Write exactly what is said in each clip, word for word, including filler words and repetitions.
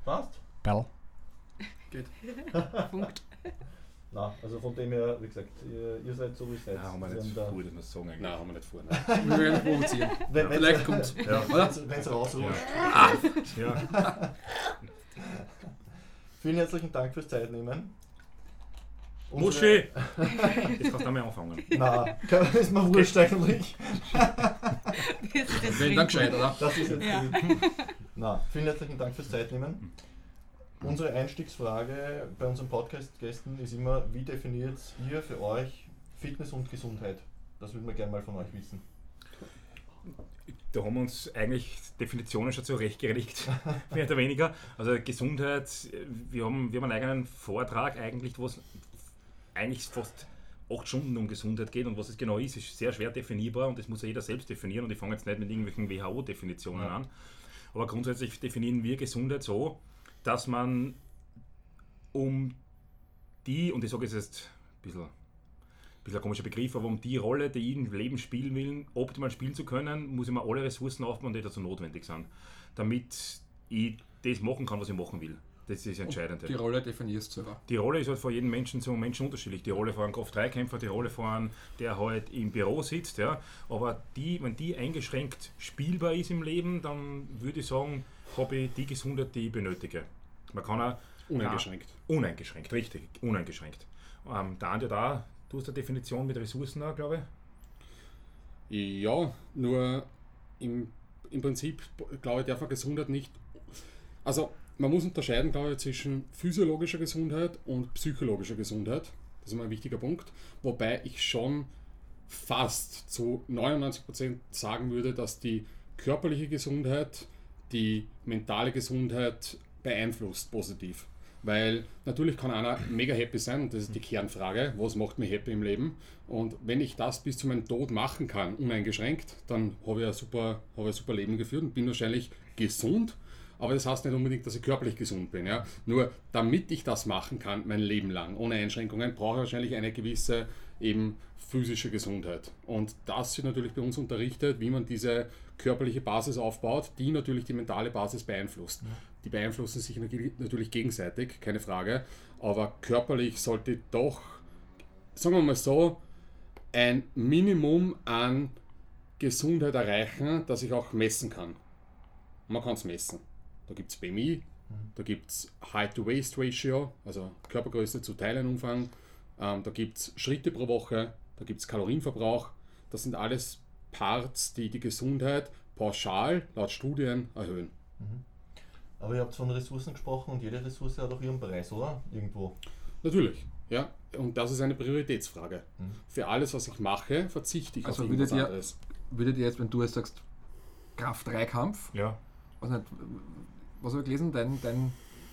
Passt? Bell. Geht. Punkt. Nein, also von dem her, wie gesagt, ihr, ihr seid so wie ihr seid. Nein, haben wir nicht vor, dass wir es sagen eigentlich. Nein, haben wir nicht vor. Nein. Wir werden provozieren. Wenn, Vielleicht kommt es. Ja. Wenn es rausrutscht. Ja. Ja. Vielen herzlichen Dank fürs Zeitnehmen. Muschi! Jetzt kannst du damit anfangen. Nein, das ist mir wurscht eigentlich. Wenn dann gescheit, oder? Das ist jetzt Ja. Nein, vielen herzlichen Dank fürs Zeitnehmen. Unsere Einstiegsfrage bei unseren Podcast-Gästen ist immer, wie definiert ihr für euch Fitness und Gesundheit? Das würden wir gerne mal von euch wissen. Da haben wir uns eigentlich Definitionen schon zurechtgelegt, mehr oder weniger. Also Gesundheit, wir haben, wir haben einen eigenen Vortrag eigentlich, wo es eigentlich fast acht Stunden um Gesundheit geht und was es genau ist, ist sehr schwer definierbar und das muss ja jeder selbst definieren und ich fange jetzt nicht mit irgendwelchen W H O-Definitionen ja. an. Aber grundsätzlich definieren wir Gesundheit so, dass man um die, und ich sage jetzt ein bisschen, ein bisschen ein komischer Begriff, aber um die Rolle, die ich im Leben spielen will, optimal spielen zu können, muss ich mir alle Ressourcen aufbauen, die dazu notwendig sind, damit ich das machen kann, was ich machen will. Das ist das Entscheidende. Die Rolle definierst du selber. Die Rolle ist halt von jedem Menschen zum Menschen unterschiedlich. Die Rolle von einem Kraft drei Kämpfer, die Rolle von einem, der halt im Büro sitzt. Ja. Aber die, wenn die eingeschränkt spielbar ist im Leben, dann würde ich sagen, habe ich die Gesundheit, die ich benötige. Man kann auch... Uneingeschränkt. Ja, uneingeschränkt, richtig. Uneingeschränkt. Ähm, der andere da, du hast eine Definition mit Ressourcen auch, glaube ich. Ja, nur im, im Prinzip, glaube ich, darf man Gesundheit nicht... Also... Man muss unterscheiden, glaube ich, zwischen physiologischer Gesundheit und psychologischer Gesundheit. Das ist mal ein wichtiger Punkt. Wobei ich schon fast zu neunundneunzig Prozent sagen würde, dass die körperliche Gesundheit die mentale Gesundheit beeinflusst positiv. Weil natürlich kann einer mega happy sein, und das ist die Kernfrage, was macht mich happy im Leben? Und wenn ich das bis zu meinem Tod machen kann, uneingeschränkt, dann habe ich ein super, habe ich ein super Leben geführt und bin wahrscheinlich gesund. Aber das heißt nicht unbedingt, dass ich körperlich gesund bin. Ja? Nur damit ich das machen kann, mein Leben lang, ohne Einschränkungen, brauche ich wahrscheinlich eine gewisse eben physische Gesundheit. Und das wird natürlich bei uns unterrichtet, wie man diese körperliche Basis aufbaut, die natürlich die mentale Basis beeinflusst. Ja. Die beeinflussen sich natürlich gegenseitig, keine Frage. Aber körperlich sollte doch, sagen wir mal so, ein Minimum an Gesundheit erreichen, das ich auch messen kann. Man kann es messen. Da gibt es B M I, da gibt es Height-to-Waist-Ratio, also Körpergröße zu Teilenumfang, ähm, da gibt es Schritte pro Woche, da gibt es Kalorienverbrauch. Das sind alles Parts, die die Gesundheit pauschal laut Studien erhöhen. Aber ihr habt von Ressourcen gesprochen und jede Ressource hat auch ihren Preis, oder? Irgendwo. Natürlich, ja. Und das ist eine Prioritätsfrage. Mhm. Für alles, was ich mache, verzichte ich also auf irgendwas ihr, anderes. Würdet ihr jetzt, wenn du jetzt sagst, Kraft drei Kampf, ja. was, nicht, was habe ich gelesen, dein, dein,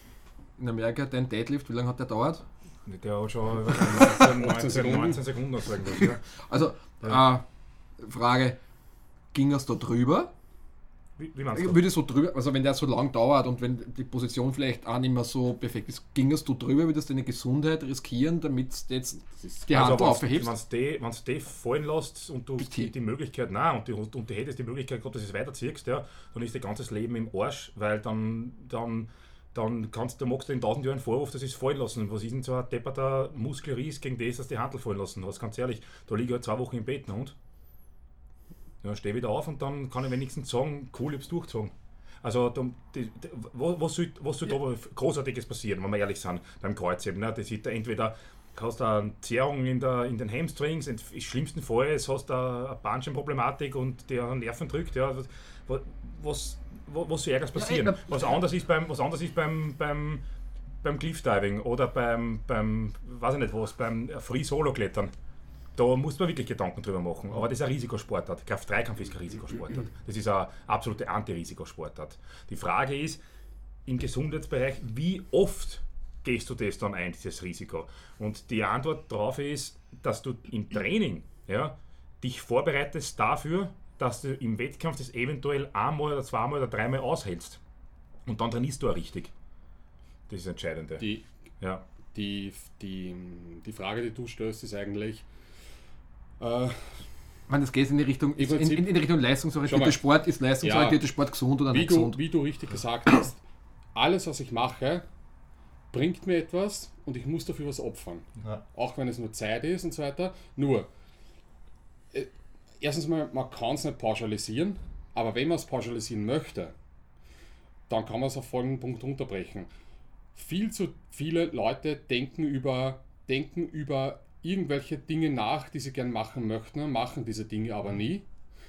in Amerika, dein Deadlift, wie lange hat der dauert? Der hat schon neunzehn Sekunden oder so irgendwas. Ja. Also, ja. äh, Frage, ging es da drüber? Wie, wie meinst du? Würde so drüber, also wenn der so lang dauert und wenn die Position vielleicht auch nicht mehr so perfekt ist, gingest du drüber, würdest du deine Gesundheit riskieren, damit du jetzt die Hand also aufhebst? Wenn du die fallen lässt und du die, die Möglichkeit, nein, und, die, und du hättest die Möglichkeit gehabt, dass du es weiterziehst, ja, dann ist dein ganzes Leben im Arsch, weil dann, dann, dann kannst du, magst du in tausend Jahren Vorwurf, dass es fallen lassen. Was ist denn so ein depperter Muskelriss gegen das, dass die Handel fallen lassen hast? Ganz ehrlich, da liege ich halt zwei Wochen im Bett, und ja, stehe wieder auf und dann kann ich wenigstens sagen, cool, ich hab's durchgezogen. Also, da, die, die, was soll, was soll ja. da Großartiges passieren, wenn wir ehrlich sind, beim Kreuzheben? Ne? Das ist da entweder hast du eine Zerrung in, der, in den Hamstrings, im schlimmsten Fall hast du eine Bandscheibenproblematik und der Nerven drückt. Ja. Was, was, was soll Ärgers passieren? Ja, was anders ist beim, was anders ist beim, beim, beim Cliffdiving oder beim, beim, weiß ich nicht was, beim Free-Solo-Klettern. Da muss man wirklich Gedanken drüber machen. Aber das ist ein Risikosportart. Kraft drei Kampf ist kein Risikosportart. Das ist eine absolute Anti-Risikosportart. Die Frage ist, im Gesundheitsbereich, wie oft gehst du das dann ein, dieses Risiko? Und die Antwort darauf ist, dass du im Training ja, dich vorbereitest dafür, dass du im Wettkampf das eventuell einmal oder zweimal oder dreimal aushältst. Und dann trainierst du auch richtig. Das ist das Entscheidende. Die, ja. die, die, die Frage, die du stellst, ist eigentlich, Äh, ich meine, das geht in die Richtung, in, in, in die Richtung leistungsorientierter Sport. Ist leistungsorientierter ja, Sport gesund oder nicht gesund? Du, wie du richtig gesagt hast, alles, was ich mache, bringt mir etwas und ich muss dafür was opfern. Ja. Auch wenn es nur Zeit ist und so weiter. Nur, äh, erstens mal, man kann es nicht pauschalisieren, aber wenn man es pauschalisieren möchte, dann kann man es auf folgenden Punkt runterbrechen. Viel zu viele Leute denken über, denken über irgendwelche Dinge nach, die sie gern machen möchten, machen diese Dinge aber nie.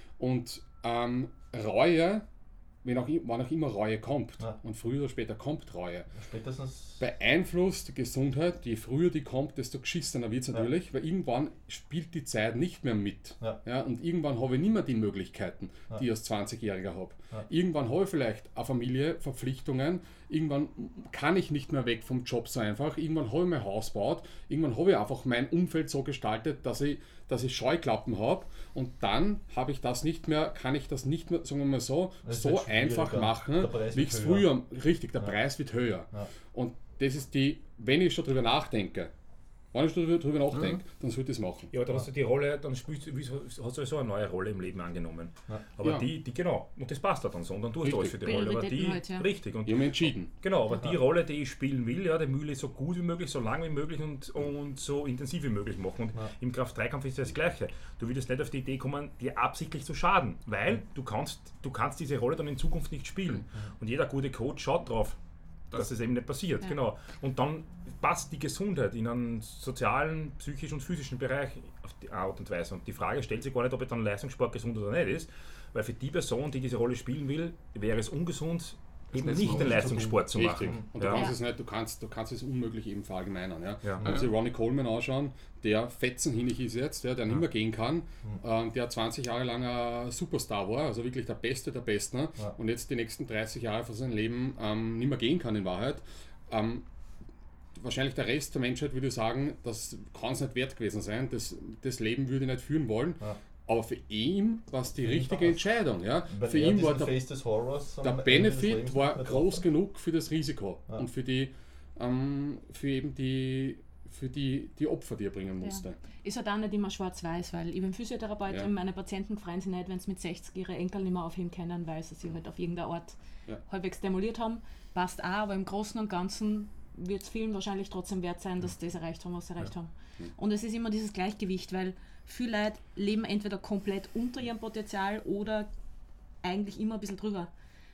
Und ähm, Reue, wenn auch, wann auch immer Reue kommt, ja. und früher oder später kommt Reue, Spätestens beeinflusst die Gesundheit. Je früher die kommt, desto geschissener wird es natürlich, ja. weil irgendwann spielt die Zeit nicht mehr mit. Ja. Ja, und irgendwann habe ich nicht mehr die Möglichkeiten, ja. die ich als zwanzigjähriger habe. Ja. Irgendwann habe ich vielleicht eine Familie, Verpflichtungen, irgendwann kann ich nicht mehr weg vom Job so einfach, irgendwann habe ich mein Haus gebaut, irgendwann habe ich einfach mein Umfeld so gestaltet, dass ich, dass ich Scheuklappen habe und dann habe ich das nicht mehr, kann ich das nicht mehr, sagen wir mal so, das so einfach machen, wie ich es früher, richtig, der ja. Preis wird höher. Ja. Und das ist die, wenn ich schon drüber nachdenke, wenn ich darüber, darüber nachdenke, ja. dann sollte ich es machen. Ja, aber dann hast du die Rolle, dann spielst du, hast du sowieso eine neue Rolle im Leben angenommen. Ja. Aber Ja. die, die, genau, und das passt dann so, und dann tust Richtig. du alles für die Rolle. Aber die, Prioritäten halt, ja. richtig. Und Ich habe mich entschieden. genau, aber Ja. die Rolle, die ich spielen will, ja, die will ich so gut wie möglich, so lang wie möglich und, und so intensiv wie möglich machen. Und Ja. im Kraft-drei-Kampf ist das Gleiche. Du würdest nicht auf die Idee kommen, dir absichtlich zu schaden, weil du kannst, du kannst diese Rolle dann in Zukunft nicht spielen. Und jeder gute Coach schaut drauf, dass das eben nicht passiert. Ja. Genau. Und dann passt die Gesundheit in einen sozialen, psychischen und physischen Bereich auf die Art und Weise. Und die Frage stellt sich gar nicht, ob dann Leistungssport gesund oder nicht ist, weil für die Person, die diese Rolle spielen will, wäre es ungesund, eben nicht nicht so den zu Leistungssport zu Richtig. machen. Und du Ja. kannst es nicht, du kannst, du kannst es unmöglich eben verallgemeinern. Ja. Ja. Wenn Sie Ronnie Coleman anschauen, der fetzenhinig ist jetzt, der, der nicht mehr gehen kann, ähm, der zwanzig Jahre lang ein Superstar war, also wirklich der Beste der Besten, Ja. und jetzt die nächsten dreißig Jahre von seinem Leben ähm, nicht mehr gehen kann in Wahrheit. Ähm, wahrscheinlich der Rest der Menschheit würde sagen, das kann es nicht wert gewesen sein, das, das Leben würde ich nicht führen wollen. Ja. Aber für ihn war es die Für ihn richtige war's. Entscheidung. Ja. Weil Für er ihn war diesen der Face des Horrors am Der Ende des Benefit Lebens war nicht mehr groß drauf. genug für das Risiko Ja. und für die, ähm, für eben die, für die, die Opfer, die er bringen musste. Ja. Ist halt auch nicht immer schwarz-weiß, weil ich bin Physiotherapeutin, Ja. meine Patienten freuen sich nicht, wenn sie mit sechzig ihre Enkel nicht mehr aufheben können, weil sie sich halt auf irgendeine Art Ja. halbwegs demoliert haben. Passt auch, aber im Großen und Ganzen wird es vielen wahrscheinlich trotzdem wert sein, dass sie das erreicht haben, was sie erreicht haben. Und es ist immer dieses Gleichgewicht, weil viele Leute leben entweder komplett unter ihrem Potenzial oder eigentlich immer ein bisschen drüber.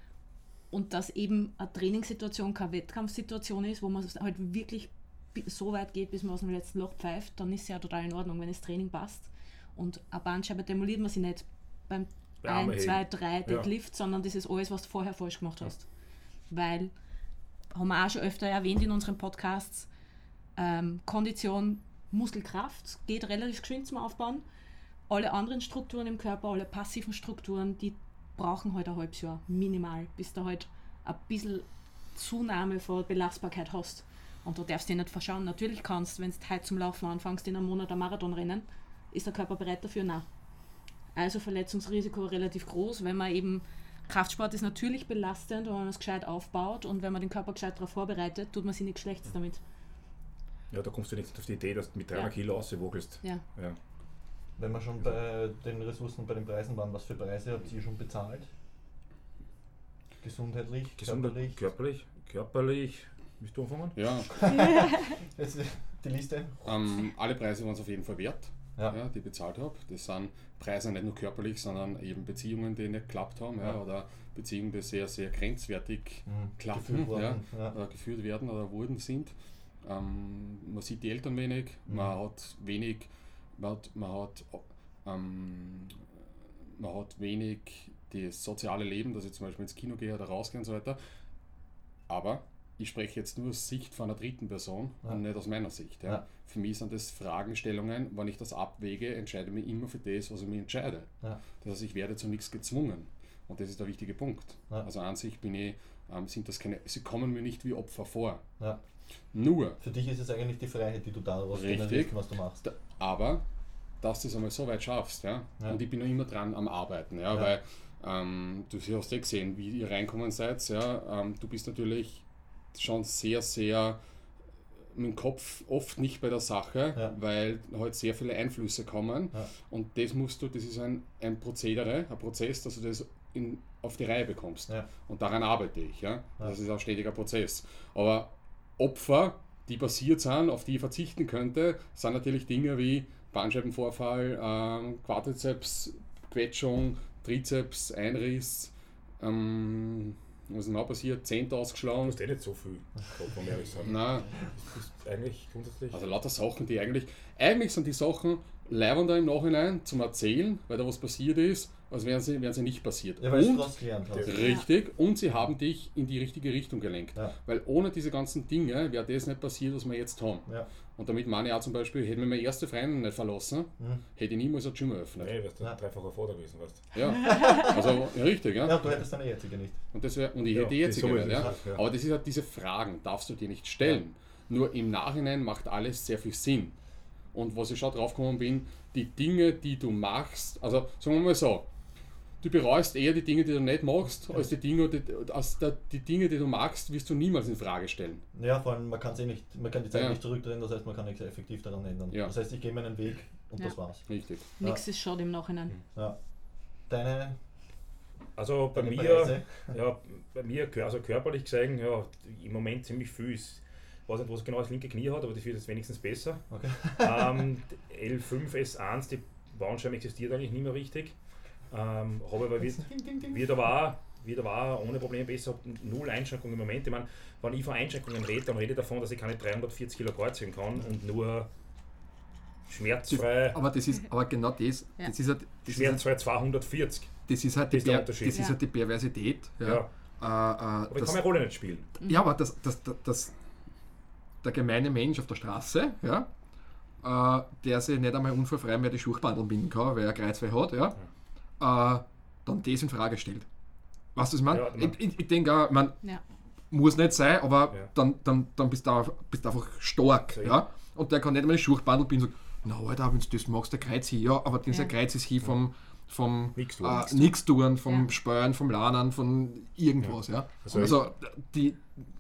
Und dass eben eine Trainingssituation keine Wettkampfsituation ist, wo man halt wirklich so weit geht, bis man aus dem letzten Loch pfeift, dann ist es ja total in Ordnung, wenn das Training passt. Und eine Bandscheibe demoliert man sie nicht beim Bei Arme eins, zwei, heben. drei Ja. Deadlift, sondern das ist alles, was du vorher falsch gemacht hast. Weil, haben wir auch schon öfter erwähnt in unseren Podcasts, ähm, Kondition, Muskelkraft geht relativ geschwind zum Aufbauen. Alle anderen Strukturen im Körper, alle passiven Strukturen, die brauchen halt ein halbes Jahr minimal, bis du halt ein bisschen Zunahme von Belastbarkeit hast. Und du darfst dich nicht verschauen. Natürlich kannst du, wenn du heute zum Laufen anfängst, in einem Monat einen Marathon rennen, ist der Körper bereit dafür? Nein. Also Verletzungsrisiko relativ groß, wenn man eben, Kraftsport ist natürlich belastend, wenn man es gescheit aufbaut und wenn man den Körper gescheit darauf vorbereitet, tut man sich nichts Schlechtes damit. Ja, da kommst du nicht auf die Idee, dass du mit dreihundert Ja. Kilo auswogelst. Ja. Ja. Wenn wir schon bei den Ressourcen und bei den Preisen waren, was für Preise habt ihr schon bezahlt? Gesundheitlich, Gesundheit, körperlich? körperlich, körperlich, willst du anfangen? Ja, Jetzt die Liste? ähm, alle Preise waren es auf jeden Fall wert, Ja. ja, die ich bezahlt habe. Das sind Preise nicht nur körperlich, sondern eben Beziehungen, die nicht geklappt haben, ja, Ja. oder Beziehungen, die sehr, sehr grenzwertig Mhm. klappen, Geführt worden, ja, ja. Oder geführt werden oder wurden sind. Ähm, man sieht die Eltern wenig, Mhm. man hat wenig, man hat, man hat, ähm, man hat wenig das soziale Leben, dass ich zum Beispiel ins Kino gehe oder rausgehe und so weiter. Aber ich spreche jetzt nur aus Sicht von einer dritten Person Ja. und nicht aus meiner Sicht. Ja. Ja. Für mich sind das Fragestellungen, wenn ich das abwäge, entscheide ich mich immer für das, was ich mich entscheide. Ja. Das heißt, ich werde zu nichts gezwungen. Und das ist der wichtige Punkt. Ja. Also an sich bin ich, ähm, sind das keine, sie kommen mir nicht wie Opfer vor. Ja. Nur, Für dich ist es eigentlich die Freiheit, die du daraus Richtig. generierst, was du machst. da, aber, dass du es einmal so weit schaffst, ja? Ja. Und ich bin noch immer dran am Arbeiten, ja, Ja. weil ähm, du hast ja gesehen, wie ihr reinkommen seid, ja, ähm, du bist natürlich schon sehr, sehr mit dem Kopf oft nicht bei der Sache, Ja. weil halt sehr viele Einflüsse kommen Ja. und das musst du, das ist ein, ein Prozedere, ein Prozess, dass du das in, auf die Reihe bekommst. Ja. Und daran arbeite ich. Ja? Ja. Das ist ein stetiger Prozess. Aber Opfer, die passiert sind, auf die ich verzichten könnte, sind natürlich Dinge wie Bandscheibenvorfall, ähm, Quadrizeps, Quetschung, Trizeps, Einriss, ähm, was ist noch passiert? Zehnte Du ausgeschlagen. musst eh nicht so viel, kann man ehrlich sagen. Nein, Das ist eigentlich grundsätzlich. also lauter Sachen, die eigentlich, eigentlich sind die Sachen leibender im Nachhinein zum Erzählen, weil da was passiert ist, als wären sie, wären sie nicht passiert. Ja, weil du Und, daraus gelernt hast. richtig, und sie haben dich in die richtige Richtung gelenkt. Ja. Weil ohne diese ganzen Dinge wäre das nicht passiert, was wir jetzt haben. Ja. Und damit meine ich auch zum Beispiel, hätte mir meine erste Freundin nicht verlassen, Mhm. hätte ich niemals ein Gym eröffnet. Nee, wärst du Ja. ein dreifacher Vater gewesen, weißt du. Ja, also ja, richtig, ja. Ja, du hättest deine jetzige nicht. Und, das wär, und ich Ja, hätte die jetzige so nicht, ist ja. es, ja. Aber das ist halt diese Fragen, darfst du dir nicht stellen. Nur im Nachhinein macht alles sehr viel Sinn. Und was ich schon drauf gekommen bin, die Dinge, die du machst, also sagen wir mal so, du bereust eher die Dinge, die du nicht machst, als die Dinge, die, als der, die Dinge, die du magst, wirst du niemals in Frage stellen. Ja, vor allem, man kann, eh nicht, man kann die Zeit Ja. nicht zurückdrehen, das heißt, man kann nichts effektiv daran ändern. Ja. Das heißt, ich gehe meinen Weg und Ja. das war's. Richtig. Nichts ist schade im Nachhinein. Ja. Deine, Also bei deine mir, Preise? ja, bei mir, also körperlich gesehen, ja, im Moment ziemlich viel. Ich weiß nicht, was genau das linke Knie hat, aber das wird jetzt wenigstens besser. Okay. ähm, L fünf S eins, die Bandscheibe existiert eigentlich nicht mehr richtig. Ähm, habe aber wird, wird aber auch, wird aber auch ohne Probleme besser, habe null Einschränkungen im Moment. Ich meine, wenn ich von Einschränkungen rede, dann rede ich davon, dass ich keine dreihundertvierzig Kilo kreuzigen kann und nur schmerzfrei, Aber das ist, aber genau das, Ja. das ist halt, das ist halt, schmerzfrei zweihundertvierzig. das ist halt die, Das ist der Per- Unterschied. das ist halt die Perversität. Ja. Ja. Äh, äh, Aber ich das, kann meine Rolle nicht spielen. ja, aber das, das, das, das, der gemeine Mensch auf der Straße, ja, äh, der sich nicht einmal unfallfrei mehr die Schuchbandeln binden kann, weil er Kreuzweh hat, ja, äh, dann das in Frage stellt. Weißt du, was ich meine? Ja, man- ich ich, ich denke auch, man Ja. muss nicht sein, aber Ja. dann, dann, dann bist du einfach, bist du einfach stark. So, Ja? Und der kann nicht einmal die Schuchbandel binden und sagt, na Alter, wenn du das magst, der Kreuz hier, ja, aber dieser Ja. Kreuz ist hier vom, vom Nix tun. äh, nix tun, vom Ja. Spören, vom Lernen, von irgendwas. Ja. Also Also, die,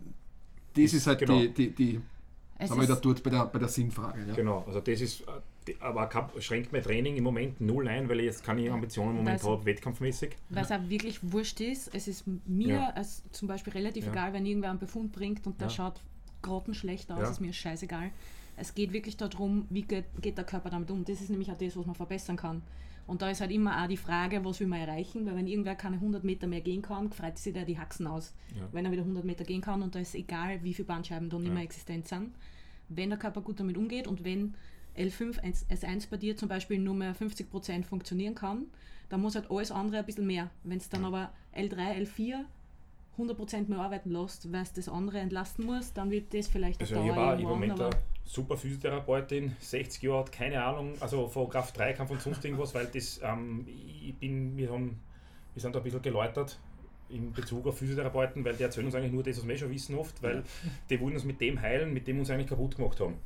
das ist halt genau. die, die, die Es haben wir da ist, dort bei der, bei der Sinnfrage. Ja. Genau, also das ist, äh, die- aber kein- schränkt mein Training im Moment null ein, weil ich jetzt keine Ambitionen im Moment Das- habe, wettkampfmäßig. weil es auch wirklich wurscht ist. Es ist mir Ja. als zum Beispiel relativ Ja. egal, wenn irgendwer einen Befund bringt und der Ja. schaut grottenschlecht aus, Ja. ist mir scheißegal. Es geht wirklich darum, wie geht, geht der Körper damit um. Das ist nämlich auch das, was man verbessern kann. Und da ist halt immer auch die Frage, was will man erreichen, weil wenn irgendwer keine hundert Meter mehr gehen kann, freut sich der die Haxen aus. Ja. Wenn er wieder hundert Meter gehen kann und da ist egal, wie viele Bandscheiben da nicht Ja. mehr existent sind. Wenn der Körper gut damit umgeht und wenn L fünf S eins bei dir zum Beispiel nur mehr fünfzig Prozent funktionieren kann, dann muss halt alles andere ein bisschen mehr. Wenn es dann aber L drei, L vier hundert Prozent mehr arbeiten lässt, weil es das andere entlasten muss, dann wird das vielleicht auf Also ich Dauer habe im irgendwann, Moment aber eine super Physiotherapeutin, sechzig Jahre alt, keine Ahnung, also von Kraft drei Kampf und sonst irgendwas, weil das, ähm, ich bin, wir, haben, wir sind da ein bisschen geläutert in Bezug auf Physiotherapeuten, weil die erzählen uns eigentlich nur das, was wir eh schon wissen oft, weil die wollen uns mit dem heilen, mit dem wir uns eigentlich kaputt gemacht haben.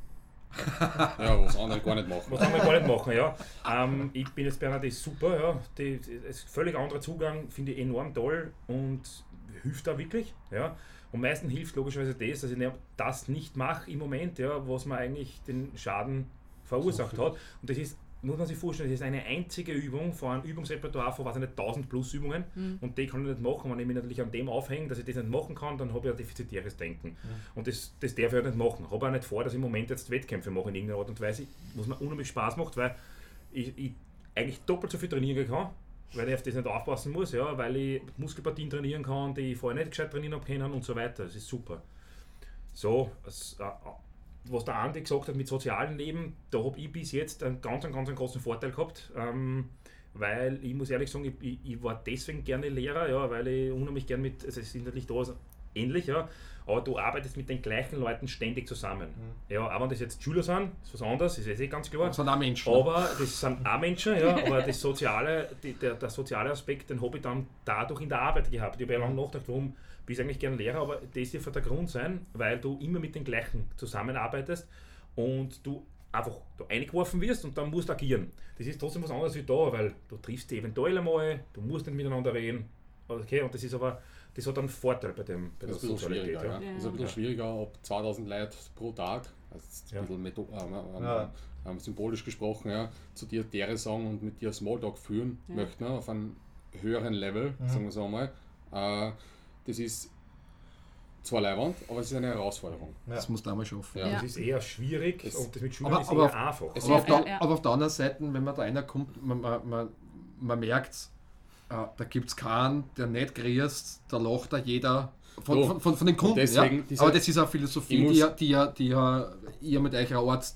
Ja, was andere gar nicht machen. Was kann man gar nicht machen, ja. Ähm, ich bin jetzt bei einer, die ist super, ja. Die, die ist völlig anderer Zugang, finde ich enorm toll und hilft da wirklich, ja. Und meistens hilft logischerweise das, dass ich ne- das nicht mache im Moment, ja, was man eigentlich den Schaden verursacht hat. Und das ist, muss man sich vorstellen, das ist eine einzige Übung von einem Übungsrepertoire von, weiß ich nicht, tausend plus Übungen und die kann ich nicht machen. Wenn ich mich natürlich an dem aufhänge, dass ich das nicht machen kann, dann habe ich ein defizitäres Denken. Und das, das darf ich halt nicht machen. Ich habe auch nicht vor, dass ich im Moment jetzt Wettkämpfe mache in irgendeiner Art und Weise, was mir unheimlich Spaß macht, weil ich, ich eigentlich doppelt so viel trainieren kann, weil ich auf das nicht aufpassen muss, ja, weil ich Muskelpartien trainieren kann, die ich vorher nicht gescheit trainieren habe können und so weiter. Das ist super. So, es, äh, was der Andi gesagt hat mit sozialem Leben, da habe ich bis jetzt einen ganz, einen ganz einen großen Vorteil gehabt, ähm, weil ich muss ehrlich sagen, ich, ich, ich war deswegen gerne Lehrer, ja, weil ich unheimlich gerne mit, also es sind natürlich da ähnlich, ja, aber du arbeitest mit den gleichen Leuten ständig zusammen. Mhm. Ja, auch wenn das jetzt Schüler sind, ist was anderes, ist eh ganz klar. Das sind auch Menschen. Aber das sind auch Menschen, ja, aber das soziale, die, der, der soziale Aspekt, den habe ich dann dadurch in der Arbeit gehabt. Ich habe ja lange nachgedacht, warum bist du eigentlich gerne Lehrer, aber das dürfte der Grund sein, weil du immer mit den gleichen zusammenarbeitest und du einfach da eingeworfen wirst und dann musst du agieren. Das ist trotzdem was anderes wie da, weil du triffst dich eventuell einmal, du musst nicht miteinander reden. Okay, und das ist aber, das hat einen Vorteil bei, dem, bei Das der ist ein bisschen Sozialität. schwieriger, ja. Ja. Das ist ein bisschen Ja. schwieriger, ob zweitausend Leute pro Tag, also jetzt ein Ja. bisschen metho- äh, ähm, Ja. ähm, symbolisch gesprochen, ja, zu dir Dere sagen und mit dir Smalltalk führen Ja. möchten, ne, auf einem höheren Level, Mhm. sagen wir so einmal. Äh, das ist zwar leiwand, aber es ist eine Herausforderung. Ja. Das muss da mal schaffen. Ja. Ja. Das ist eher schwierig Es- und das mit Schülern aber- ist aber eher auf- einfach. es- Aber, auf Ja, der, ja. aber auf der anderen Seite, wenn man da einer kommt, man, man, man, man merkt, äh, da gibt es keinen, der nicht grüßt, da lacht da jeder von, So. von, von, von den Kunden. deswegen Ja? diese- Aber das ist eine Philosophie, Ich die, muss- ihr- die, ihr- die ihr, ihr mit eurer Art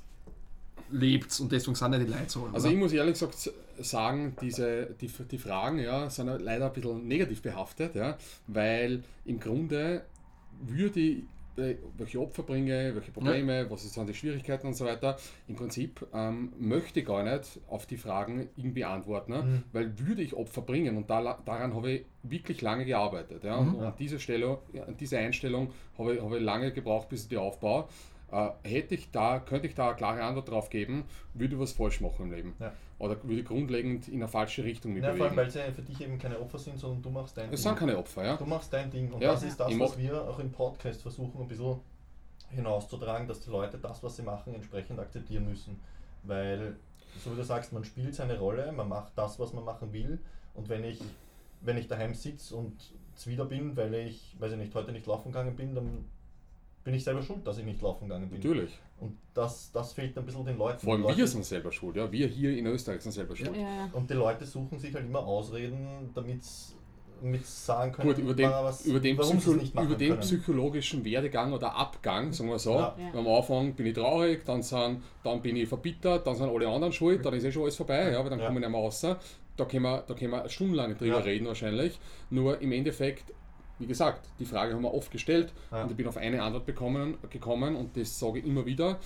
lebt und deswegen sind ja die Leute so. Also oder? ich muss ehrlich gesagt sagen, diese, die, die Fragen ja, sind ja leider ein bisschen negativ behaftet, ja, weil im Grunde würde ich, äh, welche Opfer bringe, welche Probleme, was sind die Schwierigkeiten und so weiter, im Prinzip ähm, möchte ich gar nicht auf die Fragen irgendwie antworten, ne? Mhm. Weil würde ich Opfer bringen und da, daran habe ich wirklich lange gearbeitet. Ja? Mhm. Und an dieser Stelle, ja, an diese Einstellung habe ich, habe ich lange gebraucht, bis ich die aufbaue. Äh, hätte ich da, könnte ich da eine klare Antwort drauf geben, würde ich was falsch machen im Leben. Ja. Oder würde ich grundlegend in eine falsche Richtung mich Ja, vor allem, bewegen. weil sie für dich eben keine Opfer sind, sondern du machst dein Es Ding. sind keine Opfer, ja. Du machst dein Ding und Ja, das ist das, ich was mach- wir auch im Podcast versuchen ein bisschen hinauszutragen, dass die Leute das, was sie machen, entsprechend akzeptieren müssen. Weil, so wie du sagst, man spielt seine Rolle, man macht das, was man machen will und wenn ich, wenn ich daheim sitze und zwider bin, weil ich, weiß ich nicht, heute nicht laufen gegangen bin, dann bin ich selber schuld, dass ich nicht laufen gegangen bin. Natürlich. Und das, das fehlt ein bisschen den Leuten. Vor allem Die Leute- wir sind selber schuld, ja. Wir hier in Österreich sind selber schuld. Ja, ja. Und die Leute suchen sich halt immer Ausreden, damit sie sagen können, Gut, über den, was, über den, warum sie Psycho es nicht machen über den können. psychologischen Werdegang oder Abgang, sagen wir so, Ja. Ja. am Anfang bin ich traurig, dann, sind, dann bin ich verbittert, dann sind alle anderen schuld, dann ist eh schon alles vorbei, ja, weil dann Ja. komme ich nicht mehr raus. Da können wir, da können wir stundenlang drüber Ja. reden wahrscheinlich, nur im Endeffekt, wie gesagt, die Frage haben wir oft gestellt Ja. und ich bin auf eine Antwort bekommen, gekommen und das sage ich immer wieder,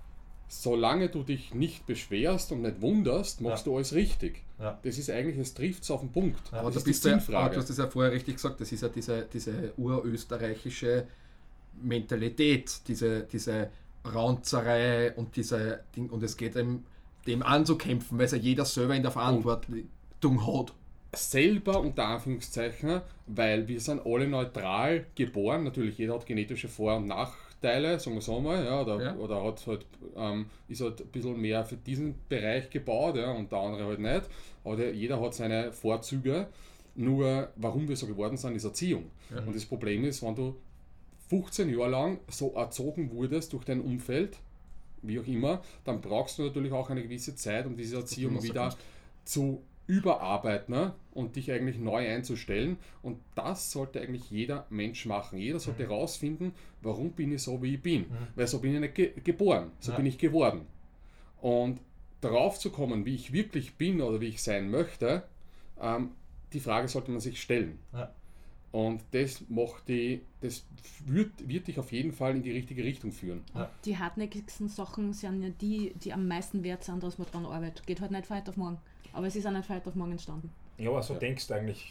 solange du dich nicht beschwerst und nicht wunderst, machst Ja. du alles richtig. Ja. Das ist eigentlich, es trifft es auf den Punkt. Ja. Aber das da ist die bist du, ja, aber Sinnfrage. du hast das ja vorher richtig gesagt, das ist ja diese, diese urösterreichische Mentalität, diese, diese Raunzerei und diese Ding, und es geht dem, dem anzukämpfen, weil es ja jeder selber in der Verantwortung hat. Selber unter Anführungszeichen, weil wir sind alle neutral geboren. Natürlich, jeder hat genetische Vor- und Nachteile, sagen wir so mal, ja, oder, Ja. oder hat halt, ähm, ist halt ein bisschen mehr für diesen Bereich gebaut, ja, und der andere halt nicht. Aber der, jeder hat seine Vorzüge. Nur, warum wir so geworden sind, ist Erziehung. Ja. Und das Problem ist, wenn du fünfzehn Jahre lang so erzogen wurdest durch dein Umfeld, wie auch immer, dann brauchst du natürlich auch eine gewisse Zeit, um diese Erziehung was wieder erkommst. zu überarbeiten, ne? Und dich eigentlich neu einzustellen. Und das sollte eigentlich jeder Mensch machen. Jeder sollte Mhm. herausfinden, warum bin ich so, wie ich bin. Mhm. Weil so bin ich nicht ge geboren, so Ja. bin ich geworden. Und darauf zu kommen, wie ich wirklich bin oder wie ich sein möchte, ähm, die Frage sollte man sich stellen. Ja. Und das macht die, das wird, wird dich auf jeden Fall in die richtige Richtung führen. Ja. Die hartnäckigsten Sachen sind ja die, die am meisten wert sind, dass man dran arbeitet. Geht halt nicht von heute auf morgen. Aber es ist auch nicht von heute auf morgen entstanden. Ja, aber so Ja. denkst du eigentlich,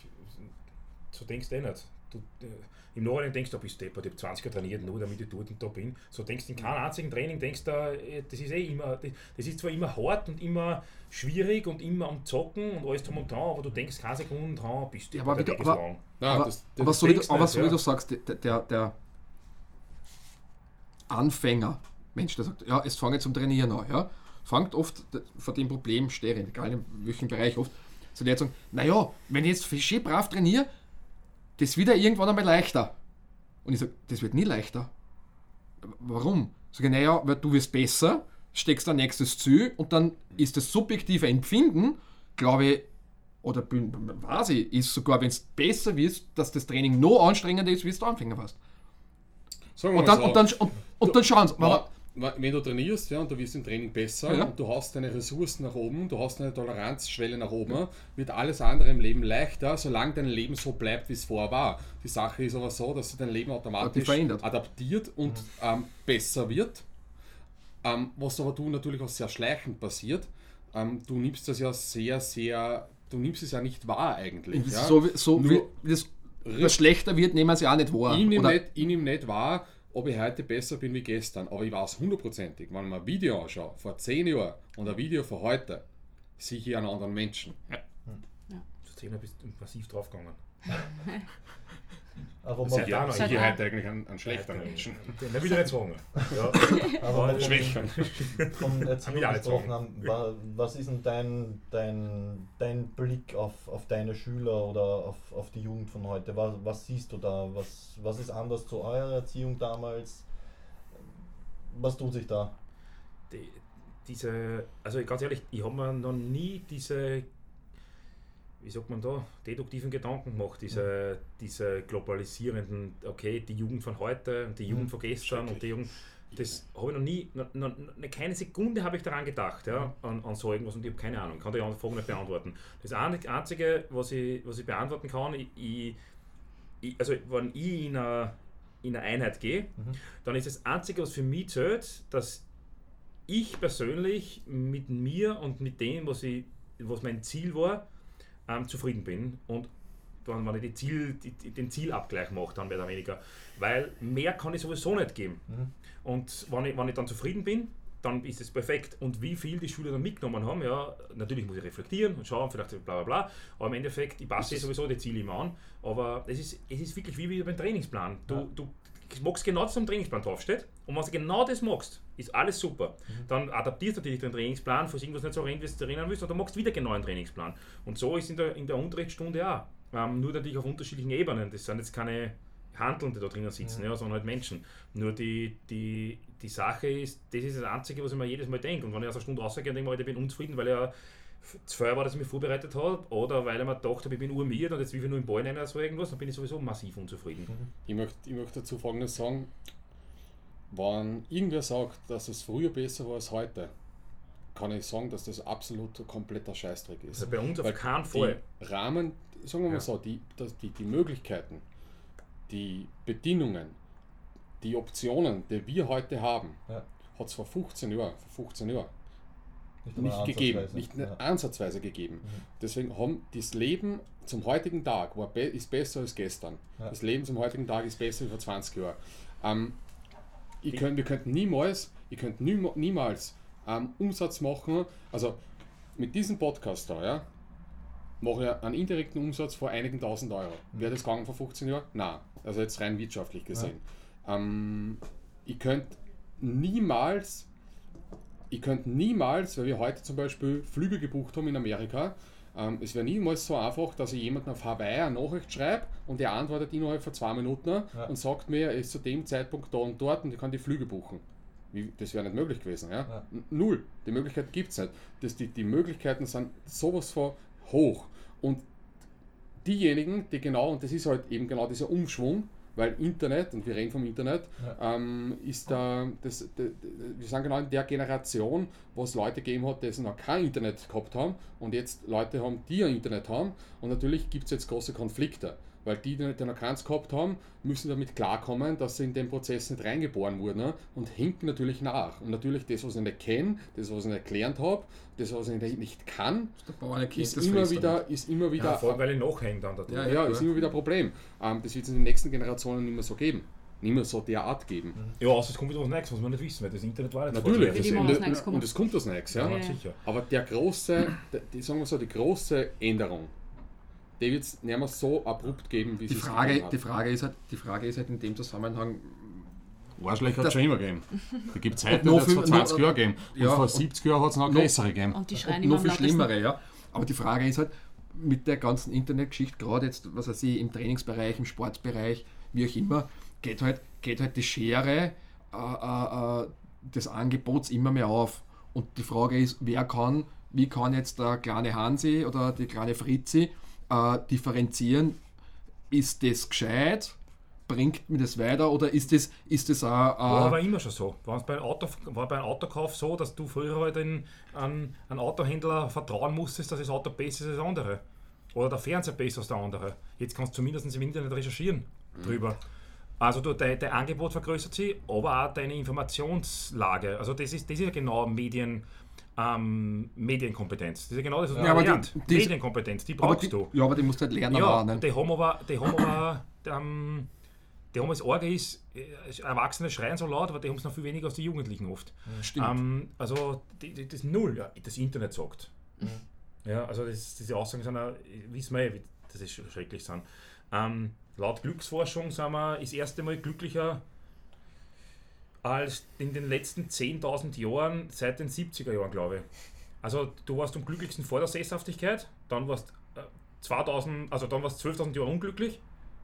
so denkst du eh nicht. Du, äh, Im Nachhinein denkst du, bist deppert, ich habe zwanzig Jahre trainiert, nur damit ich dort und da bin. So denkst du in keinem einzigen Training, denkst du, äh, das ist eh immer, das, das ist zwar immer hart und immer schwierig und immer am Zocken und alles drum und dran, aber du denkst keine Sekunde dran, bist Ja, deppert, aber der wie Weg du- ist aber- lang. Ja, aber, das, das aber, so, wie du, denkst aber nicht, so wie ja. du sagst, der, der, der Anfänger, Mensch, der sagt, ja, es fange zum Trainieren an, ja, fängt oft vor dem Problem stehen, egal in welchem Bereich oft, so die Leute sagen, naja, wenn ich jetzt schön brav trainiere, das wird ja irgendwann einmal leichter. Und ich sage, das wird nie leichter. Warum? Sag ich, naja, weil du wirst besser, steckst ein nächstes Ziel und dann ist das subjektive Empfinden, glaube ich, oder bin- weiß ich, ist sogar, wenn es besser wird, dass das Training noch anstrengender ist, wie es du Anfänger warst. Sagen wir Und mal dann, so. und dann, und, und dann schauen sie, aber, Ja, wenn du trainierst, ja, und du wirst im Training besser Ja. und du hast deine Ressourcen nach oben, du hast eine Toleranzschwelle nach oben, wird alles andere im Leben leichter, solange dein Leben so bleibt, wie es vorher war. Die Sache ist aber so, dass sich dein Leben automatisch verändert. adaptiert und ähm, besser wird. Ähm, was aber du natürlich auch sehr schleichend passiert. Ähm, du nimmst das ja sehr, sehr, du nimmst es ja nicht wahr eigentlich. das Ja? ist so, wie- so wie Nur- wie das, was schlechter wird, nehmen sie auch nicht wahr. Ich nehme Oder- nicht, ich nehm nicht wahr, ob ich heute besser bin wie gestern, aber ich weiß hundertprozentig, wenn ich mir ein Video anschaue, vor zehn Jahren und ein Video von heute, sehe ich einen anderen Menschen. Zu zehn bist du massiv draufgegangen. Aber Das man, ist ja noch sicher ja. heute eigentlich ein, ein schlechter Menschen. Den will ich nicht sagen. Ja. aber wenn Schwächer. wir von Erziehung Ja, gesprochen haben, wa- was ist denn dein, dein, dein Blick auf, auf deine Schüler oder auf, auf die Jugend von heute? Was, was siehst du da? Was, was ist anders zu eurer Erziehung damals? Was tut sich da? Die, diese, also ganz ehrlich, ich habe mir noch nie diese, wie sagt man da, deduktiven Gedanken gemacht, diese, diese globalisierenden, okay, die Jugend von heute und die Jugend von gestern und die Jugend, das habe ich noch nie, noch, noch, noch keine Sekunde habe ich daran gedacht, ja, an, an so irgendwas, und ich habe keine Ahnung, kann die Frage nicht beantworten. Das Einzige, was ich, was ich beantworten kann, ich, ich, ich, also wenn ich in eine, in eine Einheit gehe, Mhm. dann ist das Einzige, was für mich zählt, dass ich persönlich mit mir und mit dem, was, ich, was mein Ziel war, ähm, zufrieden bin, und dann, wenn ich die Ziel, die, den Zielabgleich mache, dann mehr oder weniger. Weil mehr kann ich sowieso nicht geben. Mhm. Und wenn ich, wenn ich dann zufrieden bin, dann ist es perfekt. Und wie viel die Schüler dann mitgenommen haben, ja, natürlich muss ich reflektieren und schauen, vielleicht bla bla bla, aber im Endeffekt, ich passe sowieso die Ziele immer an, aber es ist, es ist wirklich wie beim Trainingsplan. Du, Ja. du magst genau, was am Trainingsplan draufsteht, und wenn du genau das magst, ist alles super. Mhm. Dann adaptierst du natürlich den Trainingsplan, falls irgendwas nicht so rennt, wie du erinnern willst, und dann machst du wieder genau einen Trainingsplan. Und so ist in der, in der Unterrichtsstunde auch. Ähm, nur natürlich auf unterschiedlichen Ebenen. Das sind jetzt keine Handeln, die da drinnen sitzen, Ja. ja, sondern halt Menschen. Nur die, die, die Sache ist, das ist das Einzige, was ich mir jedes Mal denke. Und wenn ich aus einer Stunde rausgehe und denke, ich bin unzufrieden, weil ich ja zu viel war, dass ich mich vorbereitet habe, oder weil ich mir gedacht habe, ich bin urmiert und jetzt will ich nur im Ball rein oder so irgendwas, dann bin ich sowieso massiv unzufrieden. Ich möchte, ich möchte dazu Folgendes sagen. Wenn irgendwer sagt, dass es früher besser war als heute, kann ich sagen, dass das absolut ein kompletter Scheißdreck ist. Also bei uns auf Weil keinen Fall. Die Rahmen, sagen wir mal Ja. so, die, das, die, die Möglichkeiten, die Bedingungen, die Optionen, die wir heute haben, Ja. hat es vor fünfzehn Jahren, vor fünfzehn Jahren Nicht einmal nicht gegeben, ansatzweise. nicht Ja. ansatzweise gegeben. Mhm. Deswegen haben das Leben zum heutigen Tag war be ist besser als gestern. Ja. Das Leben zum heutigen Tag ist besser als vor zwanzig Jahren. Ähm, ich könnt, wir könnten niemals, ihr könnt nie, niemals ähm, Umsatz machen, also mit diesem Podcast da, ja, mache ich einen indirekten Umsatz von einigen tausend Euro. Mhm. Wäre das gegangen vor fünfzehn Jahren? Nein, also jetzt rein wirtschaftlich gesehen. Ähm, ich könnte niemals Ihr könnt niemals, weil wir heute zum Beispiel Flüge gebucht haben in Amerika, ähm, es wäre niemals so einfach, dass ich jemanden auf Hawaii eine Nachricht schreibe und er antwortet innerhalb von zwei Minuten Ja. und sagt mir, er ist zu dem Zeitpunkt da und dort und ich kann die Flüge buchen. Wie, das wäre nicht möglich gewesen. Ja? Ja. N- Null. Die Möglichkeit gibt es nicht. Das, die, die Möglichkeiten sind sowas von hoch. Und diejenigen, die genau, und das ist halt eben genau dieser Umschwung, weil Internet, und wir reden vom Internet, Ja. ähm, ist da, das, d- d- wir sind genau in der Generation, wo es Leute gegeben hat, die noch kein Internet gehabt haben und jetzt Leute haben, die ein Internet haben, und natürlich gibt es jetzt große Konflikte, weil die, die noch keins gehabt haben, müssen damit klarkommen, dass sie in den Prozess nicht reingeboren wurden, ne? Und hinken natürlich nach. Und natürlich das, was ich nicht kenne, das, was ich nicht gelernt habe, das, was ich nicht- nicht kann, Der Bauer eine ist das immer, frisst wieder, ist immer wieder Ja, vor allem, weil ich nachhänge dann dazu. Ja, ja, ist klar. immer wieder ein Problem. Ähm, das wird es in den nächsten Generationen nicht mehr so geben. Nicht mehr so derart geben. Ja, außer es kommt wieder was Neues, was wir nicht wissen, weil das Internet war nicht Natürlich, Wird das, immer und, was Neues und, kommen. und es kommt was Neues. Ja. Ja, Ja. sicher. Aber der große, der, die, sagen wir so, die große Änderung, die wird es nicht mehr so abrupt geben, wie Die sie es Frage, gegeben hat. die, Frage ist halt, die Frage ist halt in dem Zusammenhang, Arschlöcher hat es schon immer gegeben. Da gibt es heute, noch hat es viel- vor zwanzig noch- Jahren gegeben. Und ja, vor und- siebzig Jahren hat es noch noch- größere gegeben. Und die und schreien immer noch am viel lautesten. schlimmere, ja. Aber die Frage ist halt, mit der ganzen Internetgeschichte, gerade jetzt, was weiß ich, im Trainingsbereich, im Sportbereich, wie auch immer, geht halt, geht halt die Schere äh, äh, äh, des Angebots immer mehr auf. Und die Frage ist, wer kann, wie kann jetzt der kleine Hansi oder die kleine Fritzi äh, differenzieren, ist das gescheit, bringt mir das weiter oder ist das, ist das War auch... aber Äh, immer schon so. War bei einem Auto, war bei einem Autokauf so, dass du früher halt einen, einen, einen Autohändler vertrauen musstest, dass das Auto besser ist als das andere. Oder der Fernseher besser als der andere. Jetzt kannst du zumindest im Internet recherchieren drüber. Also du, dein, dein Angebot vergrößert sich, aber auch deine Informationslage. Also das ist, das ist ja genau Medien, ähm, Medienkompetenz. Das ist ja genau das, was Ja, man aber die- lernt. die- Medienkompetenz, die aber brauchst die, du. ja, aber die musst du halt lernen. Ja, auch, ne? und die haben aber, die haben aber, ähm, die haben das Arge ist, äh, Erwachsene schreien so laut, aber die haben es noch viel weniger als die Jugendlichen oft. Stimmt. Ähm, also die, die, das Null, ja, das Internet sagt. Ja, also das, diese Aussagen sind auch, wissen wir eh, wie das ist schrecklich sind. Ähm, laut Glücksforschung sind wir das erste Mal glücklicher als in den letzten zehntausend Jahren seit den siebziger Jahren, glaube ich. Also du warst am glücklichsten vor der Sesshaftigkeit, dann warst äh, zweitausend, also dann warst zwölftausend Jahre unglücklich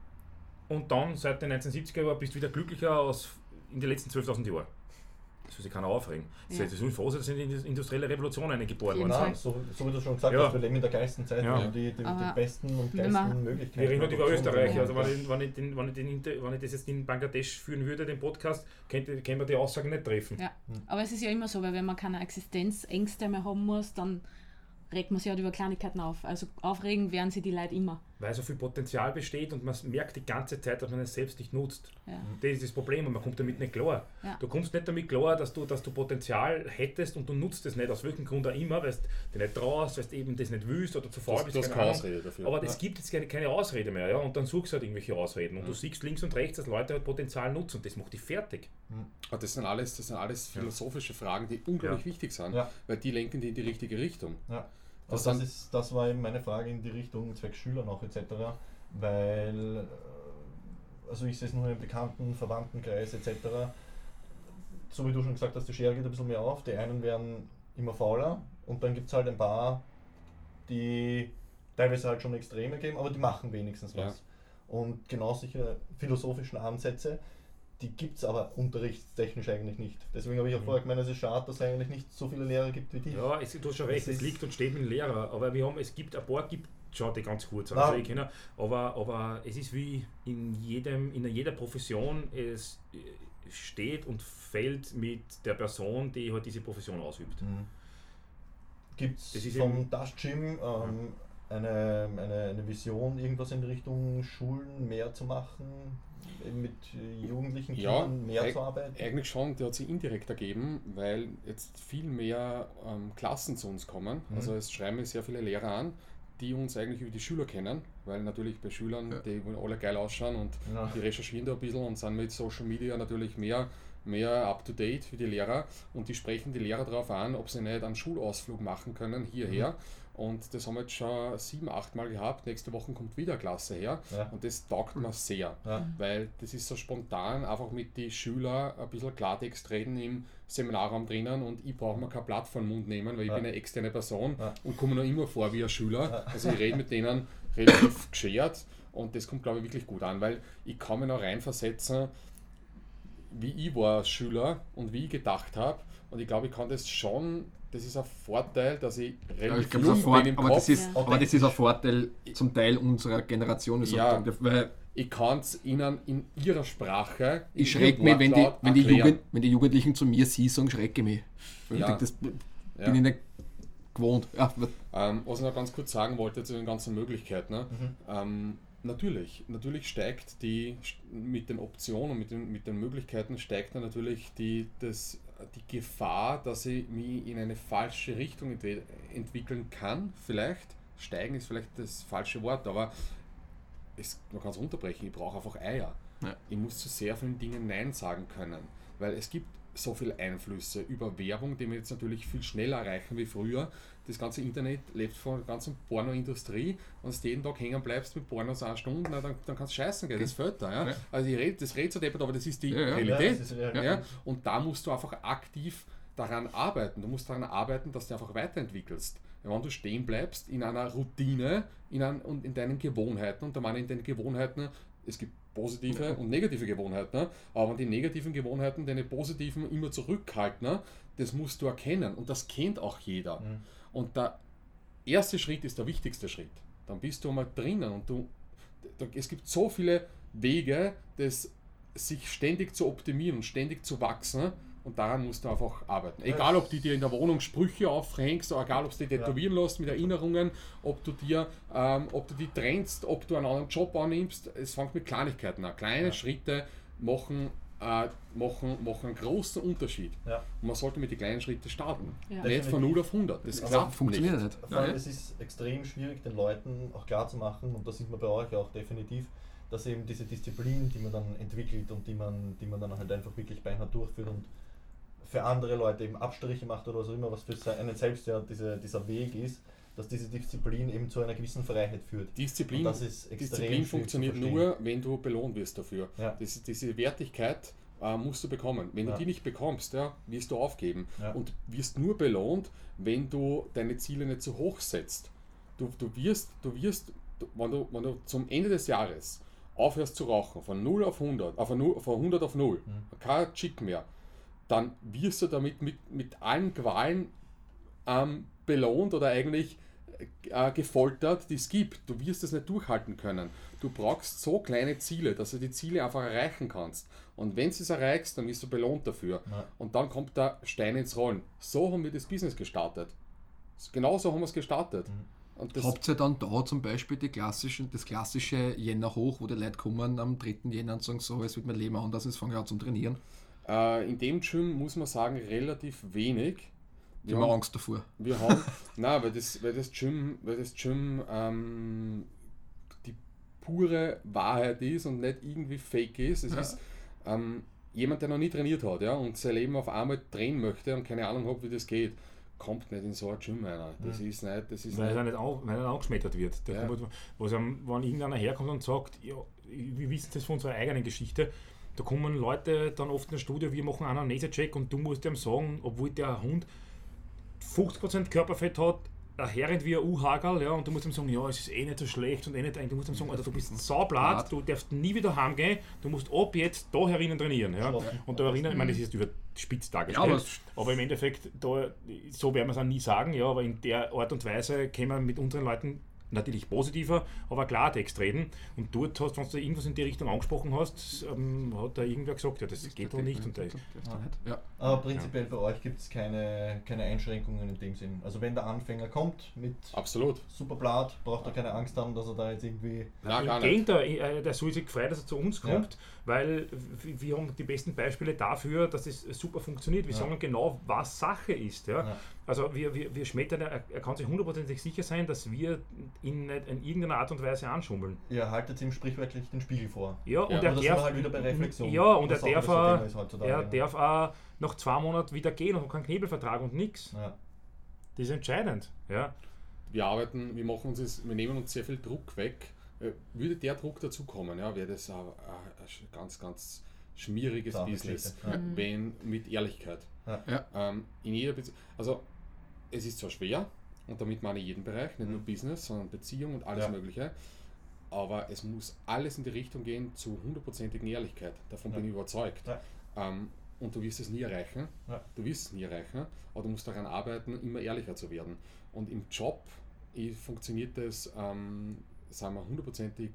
und dann seit den neunzehnhundertsiebziger Jahren bist du wieder glücklicher als in den letzten zwölftausend Jahren. Das will sich keiner aufregen. Das Ja. ist so froh, dass in die industrielle Revolution eingeboren Jeden worden Fall. Nein, so, so wie du schon gesagt Ja. hast, wir leben in der geilsten Zeit, Ja. wir haben die, die, die Aber besten und wenn geilsten man- Möglichkeiten. Wir reden nicht über Optionen, Österreich, die also wir wenn haben. ich, wenn, ich den, wenn, ich den, Inter- wenn ich das jetzt in Bangladesch führen würde, den Podcast, könnte, könnte man die Aussage nicht treffen. Ja. Aber es ist ja immer so, weil wenn man keine Existenzängste mehr haben muss, dann regt man sich halt über Kleinigkeiten auf. Also aufregen werden sie die Leute immer. Weil so viel Potenzial besteht und man merkt die ganze Zeit, dass man es selbst nicht nutzt. Ja. Das ist das Problem und man kommt damit nicht klar. Ja. Du kommst nicht damit klar, dass du, dass du Potenzial hättest und du nutzt es nicht, aus welchem Grund auch immer, weil du dich nicht traust, weil du eben das nicht willst oder zu faul Das, bist. das ist keine keine Ahnung. Ausrede dafür. Aber es gibt jetzt keine, keine Ausrede mehr, ja? Und dann suchst du halt irgendwelche Ausreden. Und du siehst links und rechts, dass Leute halt Potenzial nutzen und das macht dich fertig. Aber das sind alles, das sind alles philosophische Fragen, die unglaublich Ja. wichtig sind, Ja. weil die lenken die in die richtige Richtung. Ja. Das Das, das, dann- ist, das war eben meine Frage in die Richtung zwecks Schüler noch et cetera. Weil, äh, also ich sehe es nur im Bekannten, Verwandtenkreis et cetera. So wie du schon gesagt hast, die Schere geht ein bisschen mehr auf. Die einen werden immer fauler und dann gibt es halt ein paar, die teilweise halt schon Extreme geben, aber die machen wenigstens Ja. was. Und genau solche philosophischen Ansätze, die gibt es aber unterrichtstechnisch eigentlich nicht. Deswegen habe ich auch Mhm. vorher gemeint, es ist schade, dass es eigentlich nicht so viele Lehrer gibt wie die. Ja, es, du hast schon recht, Es es ist- liegt und steht mit dem Lehrer, aber wir haben, es gibt ein paar, gibt schon die ganz gut sind, Nein. also ich kenne, aber, aber es ist wie in jedem, in jeder Profession, es äh, steht und fällt mit der Person, die halt diese Profession ausübt. Mhm. Gibt es Das ist vom eben- Das Gym ähm, eine, eine, eine Vision, irgendwas in Richtung Schulen mehr zu machen, eben mit äh, jugendlichen Ja, Kindern mehr eig- zu arbeiten? Eigentlich schon, der hat sich indirekt ergeben, weil jetzt viel mehr ähm, Klassen zu uns kommen. Mhm. Also es schreiben mir sehr viele Lehrer an, die uns eigentlich über die Schüler kennen, weil natürlich bei Schülern, Ja. die wollen alle geil ausschauen und Ja. die recherchieren da ein bisschen und sind mit Social Media natürlich mehr, mehr up to date wie die Lehrer und die sprechen die Lehrer darauf an, ob sie nicht einen Schulausflug machen können hierher. Mhm. Und das haben wir jetzt schon sieben, acht Mal gehabt. Nächste Woche kommt wieder eine Klasse her Ja. und das taugt mir sehr. Ja. Weil das ist so spontan, einfach mit den Schülern ein bisschen Klartext reden im Seminarraum drinnen und ich brauche mir kein Blatt vor den Mund nehmen, weil ich Ja. bin eine externe Person Ja. und komme noch immer vor wie ein Schüler. Ja. Also ich rede mit denen relativ geschert und das kommt, glaube ich, wirklich gut an, weil ich kann mich noch reinversetzen, wie ich war als Schüler und wie ich gedacht habe und ich glaube, ich kann das schon, das ist ein Vorteil, dass ich Ja, ich relativ glaub, jung das ist ein Vor- bin im aber, Kopf. das ist, Ja. aber das ist ein Vorteil zum Teil unserer Generation. Ich sag Ja. dann, weil Ich kann es ihnen in ihrer Sprache, in ich schrecke ihrem mich, wenn die, Wortlaut wenn, die erklären. Jugend, wenn die Jugendlichen zu mir sie sagen, schrecke ich mich. Weil Ja. ich denk, das bin Ja. ich nicht gewohnt. Ja, was- Ähm, was ich noch ganz kurz sagen wollte zu den ganzen Möglichkeiten. Ne? Mhm. Ähm, natürlich, natürlich steigt die, mit den Optionen und mit den, mit den Möglichkeiten steigt dann natürlich die, das, die Gefahr, dass ich mich in eine falsche Richtung entwe- entwickeln kann. Vielleicht, steigen ist vielleicht das falsche Wort, aber es, man kann es runterbrechen, ich brauche einfach Eier. Ja. Ich muss zu sehr vielen Dingen Nein sagen können, weil es gibt so viele Einflüsse über Werbung, die wir jetzt natürlich viel schneller erreichen wie früher. Das ganze Internet lebt von der ganzen Pornoindustrie und wenn du jeden Tag hängen bleibst mit Pornos eine Stunde, na, dann, dann kannst du scheißen gehen, das fällt da. Ja? Ja. Also ich red, das redet so deppert, aber das ist die Ja, ja. Ja, Realität. das ist Realität. Ja? Und da musst du einfach aktiv daran arbeiten. Du musst daran arbeiten, dass du einfach weiterentwickelst. Wenn du stehen bleibst in einer Routine in ein, und in deinen Gewohnheiten, und da meine ich in deinen Gewohnheiten, es gibt positive und negative Gewohnheiten, aber wenn die negativen Gewohnheiten deine positiven immer zurückhalten, das musst du erkennen und das kennt auch jeder. Mhm. Und der erste Schritt ist der wichtigste Schritt. Dann bist du einmal drinnen und du, da, es gibt so viele Wege, das sich ständig zu optimieren und ständig zu wachsen und daran musst du einfach arbeiten. Ja. Egal, ob du dir in der Wohnung Sprüche aufhängst, oder egal, ob du die Ja. tätowieren lässt mit Erinnerungen, ob du dir, ähm, ob du die trennst, ob du einen anderen Job annimmst, es fängt mit Kleinigkeiten an. Kleine Ja. Schritte machen, äh, machen, machen einen großen Unterschied. Ja. Und man sollte mit den kleinen Schritten starten. Ja. Nicht von null auf hundert. Das Aber klappt funktioniert nicht. nicht. Vor Ja, allem, ja. es ist extrem schwierig, den Leuten auch klar zu machen, und da sind wir bei euch auch definitiv, dass eben diese Disziplin, die man dann entwickelt und die man, die man dann halt einfach wirklich beinhart durchführt und für andere Leute eben Abstriche macht oder was auch immer, was für einen selbst ja diese, dieser Weg ist, dass diese Disziplin eben zu einer gewissen Freiheit führt. Disziplin, Und das ist extrem Disziplin funktioniert schwierig zu nur, wenn du belohnt wirst dafür. Ja. Das, diese Wertigkeit äh, musst du bekommen. Wenn Ja. du die nicht bekommst, ja, wirst du aufgeben. Ja. Und wirst nur belohnt, wenn du deine Ziele nicht zu hoch setzt. Du, du wirst, du wirst du, wenn, du, wenn du zum Ende des Jahres aufhörst zu rauchen, von null auf hundert, äh, von, null, von hundert auf null, Mhm. kein Chick mehr, dann wirst du damit mit, mit allen Qualen ähm, belohnt oder eigentlich äh, gefoltert, die es gibt. Du wirst es nicht durchhalten können. Du brauchst so kleine Ziele, dass du die Ziele einfach erreichen kannst. Und wenn du es erreichst, dann wirst du belohnt dafür. Ja. Und dann kommt der Stein ins Rollen. So haben wir das Business gestartet. Genau so haben wir es gestartet. Mhm. Und das, Habt ihr dann da zum Beispiel die klassischen, das klassische Jänner hoch, wo die Leute kommen am dritten Jänner und sagen, so, es wird mein Leben anders, jetzt fange ich an zum Trainieren. äh, in dem Gym muss man sagen, relativ wenig. Die Wir haben haben, Angst davor. wir haben nein, weil das, weil das Gym, weil das Gym ähm, die pure Wahrheit ist und nicht irgendwie fake ist. Es Ja. ist ähm, jemand, der noch nie trainiert hat, ja, und sein Leben auf einmal drehen möchte und keine Ahnung hat, wie das geht, kommt nicht in so ein Gym rein. Das Ja. ist nicht, das ist Weil nicht, er nicht, an, weil er angeschmettert wird. Der Ja. kommt, was am, wenn irgendeiner herkommt und sagt, ja, wir wissen das von unserer eigenen Geschichte, da kommen Leute dann oft in ein Studio, wir machen einen Anamnese-Check und du musst ihm sagen, obwohl der Hund fünfzig Prozent Körperfett hat, erherrend wie ein U-Hagel, ja, und du musst ihm sagen, ja, es ist eh nicht so schlecht und eh nicht, du musst ihm sagen, Alter, du bist saublatt, du darfst nie wieder heimgehen, du musst ab jetzt da herinnen trainieren, ja. Schlafen. Und da erinnern, ich meine, das ist jetzt überspitzt dargestellt, Ja, aber, aber- aber im Endeffekt, da, so werden wir es auch nie sagen, ja, aber in der Art und Weise können wir mit unseren Leuten natürlich positiver, aber Klartext reden. Und dort hast, wenn du irgendwas in die Richtung angesprochen hast, ähm, hat da irgendwer gesagt, ja, das geht doch nicht. Und da ist, Ja. Aber prinzipiell bei euch gibt es keine, keine Einschränkungen in dem Sinn. Also wenn der Anfänger kommt mit absolut. Superblatt, braucht er keine Angst haben, dass er da jetzt irgendwie... Nein, gar Im nicht. Gegenteil, äh, der soll sich freuen, dass er zu uns Ja. kommt, weil w- wir haben die besten Beispiele dafür, dass es super funktioniert. Wir Ja. sagen genau, was Sache ist. Ja? Ja. Also wir, wir, wir schmettern, er, er kann sich hundertprozentig sicher sein, dass wir ihn nicht in irgendeiner Art und Weise anschummeln. Ihr haltet ihm sprichwörtlich den Spiegel vor. Ja, und Ja, er aber da sind wir darf, halt wieder bei Reflexion. ja, und er was auch darf, wieder so ein auch- Thema ist heutzutage, er ja. darf auch nach zwei Monaten wieder gehen und hat keinen Knebelvertrag und nichts. Ja. Das ist entscheidend. Ja. Wir arbeiten, wir machen uns das, wir nehmen uns sehr viel Druck weg. Äh, Würde der Druck dazukommen, ja, wäre das ein, ein, ein ganz, ganz schmieriges Sache, Business, ja. Mhm. wenn mit Ehrlichkeit. Ja. Ja. Ähm, in jeder Bezie- also es ist zwar schwer, und damit meine ich jeden Bereich, nicht nur Mhm. Business, sondern Beziehung und alles Ja. Mögliche, aber es muss alles in die Richtung gehen zu hundertprozentigen Ehrlichkeit. Davon Ja. bin ich überzeugt. Ja. Ähm, und du wirst es nie erreichen. Ja. Du wirst es nie erreichen, aber du musst daran arbeiten, immer ehrlicher zu werden. Und im Job eh, funktioniert das, ähm, sagen wir, hundertprozentig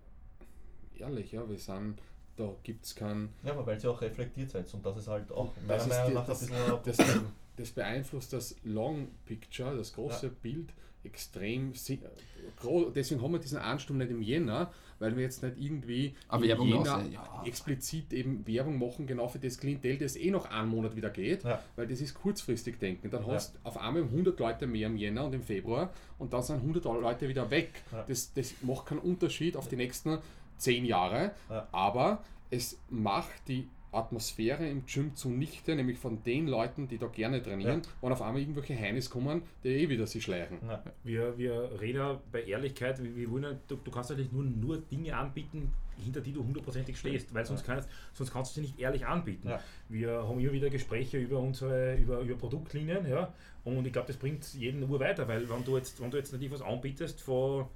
ehrlich. Ja? Wir sind, da gibt es keinen. Ja, aber weil ihr auch reflektiert seid und das ist halt auch Das meiner ist Meinung die- nach ein das- bisschen ein Das, Problem. das beeinflusst das Long Picture, das große Ja. Bild, extrem. si- gro- Deswegen haben wir diesen Ansturm nicht im Jänner, weil wir jetzt nicht irgendwie Aber im Werbung Jänner raus, ja. explizit eben Werbung machen, genau für das Klientel, das eh noch einen Monat wieder geht, Ja. weil das ist kurzfristig denken. Dann Ja. hast du auf einmal hundert Leute mehr im Jänner und im Februar und dann sind hundert Leute wieder weg. Ja. Das, das macht keinen Unterschied auf die nächsten zehn Jahre, Ja. aber es macht die Atmosphäre im Gym zunichte, nämlich von den Leuten, die da gerne trainieren, wenn auf einmal irgendwelche Heinis kommen, die eh wieder sich schleichen. Ja. Wir, wir reden ja bei Ehrlichkeit, wir, wir wollen ja, du, du kannst natürlich nur, nur Dinge anbieten, hinter die du hundertprozentig stehst, weil sonst, kannst, sonst kannst du sie nicht ehrlich anbieten. Ja. Wir haben immer wieder Gespräche über unsere über, über Produktlinien, ja, und ich glaube, das bringt jeden nur weiter, weil wenn du jetzt, wenn du jetzt nicht etwas anbietest von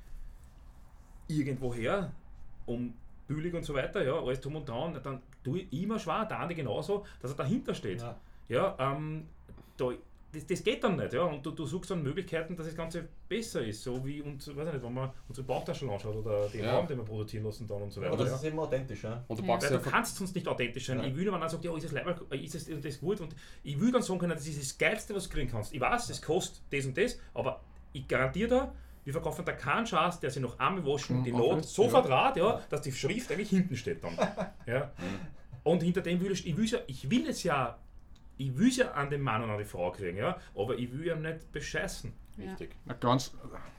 irgendwoher, um billig und so weiter, ja, alles drum und dran, dann tue ich immer schwer, der andere genauso, dass er dahinter steht. Ja. Ja, ähm, da, das, das geht dann nicht, ja, und du, du suchst dann Möglichkeiten, dass das Ganze besser ist, so wie, und, weiß ich nicht, wenn man unsere Bauchtaschen anschaut oder den Ja. Raum, den wir produzieren lassen dann und so weiter. Aber das ja. ist eben authentisch, ja. Und du Ja. packst Weil du einfach kannst sonst nicht authentisch sein. Ja. Ich will, wenn einer sagt, ja, ist es Leiberl, ist es das gut, und ich will dann sagen können, das ist das Geilste, was du kriegen kannst. Ich weiß, es kostet das und das, aber ich garantiere da, wir verkaufen da keinen Schatz, der sich noch einmal waschen, Mhm, die auch Not nicht, so ja. verdraht, ja, dass die Schrift eigentlich hinten steht dann. Ja. Und hinter dem will ich, ich will ja, ich will es ja, ich will es ja an den Mann und an die Frau kriegen, ja, aber ich will ihm nicht bescheißen. Ja. richtig. Ein ganz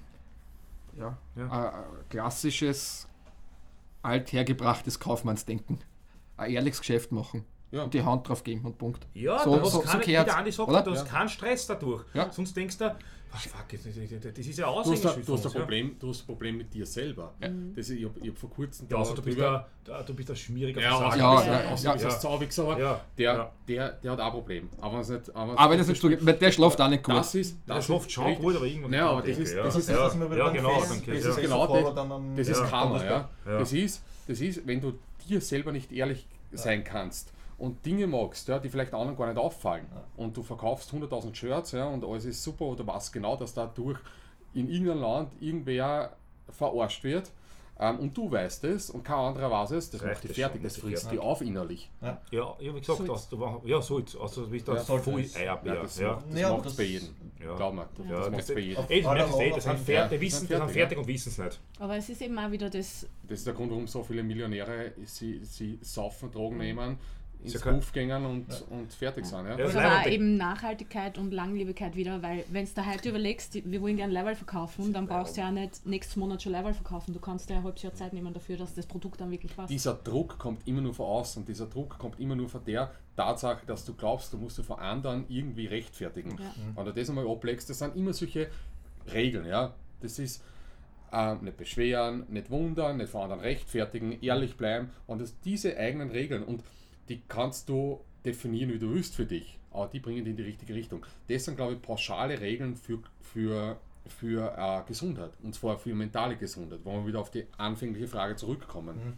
ja, Ja. Ein, ein klassisches, althergebrachtes Kaufmannsdenken. Ein ehrliches Geschäft machen. Ja. und die Hand drauf geben und Punkt. Ja, so, du hast so, keine, so wie der gehört's, Andi sagt, oder? du hast Ja. keinen Stress dadurch. Ja. Sonst denkst du, ah, fuck, das ist ja Du hast, ein, Aushängeschild du, hast von ein uns, Problem, du hast ein Problem mit dir selber. Ja. Das, ich habe hab vor kurzem... Ja, also du bist, drüber- ein, du bist ein schmieriger Ja, Versager. ja, Ja, ja, ja, also, ja. das ist Sauwichser, Ja, der, ja. Der, der hat auch ein Problem. Aber wenn es nicht... Aber wenn das nicht zugeben, weil der schläft auch nicht gut. Das ist... Der Das schläft ist schon richtig- gut, aber irgendwann... Nein, aber das denke, ist- ja. das ist- ja, das sind wir wieder ja, beim genau. Fest. Danke. Das Ja. ist genau Vorher das, dann am- das Ja. ist Karma, ja. Ja. Das ist, das ist, wenn du dir selber nicht ehrlich sein kannst und Dinge magst, ja, die vielleicht anderen gar nicht auffallen und du verkaufst hunderttausend Shirts, ja, und alles ist super, oder weißt genau, dass dadurch in irgendeinem Land irgendwer verarscht wird, ähm, und du weißt es und kein anderer weiß es, das Reicht macht dich das fertig, schon, das das frisst ist dich auf innerlich. Ja, ja, wie gesagt, Sulz. also, du war, ja, Sulz, also du bist da Ja, voll Sulz. Eierbär. Ja, das Ja, macht Ja, es das- bei jedem. ja. Glaub mir, das Ja, macht das- es bei jedem. auf- Ey, du merkst es eh, das sind Ja, fertig, das wissen, sind die sind fertig, fertig ja. und wissen es nicht. Aber es ist eben auch wieder das, Das ist der Grund, warum so viele Millionäre sie, sie saufen, Drogen nehmen, ins ja kein- Puff gehen und, und fertig sind. Ja? Ja, das das ist ist aber auch einfach- eben Nachhaltigkeit und Langlebigkeit wieder, weil wenn du heute überlegst, die- wir wollen gerne Level verkaufen, dann brauchst du ja nicht nächsten Monat schon Level verkaufen. Du kannst dir ein halbes Jahr Zeit nehmen dafür, dass das Produkt dann wirklich passt. Dieser Druck kommt immer nur von außen. Dieser Druck kommt immer nur von der Tatsache, dass du glaubst, du musst dich vor anderen irgendwie rechtfertigen. Ja. Wenn du das einmal ablegst, das sind immer solche Regeln. Ja? Das ist ähm, nicht beschweren, nicht wundern, nicht vor anderen rechtfertigen, ehrlich bleiben. Und das, diese eigenen Regeln, und die kannst du definieren, wie du willst für dich, aber die bringen dich in die richtige Richtung. Das sind, glaube ich, pauschale Regeln für, für, für äh, Gesundheit, und zwar für mentale Gesundheit, wo wir wieder auf die anfängliche Frage zurückkommen.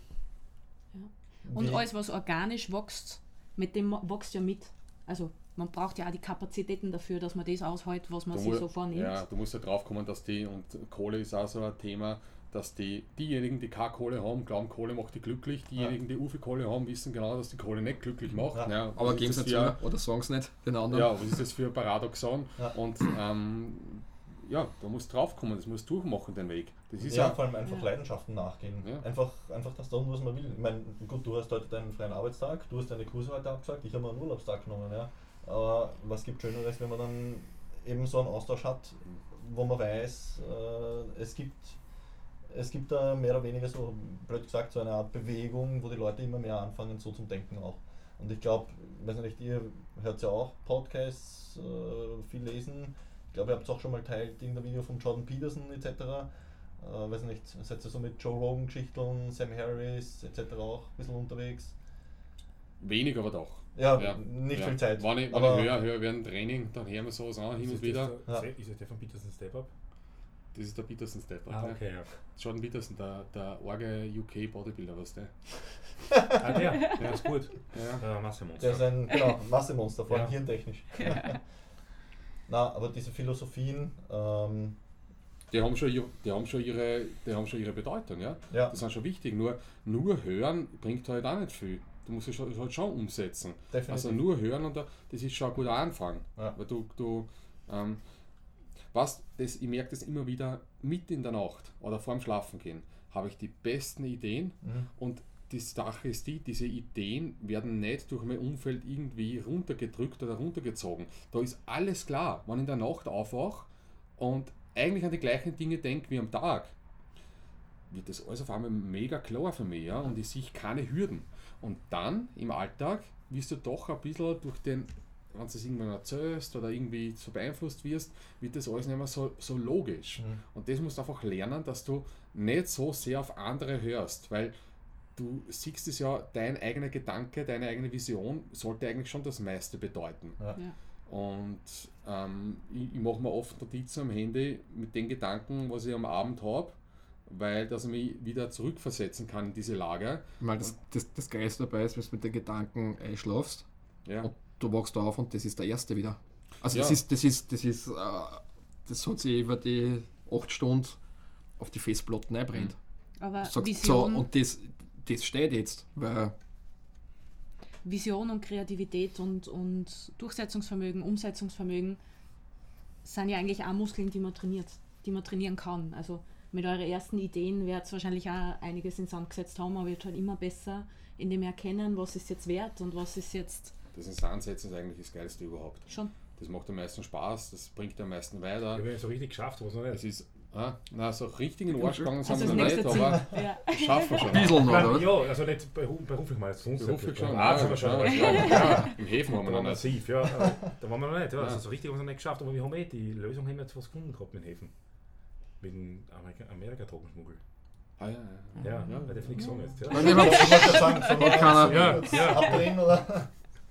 Und Wie- alles, was organisch wächst, mit dem wächst ja mit. Also man braucht ja auch die Kapazitäten dafür, dass man das aushält, was man Du sich mu- so vornimmt. Ja, du musst ja drauf kommen, dass die, und Kohle ist auch so ein Thema, dass die, diejenigen, die keine Kohle haben, glauben, Kohle macht die glücklich. Diejenigen, die viel Kohle haben, wissen genau, dass die Kohle nicht glücklich macht. Ja. Ja, Aber was geben ist sie das nicht für- zu oder sagen sie nicht den anderen. Ja, was ist das für ein Paradoxon? Ja. Und ähm, ja, da musst drauf kommen, das musst du durchmachen, den Weg. Das ist Ja, ja, vor allem einfach Ja. Leidenschaften nachgehen. Ja. Einfach, einfach das tun, was man will. Ich meine, gut, du hast heute deinen freien Arbeitstag, du hast deine Kurse heute abgesagt, ich habe mir einen Urlaubstag genommen. Ja. Aber was gibt Schöneres, wenn man dann eben so einen Austausch hat, wo man weiß, äh, es gibt es gibt da mehr oder weniger so, blöd gesagt, so eine Art Bewegung, wo die Leute immer mehr anfangen, so zum Denken auch. Und ich glaube, weiß nicht, ihr hört ja auch Podcasts, äh, viel lesen. Ich glaube, ihr habt es auch schon mal teilt, irgendein Video von Jordan Peterson et cetera. Äh, weiß nicht, seid ihr so mit Joe Rogan Geschichten, Sam Harris et cetera auch ein bisschen unterwegs? wenig, aber doch. Ja, Ja, nicht ja. viel Zeit. Wenn ich, wenn aber ich höre, höre während Training, dann hören wir sowas an, hin und Ist wieder. das Ja. der- Ist es der von Peterson Step Up? Das ist der Peterson Step. Ah, okay, ja. Jordan Peterson, der, der arge U K Bodybuilder, weißt du? Ah, der, der ist gut. Ja. Ja, Massemonster. der ist ein genau, Massemonster, vor allem Ja. hirntechnisch. Na, aber diese Philosophien, ähm, Die haben, schon, ihr- die, haben schon ihre, die haben schon ihre Bedeutung, ja. ja, Das sind schon wichtig. Nur, nur hören bringt halt auch nicht viel. Du musst es schon, halt schon umsetzen. definitiv. Also nur hören, und da, das ist schon ein guter Anfang. Ja. Weil du, du ähm, was, das, ich merke das immer wieder, mitten in der Nacht oder vorm Schlafen gehen, habe ich die besten Ideen, Mhm. und die Sache ist die, diese Ideen werden nicht durch mein Umfeld irgendwie runtergedrückt oder runtergezogen. Da ist alles klar. Wenn ich in der Nacht aufwache und eigentlich an die gleichen Dinge denke wie am Tag, wird das alles auf einmal mega klar für mich, ja? Und ich sehe keine Hürden. Und dann im Alltag wirst du doch ein bisschen durch den, wenn du es irgendwann erzählst oder irgendwie so beeinflusst wirst, wird das alles nicht mehr so, so logisch. Mhm. Und das musst du einfach lernen, dass du nicht so sehr auf andere hörst, weil du siehst es ja, dein eigener Gedanke, deine eigene Vision sollte eigentlich schon das meiste bedeuten. Ja. Ja. Und ähm, ich, ich mache mir oft Notizen am Handy mit den Gedanken, was ich am Abend habe, weil dass ich mich wieder zurückversetzen kann in diese Lage. Ich meine, das, das, das Geilste dabei ist, wenn du mit den Gedanken einschlafst Ja. und du wachst auf und das ist der erste wieder. Also Ja. das ist, das ist, das ist, äh, das hat sich über die acht Stunden auf die Festplatten einbrennt. Aber Sagt, so, Vision, und das, das steht jetzt, weil Vision und Kreativität und, und Durchsetzungsvermögen, Umsetzungsvermögen sind ja eigentlich auch Muskeln, die man trainiert, die man trainieren kann. Also mit euren ersten Ideen werdet ihr wahrscheinlich auch einiges ins Sand gesetzt haben, aber wird halt immer besser, indem wir erkennen, was ist jetzt wert und was ist jetzt Das ins Ansetzen ist eigentlich das Geilste überhaupt. schon. Das macht am meisten Spaß, das bringt am meisten weiter. Ja, wenn ich so richtig geschafft habe, was noch Es nicht. ist, Ah, na, so richtig in den Arsch gegangen sind Also wir das noch nächste nicht, Ziel. aber Ja. das schaffen wir schon. Ein bisschen noch, Nein, oder? ja, also nicht beru- beruflich mal, sonst Beruflich schon, Ah, ja, sind wir schon. ja, Ja, ja, ja. Im Häfen haben Da wir waren noch wir nicht. massiv, ja. äh, Da waren wir noch nicht, ja. Ja. Also so richtig haben wir es noch nicht geschafft, aber wir haben eh die Lösung haben wir jetzt was gefunden gehabt mit den Häfen. Mit dem Amerika- Amerika-Drogenschmuggel. Ah, ja, ja. Ja, Ja. bei der Flixon jetzt. Ja. Weil wir haben- Ich wollte gerade sagen, sollen wir Hat keiner- uns Ja, jetzt ja. abdrehen oder?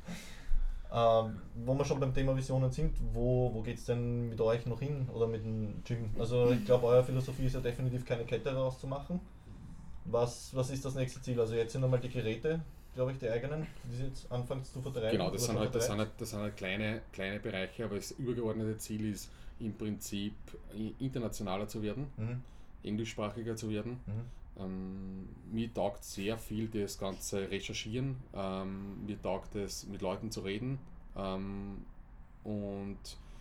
ähm, wo wir schon beim Thema Visionen sind, wo, wo geht es denn mit euch noch hin oder mit dem Gym? Also ich glaube, eure Philosophie ist ja definitiv keine Kette rauszumachen. Was, was ist das nächste Ziel? Also jetzt sind einmal die Geräte, glaube ich, die eigenen, die sie jetzt anfangen zu vertreiben. Genau, das oder sind, schon halt, das, sind vertreibt. halt, das sind halt kleine, kleine Bereiche, aber das übergeordnete Ziel ist im Prinzip i- internationaler zu werden, Mhm. englischsprachiger zu werden. Mhm. Ähm, mir taugt sehr viel das ganze Recherchieren, ähm, mir taugt es mit Leuten zu reden ähm, und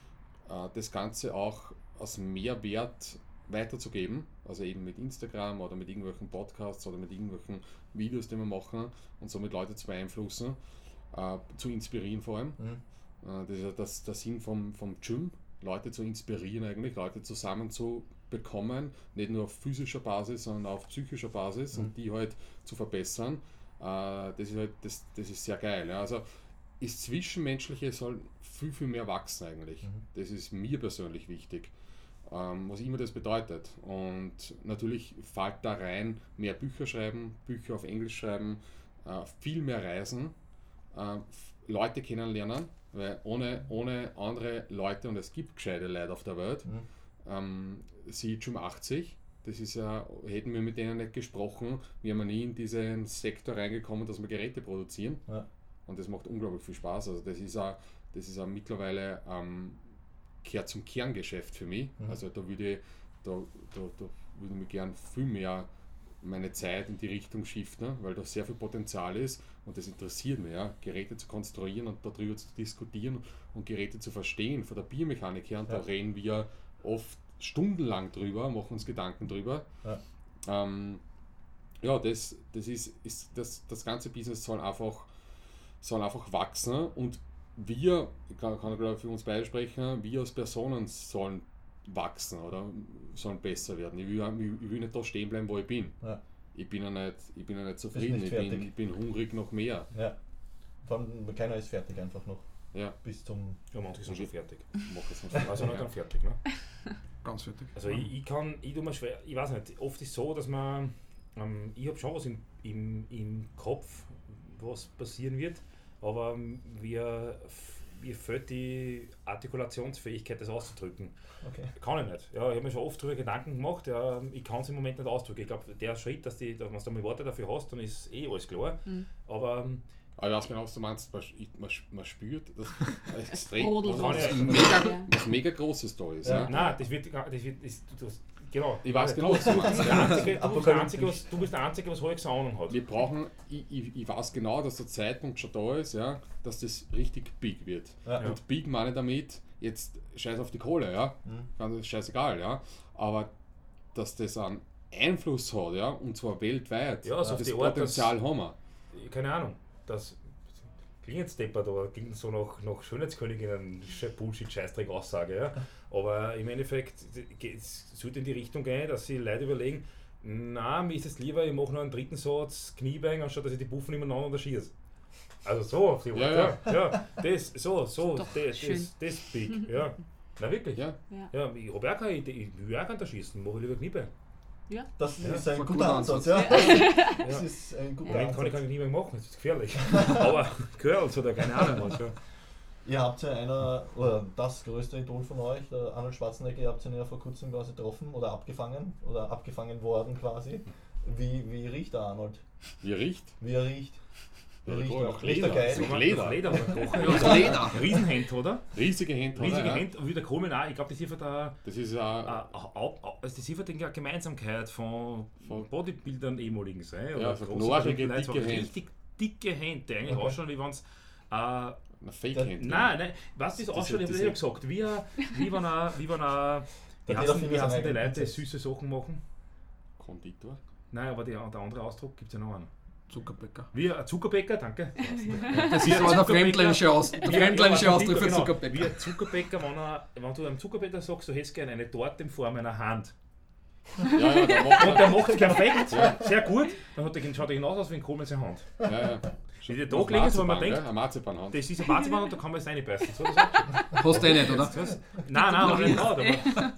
äh, das Ganze auch als Mehrwert weiterzugeben, also eben mit Instagram oder mit irgendwelchen Podcasts oder mit irgendwelchen Videos, die wir machen und somit Leute zu beeinflussen, äh, zu inspirieren vor allem. Mhm. Äh, das ist ja das, der Sinn vom, vom Gym, Leute zu inspirieren eigentlich, Leute zusammen zu bekommen, nicht nur auf physischer Basis, sondern auf psychischer Basis Mhm. und die halt zu verbessern. Äh, das ist halt, das, das ist sehr geil. Ja. Also das Zwischenmenschliche soll viel, viel mehr wachsen eigentlich. Mhm. Das ist mir persönlich wichtig. Ähm, was immer das bedeutet. Und natürlich fällt da rein, mehr Bücher schreiben, Bücher auf Englisch schreiben, äh, viel mehr reisen, äh, f- Leute kennenlernen, weil ohne, ohne andere Leute, und es gibt gescheite Leute auf der Welt, Mhm. ähm, sie Gym achtzig, das ist ja, hätten wir mit denen nicht gesprochen, wir wären nie in diesen Sektor reingekommen, dass wir Geräte produzieren. Ja. Und das macht unglaublich viel Spaß. Also das ist auch, das ist auch mittlerweile ähm, gehört zum Kerngeschäft für mich. Mhm. Also da würde ich, da, da, da würde ich mir gern viel mehr meine Zeit in die Richtung shiften, weil da sehr viel Potenzial ist und das interessiert mich, ja, Geräte zu konstruieren und darüber zu diskutieren und Geräte zu verstehen, von der Biomechanik her, und Ja. da reden wir oft stundenlang drüber, machen uns Gedanken drüber. Ja. Ähm, ja, das, das ist, ist das, das ganze Business soll einfach, soll einfach wachsen und wir, ich kann, kann glaube ich für uns beide sprechen, wir als Personen sollen wachsen oder sollen besser werden. Ich will, ich will nicht da stehen bleiben, wo ich bin. Ja. Ich bin ja nicht, ich bin ja nicht zufrieden, nicht ich, bin, fertig. ich bin hungrig nach mehr. Ja. Vor allem, keiner ist fertig einfach noch. Ja, Bis zum. Ja, manche sind schon fertig. mach es nicht. Also nicht dann fertig. Ne? Ganz fertig. Also ich, ich kann, ich tue mir schwer, ich weiß nicht, oft ist es so, dass man, ähm, ich habe schon was im, im, im Kopf, was passieren wird, aber ähm, mir, mir fehlt die Artikulationsfähigkeit, das auszudrücken. Okay. Kann ich nicht. Ja, ich habe mir schon oft darüber Gedanken gemacht, ja, ich kann es im Moment nicht ausdrücken. Ich glaube, der Schritt, dass, die, dass du mal Worte dafür hast, dann ist eh alles klar. Mhm. Aber ähm, Aber ich weiß genau, was du meinst, man, ich- man, man spürt, dass extrem brodelt dass raus. was Ja. mega, was mega Großes da ist. Ja. Ja. nein, das wird, das wird das, das, genau. Ich weiß du, genau, was du meinst. Der Einzige, du, bist der Einzige, Apokalyptisch. was, du bist der Einzige, was halbwegs eine Ahnung hat. Wir brauchen, ich, ich, ich weiß genau, dass der Zeitpunkt schon da ist, ja, dass das richtig big wird. Ja. Und big meine ich damit, jetzt scheiß auf die Kohle, ja, Mhm. ganz scheißegal, ja, aber dass das einen Einfluss hat, ja, und zwar weltweit, Ja, so auf das die Art, Potenzial haben wir. Keine Ahnung. Das klingt jetzt deppert oder klingt so nach, nach Schönheitsköniginnen Bullshit-Scheißdreck Aussage, ja. Aber im Endeffekt es sollte in die Richtung gehen, dass sie Leute überlegen, na, mir ist es lieber, ich mache noch einen dritten Satz Kniebein, anstatt dass ich die Buffen ineinander schieße. Also so auf die Art, Ja, ja, ja. Das, so, so, Doch das, schön. das, das big, ja. Na wirklich. Ja, Ja. Ja, ich habe auch keine Idee, ich will auch gerne da schießen, mache ich lieber Kniebein. Das Ja. ist ein Ein guter guter Ansatz, Ansatz. ja. Das ist ein Im guter Moment kann ich Ansatz. keinen Kniebein machen, das ist gefährlich. Aber Girls oder keine Ahnung was, ja. Ihr habt ja einer, oder das größte Idol von euch, der Arnold Schwarzenegger, ihr habt ihn ja vor kurzem quasi getroffen oder abgefangen oder abgefangen worden quasi. Wie, wie riecht der Arnold? wie er riecht. Wie er riecht? Wie Ja, riecht cool, er? nach Riecht er Leder. geil? So. Leder. Leder. Das Leder oder Kochen. Das Leder. Riesenhänd, oder? Riesige Hände, hat er, Riesige ja. Hände. Und wie der Komen auch. Ich glaube, das ist einfach der, Das ist äh, ja, äh, also das ist einfach die Gemeinsamkeit von, Von- von Bodybuildern ehemaligen sein. Ja, so große knorrige, Leute, so dicke Hände. richtig dicke Hände, die eigentlich Okay. ausschauen, wie wenn es. Äh, eine Fake-Hand. nein, nein, was das Das ausschaut, ich ist- habe ja gesagt. Wie, ein- wie wenn er. Wie wenn er die Hat jeder hassen, findet wie seinen hassen die eigenen Leute, die Prozess. süße Sachen machen? Konditor. Nein, aber die, der andere Ausdruck gibt es ja noch einen. Zuckerbäcker. Wie ein Zuckerbäcker, danke. Das Wie ist ein aber der Zuckerbäcker. fremdländische Aus- der Ja, fremdländische ja, Ausdruck für genau. Zuckerbäcker. Wie ein Zuckerbäcker, wenn, er, wenn du einem Zuckerbäcker sagst, du hättest gerne eine Torte in Form einer Hand, Ja, ja, der macht Und der macht es perfekt, sehr gut. Dann hat der, schaut er genauso aus wie ein Kohl mit seiner Hand. Ja, ja. Wie der da gelegen ist, wo man Marzipan, denkt, gell? Eine Marzipanhand. das ist ein Marzipan und da kann man es reinbeißen. So, so. Nein, Hast du eh nicht, oder? nein, aber nicht gerade. Aber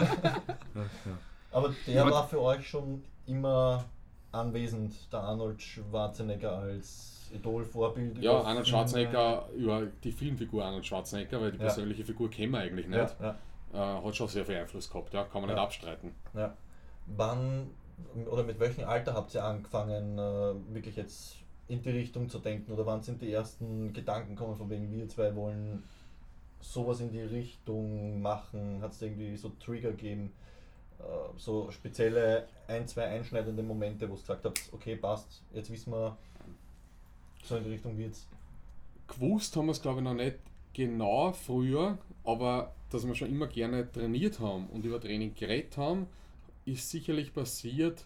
Aber der Ja, war für euch schon immer anwesend, der Arnold Schwarzenegger als Idol, Vorbild. Ja, über Arnold Filme. Schwarzenegger, über die Filmfigur Arnold Schwarzenegger, weil die Ja. persönliche Figur kennen wir eigentlich nicht, Ja, ja, äh, hat schon sehr viel Einfluss gehabt, ja, kann man Ja. nicht abstreiten. ja. Wann oder mit welchem Alter habt ihr angefangen, äh, wirklich jetzt in die Richtung zu denken? Oder wann sind die ersten Gedanken gekommen, von wegen wir zwei wollen sowas in die Richtung machen? Hat es irgendwie so Trigger gegeben? Äh, so spezielle ein, zwei einschneidende Momente, wo du gesagt habt, okay, passt, jetzt wissen wir, so in die Richtung wird's. Gewusst haben wir es, glaube ich, noch nicht genau früher, aber dass wir schon immer gerne trainiert haben und über Training geredet haben, ist sicherlich passiert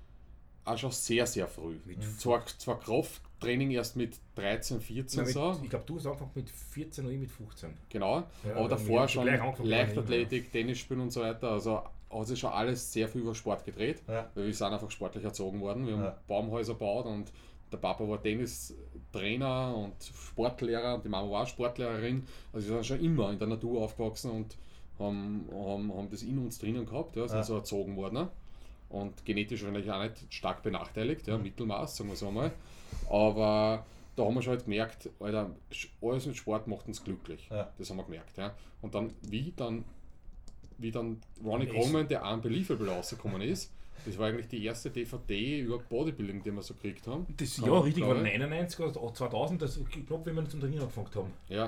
auch schon sehr, sehr früh. Zwar, zwar Krafttraining erst mit dreizehn, vierzehn so, ich glaube, du hast angefangen mit vierzehn oder ich mit fünfzehn. genau, Ja, aber wir davor haben schon gleich angefangen, Leichtathletik, Tennis spielen und so weiter, also hat sich schon alles sehr viel über Sport gedreht, Ja. weil wir sind einfach sportlich erzogen worden. Wir haben Ja. Baumhäuser gebaut und der Papa war Tennistrainer und Sportlehrer und die Mama war auch Sportlehrerin. Also wir sind schon immer in der Natur aufgewachsen und haben, haben, haben das in uns drinnen gehabt, ja, sind Ja. so erzogen worden. Ne? Und genetisch wahrscheinlich auch nicht stark benachteiligt, ja, Mhm. Mittelmaß, sagen wir so einmal. Aber da haben wir schon halt gemerkt, Alter, alles mit Sport macht uns glücklich. Ja. Das haben wir gemerkt. Ja. Und dann, wie dann, wie dann Ronnie Essen. Coleman, der Unbelievable rausgekommen ist, das war eigentlich die erste D V D über Bodybuilding, die wir so gekriegt haben. Das, Kann ja, man, richtig, war glaub ich. neunundneunzig oder zweitausend, das, ich glaube, wenn wir zum Trainieren angefangen haben. Ja.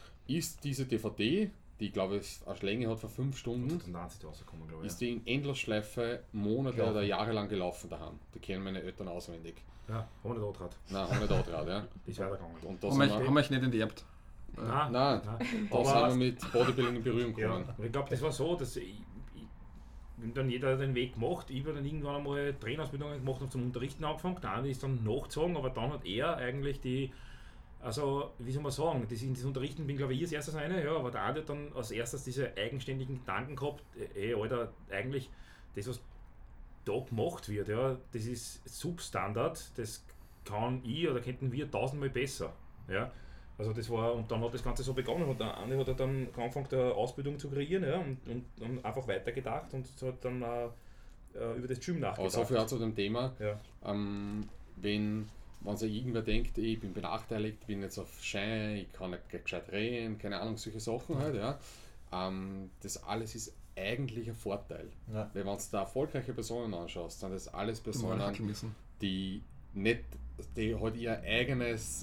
Ist diese D V D, die glaube ich eine Länge hat von fünf Stunden, zweitausendneunzig rausgekommen, glaube ich. ist die in Endlosschleife Monate Gelaufen. oder Jahre lang gelaufen daheim. Die kennen meine Eltern auswendig. Ja, haben wir nicht angetraut. Nein, haben nicht angetraut, ja. Das ist weitergegangen. Und da Haben wir, sind wir, haben wir euch nicht enterbt. Nein, nein, da sind wir aber mit Bodybuilding in Berührung ja, gekommen. aber ich glaube, das war so, dass ich, ich, wenn dann jeder den Weg gemacht, ich habe dann irgendwann einmal Trainerausbildungen gemacht und zum Unterrichten angefangen, der eine ist dann nachgezogen, aber dann hat er eigentlich die, also wie soll man sagen, das, in das Unterrichten bin glaube ich ich als erstes eine, ja, aber der eine hat dann als erstes diese eigenständigen Gedanken gehabt, ey Alter, eigentlich das was da gemacht wird, ja, das ist Substandard, das kann ich oder könnten wir tausendmal besser, ja. Also das war, und dann hat das Ganze so begonnen und der eine hat dann angefangen, eine Ausbildung zu kreieren, ja, und, und, und einfach weitergedacht und so hat dann äh, äh, über das Gym Aber nachgedacht. so viel auch zu dem Thema, Ja. ähm, wenn, wenn sich irgendwer denkt, ich bin benachteiligt, bin jetzt auf Schein, ich kann nicht gescheit reden, keine Ahnung, solche Sachen halt, ja. Ähm, das alles ist eigentlich ein Vorteil. Ja. Weil wenn du da erfolgreiche Personen anschaust, sind das alles Mal Personen, hackeln müssen. die nicht, die halt ihr eigenes,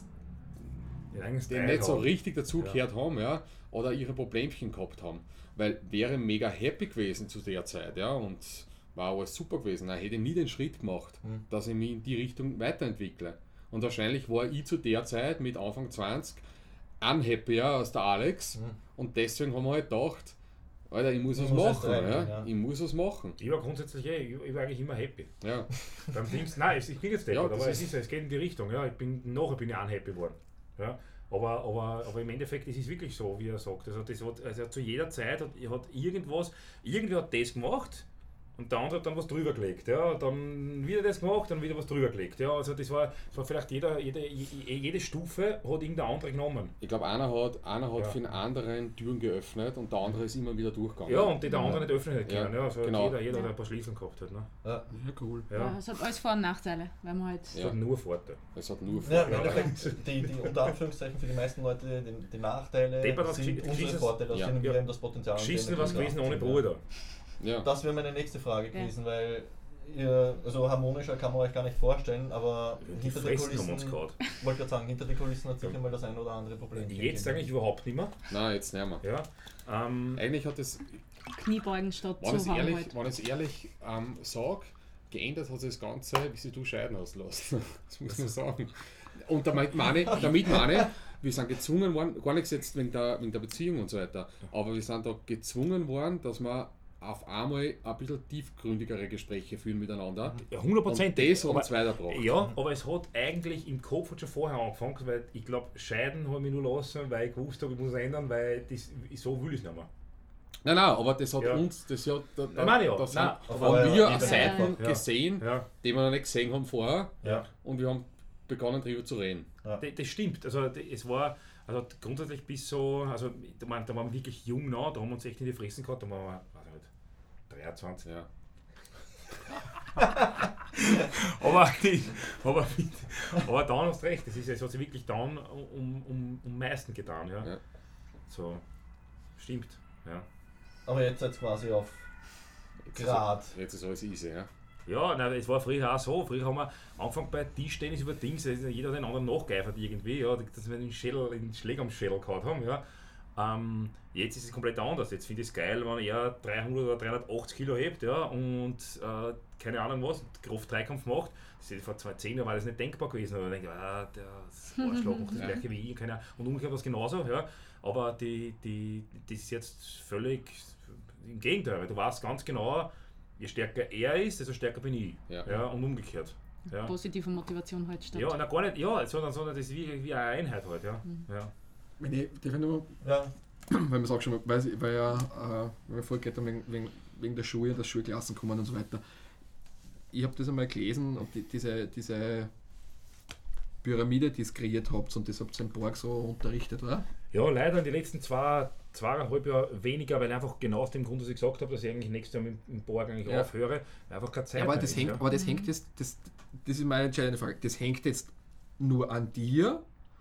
Ihr eigenes die Teil nicht so haben. richtig dazugehört haben, ja, oder ihre Problemchen gehabt haben. Weil wäre mega happy gewesen zu der Zeit, ja, und war alles super gewesen. Er hätte nie den Schritt gemacht, Mhm. dass ich mich in die Richtung weiterentwickle. Und wahrscheinlich war ich zu der Zeit mit Anfang zwanzig unhappier als der Alex, Mhm. und deswegen haben wir halt gedacht, Alter, ich muss Ich was muss machen, jetzt rein, ja? ja. Ich muss was machen. Ich war grundsätzlich, eh, ich, ich war eigentlich immer happy. Ja. Beim Dings, nein, ich bin jetzt Ja, deppert, das aber ist- es, ist, es geht in die Richtung. Ja. Ich bin, nachher bin ich unhappy geworden. Ja. Aber, aber, aber im Endeffekt ist es wirklich so, wie er sagt. Also, das hat, also zu jeder Zeit hat, hat irgendwas, irgendwer hat das gemacht und der andere hat dann was drüber gelegt. Ja. Dann wieder das gemacht, dann wieder was drüber gelegt. Ja. Also das war, das war vielleicht jeder, jede, jede, jede Stufe hat irgendein andere genommen. Ich glaube, einer hat, einer hat Ja. für den anderen Türen geöffnet und der andere ist immer wieder durchgegangen. Ja, und die der andere nicht öffnen hätte Ja, können. Ja. Also genau. jeder, jeder hat ein paar Schließungen gehabt. Hat, ne? Ja. Ja, cool. Ja. Ja. Es hat alles Vor- und Nachteile, weil man halt. Es Ja. hat nur Vorteile. Es hat nur Ja, im Vorteile. Endeffekt, die, die unter Anführungszeichen für die meisten Leute, die, die Nachteile Deppert hat sind geschi- unsere geschissen- Vorteile, da Ja. sehen wir Ja. eben das Potenzial. Geschissen und was den gewesen ohne Energien. Bruder. Ja. Das wäre meine nächste Frage Ja. gewesen, weil ihr, also harmonischer kann man euch gar nicht vorstellen, aber Die hinter den fressen haben uns Kulissen, gerade. wollte gerade sagen, hinter den Kulissen hat sicher mal das ein oder andere Problem. Jetzt gegeben. eigentlich überhaupt nicht mehr. Nein, jetzt nicht mehr. Ja. Ähm, Eigentlich hat es, Kniebeugen statt wenn ich es Zuhauen ehrlich, halt. wenn ich es ehrlich ähm, sage, geändert hat sich das Ganze, wie sie du scheiden hast lassen. Das muss man sagen. Und damit meine, damit meine wir sind gezwungen worden, gar nichts jetzt wegen der, wegen der Beziehung und so weiter, aber wir sind da gezwungen worden, dass wir auf einmal ein bisschen tiefgründigere Gespräche führen miteinander. ja, hundert Prozent. Und das hat uns weitergebracht. Ja, aber es hat eigentlich im Kopf hat schon vorher angefangen, weil ich glaube, scheiden habe ich nur lassen, weil ich gewusst habe, ich muss es ändern, weil das, so will ich es nicht mehr. Nein, nein, aber das hat Ja. uns, das ja, da, da, Nein, meine ich ja. das Nein, haben aber wir ja, eine Seiten ja. gesehen, Ja, die wir noch nicht gesehen haben vorher ja. und wir haben begonnen darüber zu reden. Das, das stimmt. Also d- es war also grundsätzlich bis so, also da waren, da waren wir wirklich jung noch, da haben wir uns echt in die Fressen gehabt, da waren wir, weiß ich nicht, dreiundzwanzig. Ja. aber, die, aber, aber dann hast du recht, das ist, es hat sich wirklich dann um, um, um meisten getan. Ja. Ja. So, stimmt. Ja. Aber jetzt seid ihr quasi auf Jetzt Grad. Ist, jetzt ist alles easy, ja. Ja, nein, es war früher auch so. Früher haben wir angefangen bei Tischtennis über Dings, also jeder hat den anderen nachgeeifert irgendwie, ja, dass wir den Schädel, den Schläger am Schädel gehabt haben. Ja. Ähm, jetzt ist es komplett anders. Jetzt finde ich es geil, wenn er dreihundert oder dreihundertachtzig Kilo hebt, ja, und äh, keine Ahnung was, Kraft-Dreikampf macht. Das ist, vor zehn Jahren war das nicht denkbar gewesen. Aber ich denke, ah, der Arschloch macht das Ja. gleiche wie ich. Keine Ahnung. Und umgekehrt war es genauso. Ja. Aber die, die, das ist jetzt völlig im Gegenteil, weil du weißt ganz genau, je stärker er ist, desto stärker bin ich. Ja. Ja, und umgekehrt. Ja, Positive Motivation halt statt. ja na, gar nicht, ja, sondern, sondern das ist wie, wie eine Einheit halt. Ja. Ja. Wenn ich, darf ich nur, Ja, weil wir es auch schon mal, weil, weil ja, äh, wenn wir vorher geredet haben, wegen, wegen, wegen der Schule, dass Schulklassen kommen und so weiter. Ich habe das einmal gelesen und die, diese, diese Pyramide, die ihr kreiert habt und das habt ihr im Borg so unterrichtet, oder? ja, leider in den letzten zwei, zweieinhalb Jahren weniger, weil einfach genau aus dem Grund, dass ich gesagt habe, dass ich eigentlich nächstes Jahr mit dem Borg eigentlich Ja. aufhöre, weil einfach keine Zeit Ja, aber mehr das ist, hängt, ja. aber das hängt jetzt, das, das ist meine entscheidende Frage. Das hängt jetzt nur an dir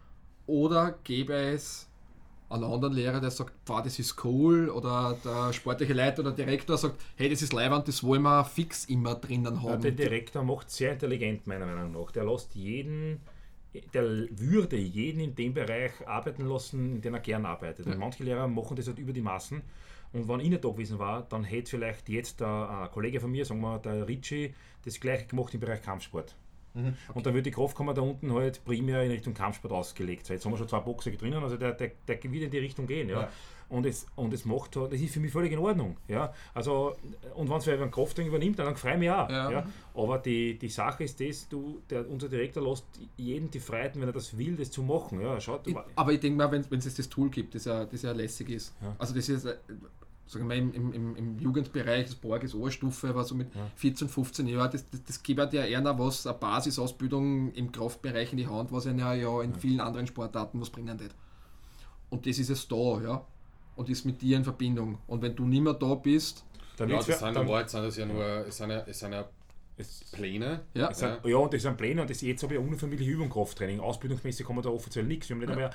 oder gäbe es einen anderen Lehrer, der sagt, pfah, das ist cool, oder der sportliche Leiter oder Direktor sagt, hey, das ist Leihwand, das wollen wir fix immer drinnen Ja, haben. der Direktor macht sehr intelligent, meiner Meinung nach. Der lässt jeden, der würde jeden in dem Bereich arbeiten lassen, in dem er gern arbeitet. Und manche Lehrer machen das halt über die Massen. Und wenn ich nicht da gewesen war, dann hätte vielleicht jetzt der äh, Kollege von mir, sagen wir der Ritchie, das gleiche gemacht im Bereich Kampfsport. Und dann wird die Kraftkammer da unten halt primär in Richtung Kampfsport ausgelegt. So, jetzt haben wir schon zwei Boxer drinnen, also der, der, der wird in die Richtung gehen. Ja. Ja. Und es, und es macht, das ist für mich völlig in Ordnung. Ja. Also, und wenn es wer einen Krafttraining übernimmt, dann freue ich mich auch. Ja. Ja. Aber die, die Sache ist das, du, der, unser Direktor lässt jeden die Freiheit, wenn er das will, das zu machen. Ja, schaut, Ich, aber ich denke mal, wenn es das Tool gibt, das ja, das ja lässig ist. Ja. Also das ist, äh, sagen wir, im, im, im Jugendbereich, das Borg ist Oberstufe, war so mit Ja. vierzehn, fünfzehn Jahren, das, das, das gibt ja eher noch was, eine Basisausbildung im Kraftbereich in die Hand, was ja, ja in vielen anderen Sportarten was bringen wird. Und das ist jetzt da, ja. Und ist mit dir in Verbindung. Und wenn du nicht mehr da bist, dann Ja, wird's das für- sind, dann- in Wahrheit sind das ja nur, es sind ja, es sind ja es- Pläne. Ja. Es sind, ja, und das sind Pläne und das, jetzt habe ich eine unverbindliche Übung Krafttraining. Ausbildungsmäßig haben wir da offiziell nichts. Wir haben nicht einmal,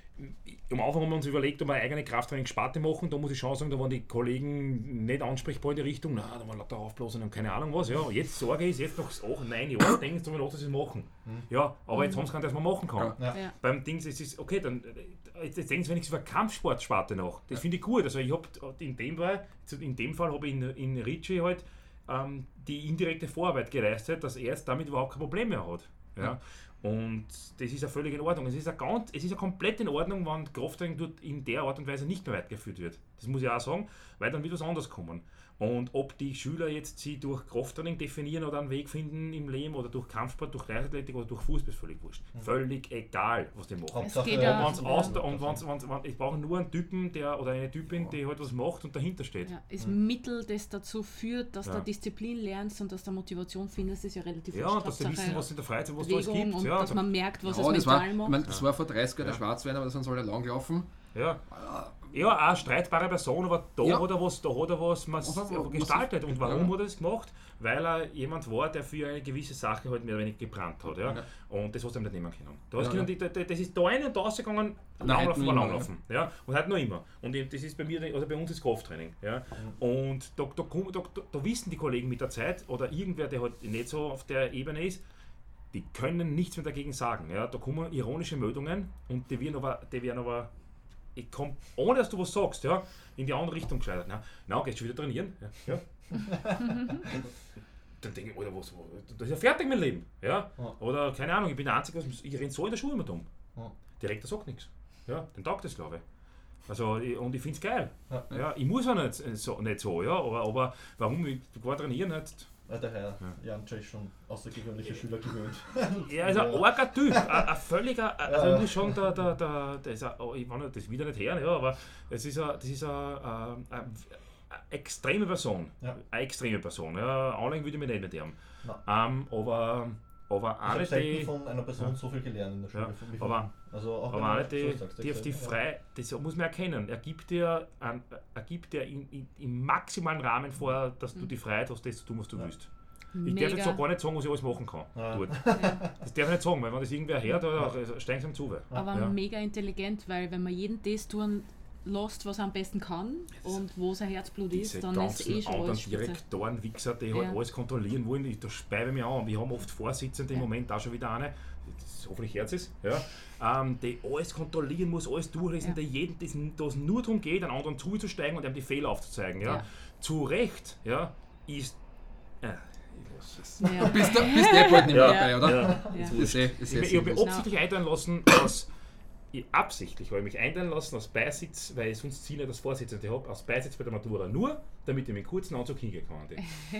am Anfang haben wir uns überlegt, ob wir eine eigene Krafttraining-Sparte machen. Da muss ich schon sagen, da waren die Kollegen nicht ansprechbar in die Richtung. Na, da waren lauter Aufblasen und keine Ahnung was. Ja, jetzt Sorge ist, jetzt nach acht, neun Jahren denken sie, dass sie es machen. Ja, aber jetzt haben sie keinen, dass man machen kann. Ja. Ja. Beim Dings ist es, okay, dann äh, jetzt, jetzt denken sie wenigstens über Kampfsportsparte nach. Das finde ich gut. Also ich habe in dem Fall, in dem Fall habe ich in, in Ritchie halt ähm, die indirekte Vorarbeit geleistet, dass er jetzt damit überhaupt kein Problem mehr hat. Ja. Und das ist ja völlig in Ordnung. Es ist ja ganz, es ist ja komplett in Ordnung, wenn Krafttraining dort in der Art und Weise nicht mehr weitergeführt wird. Das muss ich auch sagen, weil dann wird was anderes kommen. Und ob die Schüler jetzt sie durch Krafttraining definieren oder einen Weg finden im Leben oder durch Kampfsport, durch Leichtathletik oder durch Fußball, ist völlig wurscht. Völlig egal, was die machen. Hauptsache, geht ja- Und wenn's aus der, und wenn's, wenn's, wenn's, ich brauche nur einen Typen der, oder eine Typin, die halt was macht und dahinter steht. Ja, ist Mittel, das dazu führt, dass Ja. du Disziplin lernst und dass du Motivation findest, ist ja relativ Ja, und dass sie wissen, was in der Freizeit was da alles Bewegung gibt. und Ja, dass man merkt, was ja, es das war, mental ich macht. mein, das war vor dreißig Jahren Ja. der Schwarzwein, aber das sind so alle lang gelaufen. ja. Ja, auch eine streitbare Person, aber da Ja. hat er was, da hat er was mas- Aber wo- gestaltet. Und warum Ja. hat er das gemacht? Weil er jemand war, der für eine gewisse Sache halt mehr oder weniger gebrannt hat. Ja? Ja. Und das hast du ihm nicht nehmen können. Da hast Ja, können, die, die, das ist da rein und da rausgegangen, Nein, langlaufen noch war immer, langlaufen. Ja. Und halt noch immer. Und ich- das ist bei mir, also bei uns ist Krafttraining. Ja. Und da, da, kommen- da, da, da wissen die Kollegen mit der Zeit, oder irgendwer, der halt nicht so auf der Ebene ist, die können nichts mehr dagegen sagen. Ja. Da kommen ironische Meldungen und die werden aber, die werden aber ich komme, ohne dass du was sagst, ja, in die andere Richtung gescheitert. Na, na gehst du wieder trainieren? Ja. ja. Dann denke ich, Alter, was, was, das ist ja fertig mein Leben. Ja? Ja. Oder keine Ahnung, ich bin der Einzige, was, ich renne so in der Schule mit um. Ja. Direktor sagt nichts. Ja, den taugt das, glaube ich. Also, ich, und ich finde es geil. Ja. Ja, ich muss auch nicht so, nicht so ja, aber, aber warum ich war trainieren halt, Weil der Herr Janče ist schon außergewöhnliche Schüler gewöhnt. Er ist ein arger Typ, ein, ein völliger, also ich muss schon, der, der, der, der ist ein, ich will das wieder nicht hören, ja, aber es ist ein, das ist eine, eine, eine extreme Person, ja. eine extreme Person, ja, anlegen würde ich mich nicht mit ihm. Ähm, aber aber eine, ich habe selten die, von einer Person ja. so viel gelernt in der Schule. Ja, aber also auch aber eine, die, sagst, die auf die frei, das muss man erkennen, er gibt dir, ein, er gibt dir in, in, im maximalen Rahmen vor, dass du die Freiheit hast, das zu tun, was du ja. willst. Ich Mega. darf jetzt so gar nicht sagen, was ich alles machen kann. Ja. Dort. Ja. Das darf ich nicht sagen, weil wenn das irgendwer hört, ja. steigen sie ihm zu. Aber ja. mega intelligent, weil wenn man jeden das tun lässt, was er am besten kann und wo sein Herzblut ist, dann ist eh schon alles spitze. Direktoren, Wichser, die ja. halt alles kontrollieren wollen, ich, da speibe ich mich an. Wir haben oft Vorsitzende, im ja. Moment auch schon wieder eine, das hoffentlich Herz ist, ja, ähm, die alles kontrollieren muss, alles durchlesen, ja. der jeden, das, das nur darum geht, einen anderen zuzusteigen und ihm die Fehler aufzuzeigen. Ja. Ja. Zu Recht ja, ist... Äh, ja. Du bist, bist eh bald nicht mehr dabei, ja. oder? Ja. Ja. Ist ist ist ist ich ich habe mich absichtlich einladen lassen, aus Ich absichtlich habe ich mich einladen lassen als Beisitz, weil ich sonst Ziele das Vorsitzende habe, als Beisitz bei der Matura nur, damit ich mit kurzen Anzug hingehen kann.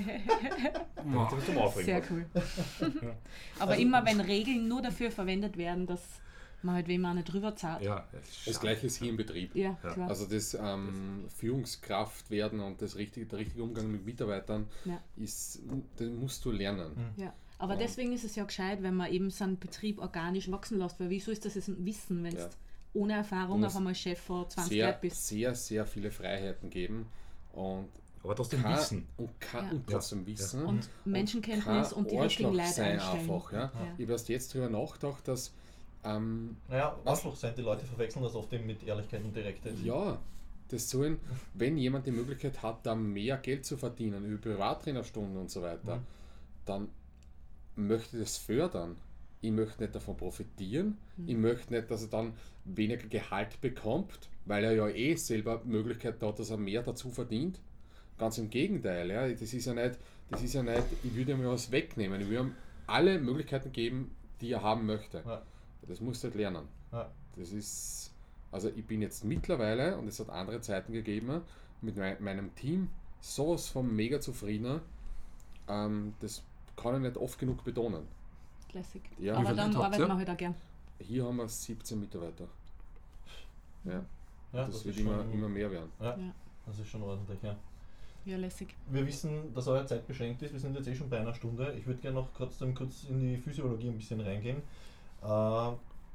Wow. Das zum Aufregen Sehr cool. Ja. Aber also, immer wenn Regeln nur dafür verwendet werden, dass man halt wem auch nicht drüber zahlt. Ja, das, das Gleiche ist hier im Betrieb. Ja, klar. Also das ähm, Führungskraft werden und das richtige, der richtige Umgang mit Mitarbeitern, ja. ist, das musst du lernen. Ja. Aber ja. deswegen ist es ja gescheit, wenn man eben seinen Betrieb organisch wachsen lässt, weil wieso ist das jetzt ein Wissen, wenn du ja. ohne Erfahrung auf einmal Chef von zwanzig Leuten bist? Sehr, sehr viele Freiheiten geben und aber trotzdem kann, Wissen. Und, kann, ja. und trotzdem Wissen. Und, und Menschenkenntnis und, und die richtigen Leute sein einfach, ja. Ja. Ich habe erst jetzt darüber nachgedacht, dass ähm, naja, Arschloch sein, die Leute verwechseln das oft eben mit Ehrlichkeit und Direktheit. Ja, das sollen, wenn jemand die Möglichkeit hat, da mehr Geld zu verdienen, über Privattrainerstunden und so weiter, mhm. dann möchte das fördern. Ich möchte nicht davon profitieren. Mhm. Ich möchte nicht, dass er dann weniger Gehalt bekommt, weil er ja eh selber Möglichkeit hat, dass er mehr dazu verdient. Ganz im Gegenteil. Ja. Das ist ja nicht, das ist ja nicht, ich würde ihm was wegnehmen. Ich würde ihm alle Möglichkeiten geben, die er haben möchte. Ja. Das musst du halt lernen. Ja. Das ist, also ich bin jetzt mittlerweile, und es hat andere Zeiten gegeben, mit mein, meinem Team sowas von mega zufriedener. Ähm, das kann ich nicht oft genug betonen. Classic. Ja. Aber dann arbeiten wir halt auch gern. Hier haben wir siebzehn Mitarbeiter. Ja. Ja, das, das wird immer, immer mehr werden. Ja. Ja. Das ist schon ordentlich, ja. Ja, lässig. Wir wissen, dass eure Zeit beschränkt ist. Wir sind jetzt eh schon bei einer Stunde. Ich würde gerne noch kurz, dann kurz in die Physiologie ein bisschen reingehen. Äh,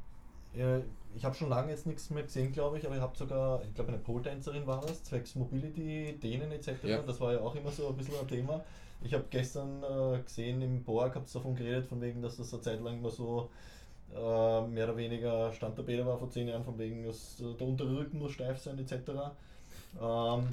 ich habe schon lange jetzt nichts mehr gesehen, glaube ich, aber ihr habt sogar, ich glaube eine Pole-Tänzerin war das, zwecks Mobility, Dehnen et cetera. Ja. Das war ja auch immer so ein bisschen ein Thema. Ich habe gestern äh, gesehen, im Borg habt ihr davon geredet, von wegen, dass das eine Zeit lang mal so äh, mehr oder weniger Stand der Bäder war vor zehn Jahren, von wegen, dass äh, der untere Rücken muss steif sein et cetera. Ähm,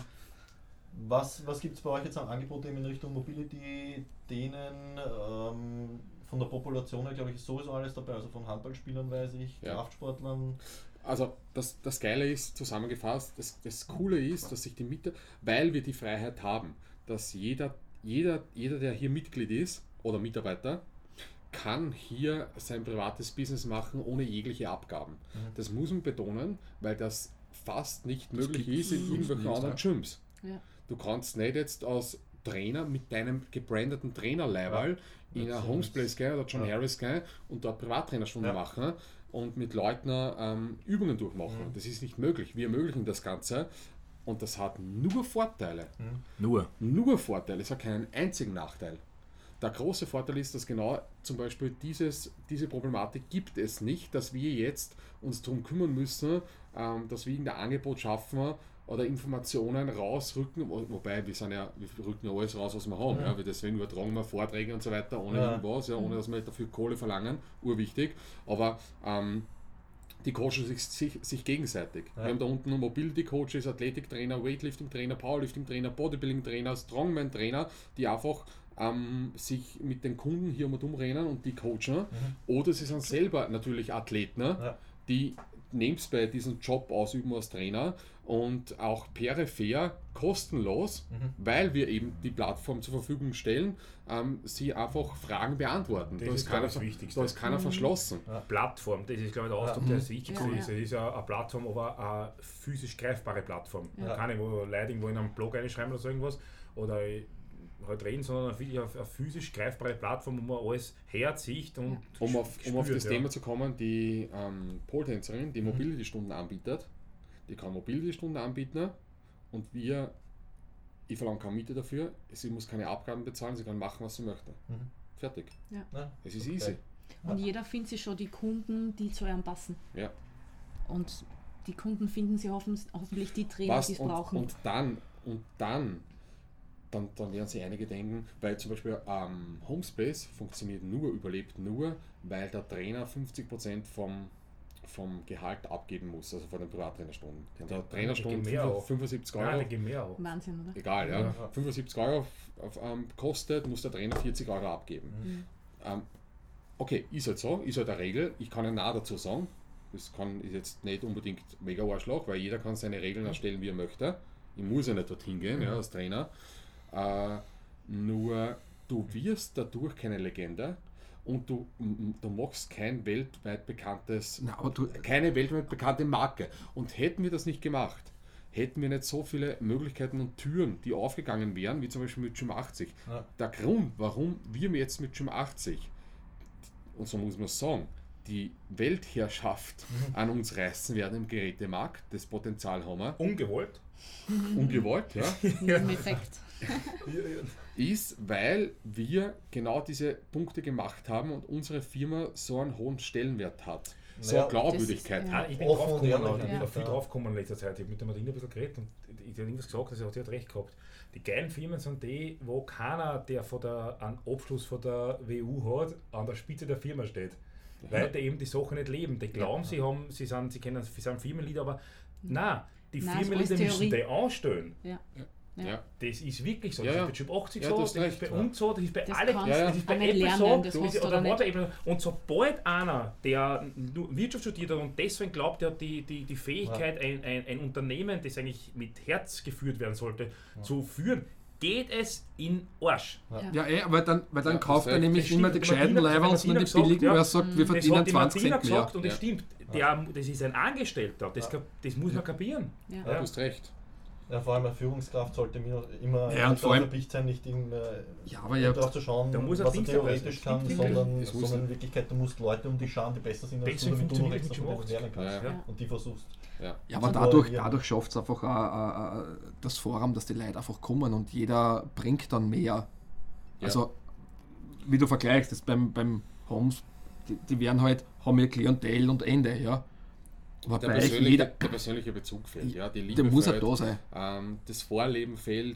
was was gibt es bei euch jetzt an Angeboten in Richtung Mobility, Dehnen? Ähm, von der Population her, glaube ich, ist sowieso alles dabei, also von Handballspielern weiß ich, ja. Kraftsportlern. Also das, das Geile ist, zusammengefasst, das, das Coole ist, dass sich die Mitte, weil wir die Freiheit haben, dass jeder, jeder, jeder, der hier Mitglied ist oder Mitarbeiter, kann hier sein privates Business machen ohne jegliche Abgaben. Mhm. Das muss man betonen, weil das fast nicht das möglich ist in irgendwelchen anderen Gyms. Ja. Du kannst nicht jetzt als Trainer mit deinem gebrandeten Trainerleiberl ja. in ein Homesplace gehen oder John ja. Harris gehen und dort Privattrainerstunden ja. machen und mit Leuten ähm, Übungen durchmachen. Mhm. Das ist nicht möglich. Wir ermöglichen das Ganze und das hat nur Vorteile. Mhm. Nur. Nur Vorteile. Es hat keinen einzigen Nachteil. Der große Vorteil ist, dass genau zum Beispiel dieses, diese Problematik gibt es nicht, dass wir jetzt uns darum kümmern müssen, ähm, dass wir irgendein Angebot schaffen oder Informationen rausrücken, wobei wir sind ja, wir rücken ja alles raus, was wir haben. Ja. Ja, deswegen übertragen wir Vorträge und so weiter, ohne ja. irgendwas, ja, ohne dass wir dafür Kohle verlangen, urwichtig. Aber ähm, die coachen sich, sich, sich gegenseitig. Ja. Wir haben da unten Mobility-Coaches, Athletiktrainer, Weightlifting-Trainer, Powerlifting-Trainer, Bodybuilding-Trainer, Strongman-Trainer, die einfach ähm, sich mit den Kunden hier um und um rennen und die coachen. Mhm. Oder sie sind selber natürlich Athleten, ja. die nehmt bei diesem Job ausüben als Trainer und auch peripher kostenlos, mhm. weil wir eben die Plattform zur Verfügung stellen, ähm, sie einfach Fragen beantworten. Das da ist, ist keiner, das Wichtigste. Da ist keiner mhm. verschlossen. Ja. Plattform, das ist glaube ich der Ausdruck, ja. der das Wichtigste ja, ja. ist. Es ist ja eine Plattform, aber eine physisch greifbare Plattform. Ja. Keine, wo Leute irgendwo in einem Blog reinschreiben oder so irgendwas oder halt reden, sondern wirklich eine, eine physisch greifbare Plattform, wo man alles herzieht und Ja. Um auf, um auf spürt, das ja. Thema zu kommen, die ähm, Pole-Tänzerin, die Mobility-Stunden anbietet, die kann Mobility-Stunden anbieten und wir, ich verlange keine Miete dafür, sie muss keine Abgaben bezahlen, sie kann machen, was sie möchte. Mhm. Fertig. Ja. Es ist Okay. easy. Und jeder findet sich schon die Kunden, die zu einem passen. Ja. Und die Kunden finden sie hoffen, hoffentlich die Trainer, Was, die es und, brauchen. und dann, und dann, dann, dann werden sich einige denken, weil zum Beispiel ähm, Homespace funktioniert nur, überlebt nur, weil der Trainer fünfzig Prozent vom, vom Gehalt abgeben muss, also von den Privattrainerstunden. Der Ja, Trainerstunden die gehen mehr auch. fünfundsiebzig Nein, Euro, die gehen mehr auch. Wahnsinn, oder? egal, ja, Ja. fünfundsiebzig Euro auf, auf, ähm, kostet, muss der Trainer vierzig Euro abgeben. Mhm. Ähm, okay, ist halt so, ist halt eine Regel, ich kann ja nah dazu sagen, das kann, ist jetzt nicht unbedingt mega Arschloch, weil jeder kann seine Regeln erstellen, wie er möchte. Ich muss ja nicht dorthin gehen, ja, als Trainer. Äh, nur du wirst dadurch keine Legende und du, m- du machst kein weltweit bekanntes, Na, aber du, keine weltweit bekannte Marke. Und hätten wir das nicht gemacht, hätten wir nicht so viele Möglichkeiten und Türen, die aufgegangen wären, wie zum Beispiel mit Gym achtzig. Ja. Der Grund, warum wir jetzt mit Gym achtzig, und so muss man sagen, die Weltherrschaft an uns reißen werden im Gerätemarkt, das Potenzial haben wir, Ungewollt. ungewollt, ja, Nebeneffekt. ist, weil wir genau diese Punkte gemacht haben und unsere Firma so einen hohen Stellenwert hat. So Naja, eine Glaubwürdigkeit. das ist, ja. Ah, ich bin Offen drauf und gekommen, ehrlich ich bin einfach, da viel ja. drauf gekommen in letzter Zeit. Ich habe mit der Martina ein bisschen geredet und ich habe irgendwas gesagt, also sie hat recht gehabt. Die geilen Firmen sind die, wo keiner, der von der, einen Abschluss von der W U hat, an der Spitze der Firma steht. Weil die eben die Sache nicht leben. Die glauben, sie haben, sie sind, sie kennen, sie sind Firmenleader, aber nein, die Nein, ist Firmenleader alles müssen Theorie. die anstellen. Ja. Ja. Ja. Das ist wirklich so. Ja, Das ja. ist bei Typ achtzig Ja, so, du das hast ist recht, bei ja. uns so, das ist bei Das allen, kannst Ja, ja. das ist bei du nicht Apple lernen, so, das das hast ist, du oder da warte, nicht. Apple, und sobald einer, der nur Wirtschaft studiert hat und deswegen glaubt, er hat die, die, die Fähigkeit, ein, ein, ein Unternehmen, das eigentlich mit Herz geführt werden sollte, zu führen, geht es in Arsch. ja, eh, weil dann, weil dann Ja, kauft das er ist- nämlich das immer stimmt. die Die gescheiten Martina- Leiber die und nur die Martina billigen, gesagt, wo er sagt, wir Das verdienen hat die zwanzig Martina Cent mehr. gesagt und Ja. das stimmt. Der, das ist ein Angestellter, das, kap- das muss man kapieren. Ja. Ja, du hast recht. Ja, vor allem eine Führungskraft sollte mir immer Ja, und vor allem- verpicht sein, nicht in, äh, Ja, aber ihr darauf zu schauen, Da muss ein was er Ding theoretisch dabei sein. kann, Stimmt, sondern, es muss sondern ein- in Wirklichkeit, du musst Leute um dich schauen, die besser sind als du, Deswegen damit du noch funktioniert extra mit von denen lernen kannst. Ja, ja. Und die versuchst. Ja. Ja, aber Und dadurch, nur wir- dadurch schafft es einfach auch, äh, äh, das Forum, dass die Leute einfach kommen und jeder bringt dann mehr. Ja. Also, wie du vergleichst, das beim, beim Homes, die, die werden halt, haben ihr Klientel und Ende, ja. Aber Der bei euch persönliche, jeder, der persönliche Bezug fehlt, ja, die Liebe der muss ja fehlt, da sein. ähm, das Vorleben fehlt,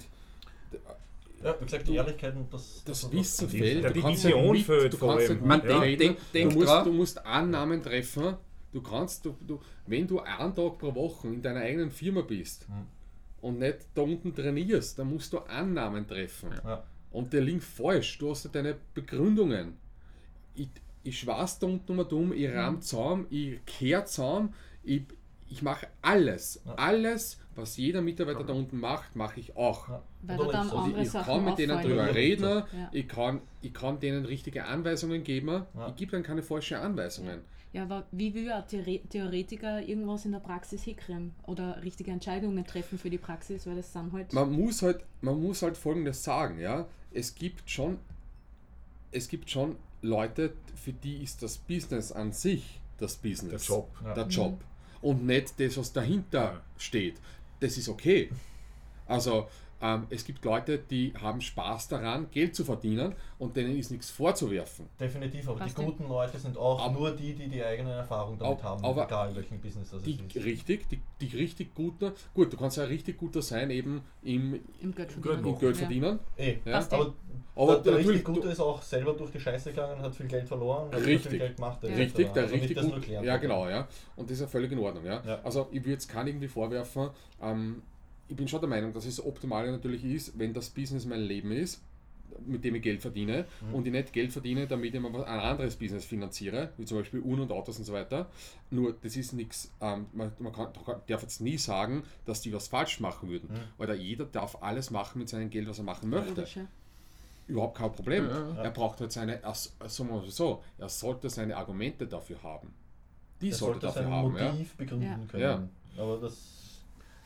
Ja, wie gesagt, die Ehrlichkeit und das, das das Wissen Die- fehlt. die Du kannst Vision nicht mit- fehlt du vor kannst allem. nicht Man mit denkt- reden. denkt- denkt du, musst, dran. du musst Annahmen treffen. Du kannst, du, du, wenn du einen Tag pro Woche in deiner eigenen Firma bist Mhm. und nicht da unten trainierst, dann musst du Annahmen treffen. Ja. Und der liegt falsch. Du hast ja deine Begründungen. Ich, ich schweiß da unten mal dumm, ich rahm zusammen, ich kehr zusammen, ich, ich mache alles. Ja. Alles, was jeder Mitarbeiter da unten macht, mache ich auch. Ja. Weil Und da dann so. Also andere ich Sachen kann mit denen auffallen. drüber Ja. reden, Ja. ich, kann, ich kann denen richtige Anweisungen geben, Ja. ich gebe dann keine falschen Anweisungen. Ja, aber wie will ein Theore- Theoretiker irgendwas in der Praxis hinkriegen oder richtige Entscheidungen treffen für die Praxis, weil das sind halt... Man muss halt, man muss halt Folgendes sagen, ja, es gibt schon, es gibt schon Leute, für die ist das Business an sich das Business. Der Job. Ja. Der Job. Und nicht das, was dahinter Ja. steht. Das ist okay. Also ähm, es gibt Leute, die haben Spaß daran, Geld zu verdienen und denen ist nichts vorzuwerfen. Definitiv, aber Passt die ja. guten Leute sind auch Aber- nur die, die die eigene Erfahrung damit Aber- haben, aber egal in welchem Business das Die ist. richtig, die, die richtig guten, gut, du kannst ja richtig guter sein eben im, Im Geld Gut, verdienen. im Geld Ja. verdienen. Eh, Ja. Passt eh. aber, Aber der, der natürlich, richtig Gute du- ist auch selber durch die Scheiße gegangen, hat viel Geld verloren, hat Richtig. viel Geld gemacht. Ja. Richtig, der also nicht richtig das nur gut. klären. Ja, genau, ja. Und das ist ja völlig in Ordnung, ja. Ja. Also ich würde es keinem irgendwie vorwerfen. Ähm, ich bin schon der Meinung, dass es optimal natürlich ist, wenn das Business mein Leben ist, mit dem ich Geld verdiene Mhm. und ich nicht Geld verdiene, damit ich mir was- ein anderes Business finanziere, wie zum Beispiel Uhren und Autos und so weiter. Nur das ist nichts, ähm, man, man kann, man darf jetzt nie sagen, dass die was falsch machen würden. Mhm. Oder jeder darf alles machen mit seinem Geld, was er machen möchte. Logisch, ja. Überhaupt kein Problem. Ja, ja. Er braucht halt seine, er, sagen wir mal so, er sollte seine Argumente dafür haben. Die Er sollte sollte dafür sein haben. Ja. Motiv begründen Ja. können. Ja. Aber das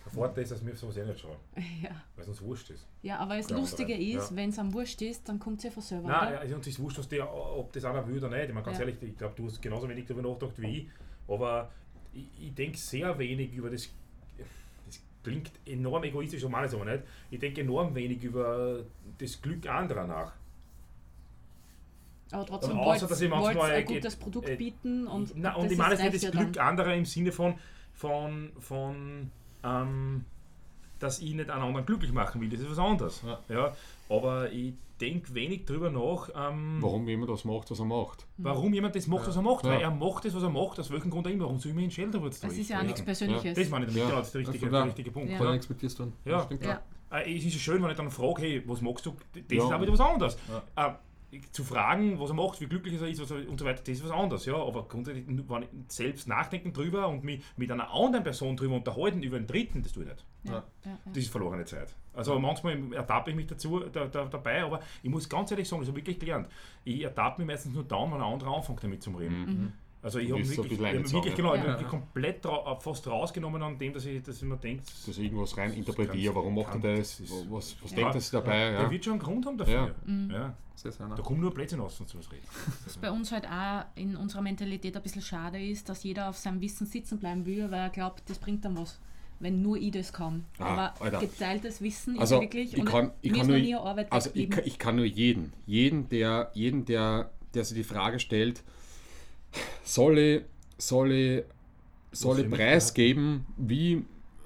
Der Vorteil ist, dass wir sowas eh nicht schauen, Ja. weil es uns wurscht ist. Ja, aber das Ja, Lustige aber- ist, ja. wenn es am Wurscht ist, dann kommt es ja von selber. Nein, oder? ja, uns ist wurscht, was die, ob das einer will oder nicht. Ich meine, ganz Ja. ehrlich, ich glaube, du hast genauso wenig darüber nachgedacht wie ich, aber ich, ich denke sehr wenig über das. Das klingt enorm egoistisch, so meine ich es aber nicht. Ich denke enorm wenig über das Glück anderer nach. Aber trotzdem Und außer, wollt dass ich manchmal ihr ein geht- gutes Produkt äh, bieten und, Na, und das ich meine ist jetzt nicht das reicht ja Glück dann. anderer im Sinne von, von, von ähm, dass ich nicht einen anderen glücklich machen will, das ist was anderes. Ja. Ja, aber ich denke wenig drüber nach, ähm, Warum jemand das macht, was er macht. warum jemand das macht, was er macht. Ja. Weil er macht das, was er macht, aus welchem Grund auch immer. Warum soll ich mich in Schilder Das ist ja auch nichts Persönliches. Das meine ich damit, Ja. genau, das ist der richtige, Ja, der klar. richtige Punkt. Ja. Kann ja Ja. nichts mit dir zu tun. Ja. Das stimmt. Ja. Äh, Es ist ja schön, wenn ich dann frage, hey, was magst du? Das Ja. ist auch wieder was anderes. Äh, zu fragen, was er macht, wie glücklich er ist was er, und so weiter, das ist was anderes. Ja? Aber grundsätzlich, wenn ich selbst nachdenken drüber und mich mit einer anderen Person drüber unterhalten, über einen Dritten, das tue ich nicht. Ja. Ja. Ja. Ja. Das ist verlorene Zeit. Also manchmal ertappe ich mich dazu, da, da, dabei, aber ich muss ganz ehrlich sagen, das habe ich wirklich gelernt. Ich ertappe mich meistens nur dann, wenn ein anderer anfängt damit zu reden. Mhm. Also ich Du habe bist so wirklich, ein bisschen ich hab wirklich, eingezogen, genau, ich ja. hab wirklich komplett ra fast rausgenommen an dem, dass ich, dass ich mir denke, Dass ich irgendwas rein interpretiere, warum macht er das, das ist- was, was Ja. denkt er sich dabei. der Ja. wird schon einen Grund haben dafür. Ja. Mhm. Ja. Sehr, sehr Da nah. kommen nur Plätze raus, wenn du was redest. Was bei uns halt auch in unserer Mentalität ein bisschen schade ist, dass jeder auf seinem Wissen sitzen bleiben will, weil er glaubt, das bringt dann was, wenn nur ich das kann. Ah, Aber Alter. geteiltes Wissen Also ist wirklich, ich und kann, ich mir kann ist nur, noch nie eine Arbeit also ich, weggegeben. kann- ich kann nur jeden, jeden, der, jeden, der, der sich die Frage stellt, soll ich, soll ich, soll für ich mich preisgeben, wie,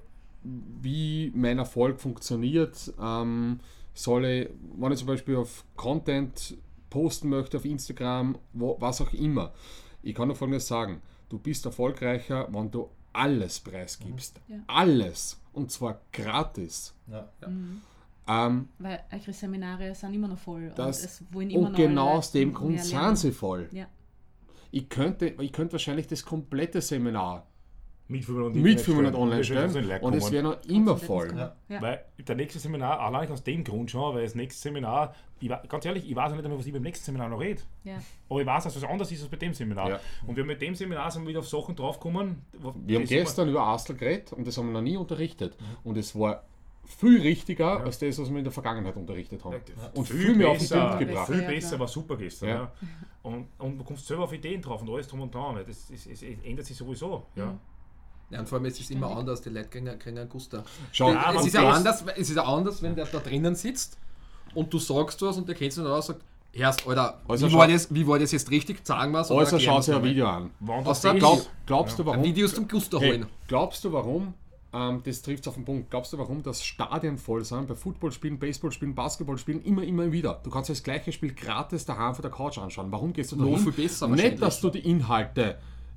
wie mein Erfolg funktioniert, ähm, soll ich, wenn ich zum Beispiel auf Content posten möchte, auf Instagram, wo, was auch immer. Ich kann nur Folgendes sagen, du bist erfolgreicher, wenn du alles preisgibst. Ja. Alles. Und zwar gratis. Ja. Mhm. Ähm, Weil eure Seminare sind immer noch voll Das- und es wollen immer und noch genau Leute aus dem mehr Grund lernen. sind sie voll. Ja. Ich könnte, ich könnte wahrscheinlich das komplette Seminar Mit fünfhundert mit fünfhundert online stellen. stellen und es wäre noch immer voll. Ja. Ja. Weil der nächste Seminar, allein aus dem Grund schon, weil das nächste Seminar, ich, wa- ganz ehrlich, ich weiß auch nicht einmal, was ich beim nächsten Seminar noch rede. Ja. Aber ich weiß, dass was anderes ist als bei dem Seminar. Ja. Und wir mit dem Seminar sind wir wieder auf Sachen draufgekommen. wo- Wir haben das gestern über Astel geredet und das haben wir noch nie unterrichtet. Und es war viel richtiger als das, was wir in der Vergangenheit unterrichtet haben. Ja. Und Viel viel mehr auf den besser. Punkt gebracht. Viel Ja, besser, klar. war super gestern. Ja. Ja. Und, und du kommst selber auf Ideen drauf und alles drum und dran. Das, das, das ändert sich sowieso. Ja. Mhm. Ja, und vor allem, es ist immer anders, die Leute kriegen, kriegen einen Guster. Schau, Ja, aber es, ist das- ja anders, es ist ja anders, wenn der da drinnen sitzt und du sagst was und der kennt sich nicht aus und sagt, Erst, Alter, Also wie, schau- war das, wie war das jetzt richtig? Sagen wir es. Also schau dir ein Video an. Wann Was das da- ist, Glaub, glaubst du Ein warum? Videos zum Guster Hey, holen. glaubst du warum? Ähm, das trifft auf den Punkt. Glaubst du warum, dass Stadien voll sind bei Footballspielen, Baseballspielen, Basketballspielen immer, immer wieder? Du kannst das gleiche Spiel gratis daheim von der Couch anschauen. Warum gehst du da Noch hin? viel besser Nicht, wahrscheinlich. dass du die Inhalte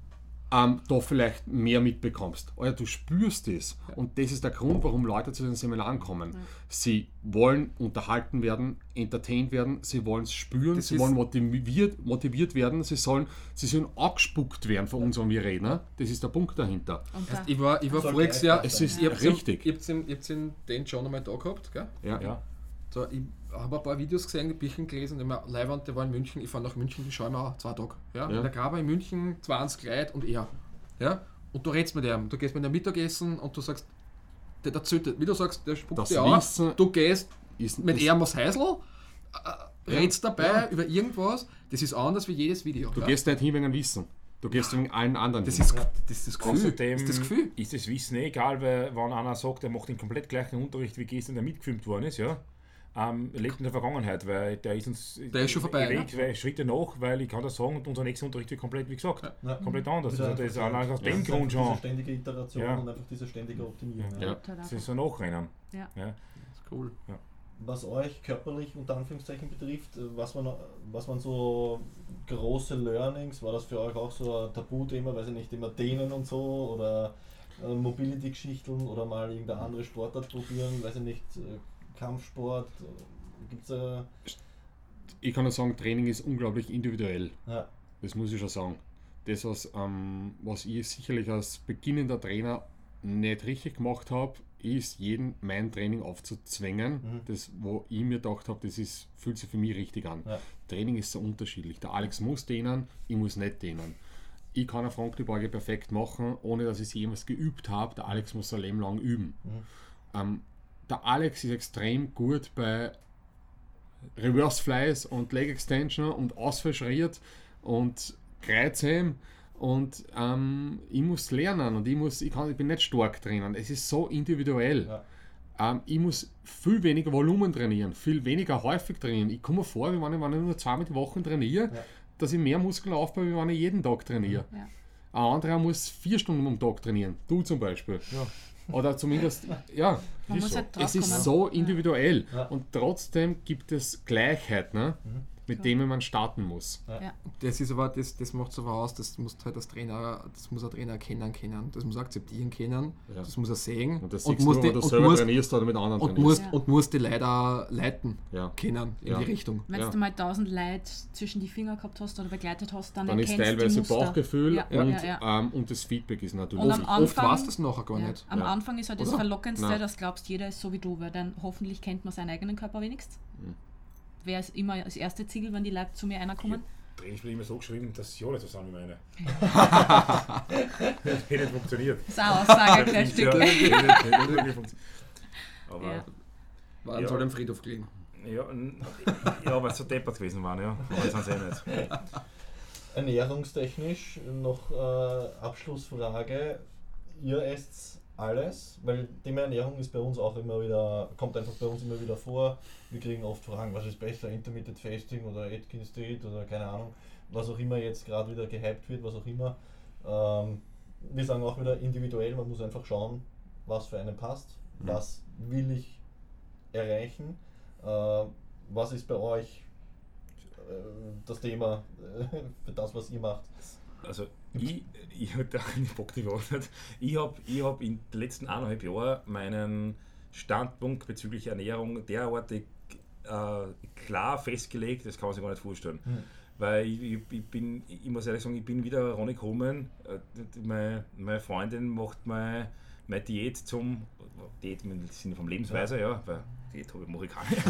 ähm, da vielleicht mehr mitbekommst. Alter, du spürst es. Und das ist der Grund, warum Leute zu den Seminaren kommen. Sie wollen unterhalten werden, entertained werden, sie wollen es spüren, Das sie ist- wollen motiviert, motiviert werden, sie sollen, sie sollen angespuckt werden von uns, wenn wir reden. Ne? Das ist der Punkt dahinter. Und da, Ich war, ich war Soll voriges gleich Jahr, was Es ist ihr habt's im- richtig. Ihr habt den, ihr habt's den, den schon einmal da gehabt, gell? Ja. ja. So, ich habe ein paar Videos gesehen, die Bücher gelesen, die mir Leihwand, der war in München, ich fahre nach München, die schaue ich mir auch zwei Tage. Ja? Ja. Der Graber in München, zwanzig Leute und er. Ja? Und du redest mit ihm, du gehst mit ihm Mittagessen und du sagst, der, der züttet, wie du sagst, der spuckt Das dir auf, Wissen du gehst ist mit das- ihm was Häusl, äh, redst dabei Ja. über irgendwas, das ist anders wie jedes Video. Du ja? gehst nicht hin wegen dem Wissen. Du gehst wegen allen anderen das, hin. ist, das ist das Gefühl. Außerdem Das ist das Gefühl. ist das Wissen eh egal, weil wenn einer sagt, er macht den komplett gleichen Unterricht wie gestern, der mitgefilmt worden ist, ja, ähm, lebt in der Vergangenheit, weil der ist uns Der ist schon vorbei, Weg, zwei Schritte nach, weil ich kann das sagen und unser nächster Unterricht wird komplett, wie gesagt, Ja. komplett anders. Wieder Also das ist einfach- allein aus das dem ist Grund einfach Diese schon ständige Iteration Ja. und einfach diese ständige Optimierung. Ja. halt das einfach. ist so ein Nachrennen. Ja. Ja. Das ist cool. Was euch körperlich unter Anführungszeichen betrifft, was waren, was waren so große Learnings? War das für euch auch so ein Tabuthema, weiß ich nicht, immer Dehnen und so oder äh, Mobility-Geschichten oder mal irgendeine andere Sportart probieren, weiß ich nicht, äh, Kampfsport? Gibt's äh, Ich kann nur sagen, Training ist unglaublich individuell. ja, Das muss ich schon sagen. Das, was, ähm, was ich sicherlich als beginnender Trainer nicht richtig gemacht habe, ist, jeden mein Training aufzuzwängen. Mhm. Das, wo ich mir gedacht habe, das ist, fühlt sich für mich richtig an. Ja. Training ist so unterschiedlich. Der Alex muss dehnen, ich muss nicht dehnen. ich kann eine Frankenbeuge perfekt machen, ohne dass ich sie jemals geübt habe. Der Alex muss ein Leben lang üben. Mhm. Ähm, der Alex ist extrem gut bei Reverse Flies und Leg Extension und Ausfallschritt und Kreuzheben. Und ähm, ich muss lernen und ich, muss, ich, kann, ich bin nicht stark drinnen. Es ist so individuell. Ja. Ähm, ich muss viel weniger Volumen trainieren, viel weniger häufig trainieren. Ich komme mir vor, wie wenn ich, wenn ich nur zweimal die Woche trainiere, Ja. dass ich mehr Muskeln aufbaue, wie wenn ich jeden Tag trainiere. Ja. Ein anderer muss vier Stunden am Tag trainieren. Du zum Beispiel. Ja. Oder zumindest, ja. Man muss so. halt Es ist draufkommen. so individuell. Ja. Und trotzdem gibt es Gleichheit, ne? Mhm. mit denen man starten muss. Das ist aber, das, das macht es aber aus, das muss halt das Trainer, das muss ein Trainer erkennen können, das muss er akzeptieren können, Ja. das muss er sehen Und das und siehst muss du, die, wenn du und selber muss, trainierst oder mit anderen und trainierst. muss, Ja. und muss die Leute leiten Ja. können in Ja. die Richtung. Wenn Ja. du mal tausend Leute zwischen die Finger gehabt hast oder begleitet hast, dann, Dann ist erkennst du die teilweise Muster. Bauchgefühl Ja, und, ja, ja. Ähm, und das Feedback ist natürlich Und Oft, am oft Anfang- weiß das nachher gar Ja. nicht. Am Ja. Anfang ist halt das Oder? Verlockendste, Nein. dass glaubst, jeder ist so wie du, weil dann hoffentlich kennt man seinen eigenen Körper wenigstens. Mhm. Wäre es immer das erste Ziel, wenn die Leute zu mir einer kommen. Trainingspläne immer so geschrieben, dass sie alle so sind wie meine. Das hat nicht funktioniert. Das ist auch aussagekräftig. Ja, hat nicht- hat nicht wirklich funktioniert. Aber Ja. Waren Ja. soll im Friedhof gelegen. ja, n- ja weil sie so deppert gewesen waren, ja. Aber das sind sie eh nicht. Ernährungstechnisch noch äh, Abschlussfrage. Ihr esst alles, weil Thema Ernährung ist bei uns auch immer wieder, kommt einfach bei uns immer wieder vor. Wir kriegen oft Fragen, was ist besser, Intermittent Fasting oder Atkins Diät oder keine Ahnung, was auch immer jetzt gerade wieder gehypt wird, was auch immer. Ähm, wir sagen auch wieder individuell, man muss einfach schauen, was für einen passt, Mhm. was will ich erreichen, äh, was ist bei euch äh, das Thema äh, für das, was ihr macht. Also ich, ich habe da nicht Bock gewartet. Ich habe ich hab in den letzten eineinhalb Jahren meinen Standpunkt bezüglich Ernährung derartig äh, klar festgelegt, das kann man sich gar nicht vorstellen. Hm. Weil ich, ich, ich bin, ich muss ehrlich sagen, ich bin wieder Ronny Coleman. Äh, meine, meine Freundin macht meine, meine Diät zum Diät im Sinne vom Lebensweise, ja, weil Diät habe ich- mache ich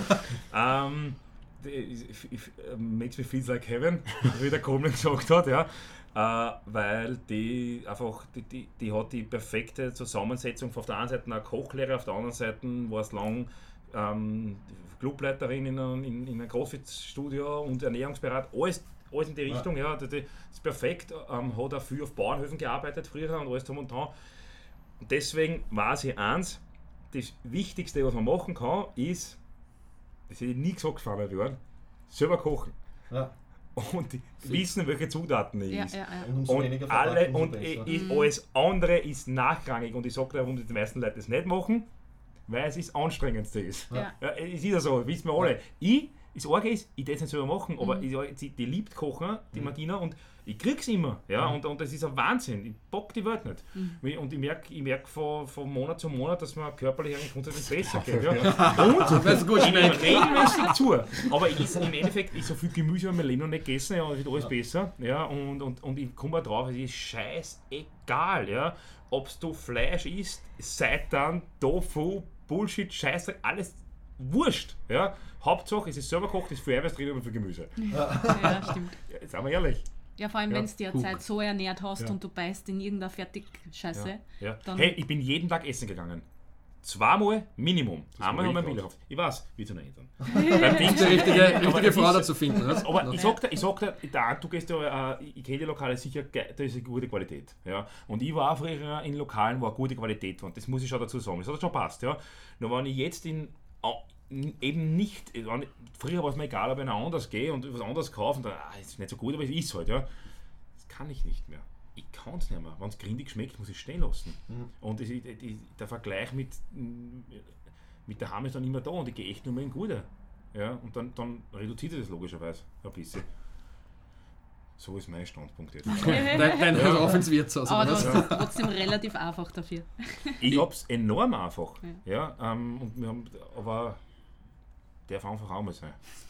keine. ähm, die- if- if- makes me feel like heaven, wie der Coleman gesagt hat, ja. Äh, weil die einfach, die, die, die hat die perfekte Zusammensetzung. Auf der einen Seite eine Kochlehre, auf der anderen Seite war es lang ähm, Clubleiterin in einem, in, in einem CrossFit-Studio und Ernährungsberater, alles, alles in die Ja. Richtung, ja, das das ist perfekt, ähm, hat auch viel auf Bauernhöfen gearbeitet früher und alles drum und dran. Und deswegen weiß ich eins, das Wichtigste, was man machen kann, ist, das hätte ich nie gesagt von mir werden, selber kochen. Ja. Und die wissen, welche Zutaten es Ja, ist. ja, ja. Und umso Und weniger alle verpacken, umso und besser. i- i- alles andere ist nachrangig und ich sage warum die meisten Leute das nicht machen, weil es das Anstrengendste ist. Ja. Ja, es ist ja so, wissen wir alle. Ich, das Arge ist, ich darf es nicht selber machen, aber Mhm. ich, die, die liebt Kochen, die Martina, und ich krieg's immer. Ja, Mhm. und, und das ist ein Wahnsinn. Ich bock die Welt nicht. Mhm. Und ich merke ich merk von, von Monat zu Monat, dass mir körperlich eigentlich grundsätzlich besser geht. Ja. Und Weil's gut ich nehme schmeckt. regelmäßig zu. Aber ich esse im Endeffekt ich so viel Gemüse habe ich mein Leben noch nicht gegessen, ja, und es wird alles besser. Ja, und, und, und ich komme drauf, es ist scheißegal, ja, ob du Fleisch isst, Seitan, Tofu, Bullshit, Scheißdreck, alles wurscht. Ja. Hauptsache, es ist selber gekocht, es ist viel Eiweiß drin und viel Gemüse. Ja, stimmt. Ja, jetzt sind wir ehrlich. Ja, vor allem, Ja, wenn du dir eine guck. Zeit so ernährt hast Ja. und du beißt in irgendeiner Fertigscheiße. Ja. Ja. Dann- Hey, ich bin jeden Tag essen gegangen. Zweimal Minimum. Einmal hab haben wir ich Bilder auch. gehabt. Ich weiß, wie zu Eltern. Beim Ding Die richtige, aber richtige es Frau ist- dazu finden. Ne? Aber ich sag dir, ich sag dir, da, du gehst ja, äh, ich kenne die Lokale sicher, ge- da ist eine gute Qualität. Ja. Und ich war auch früher in Lokalen, wo eine gute Qualität war. Und das muss ich schon dazu sagen. Das hat schon passt. Ja. Nur wenn ich jetzt in, au- n- eben nicht, wenn ich- früher war es mir egal, ob ich anders gehe und was anderes kaufe, und dann, ah, ist nicht so gut, aber es ist halt. Ja. Das kann ich nicht mehr. Ich kann es nicht mehr. Wenn es grindig schmeckt, muss ich stehen lassen. Mhm. Und das, ist- die, der Vergleich mit, mit der Ham ist dann immer da und ich gehe echt nur mehr in Gute. Ja, und dann, dann reduziert sich das logischerweise ein bisschen. So ist mein Standpunkt jetzt. Dein, dein Hör auf ins Wirtshaus. Aber oder du was? hast es trotzdem relativ einfach dafür. Ich hab's enorm einfach. Ja. Ja, ähm, und wir haben, aber darf einfach auch mal sein.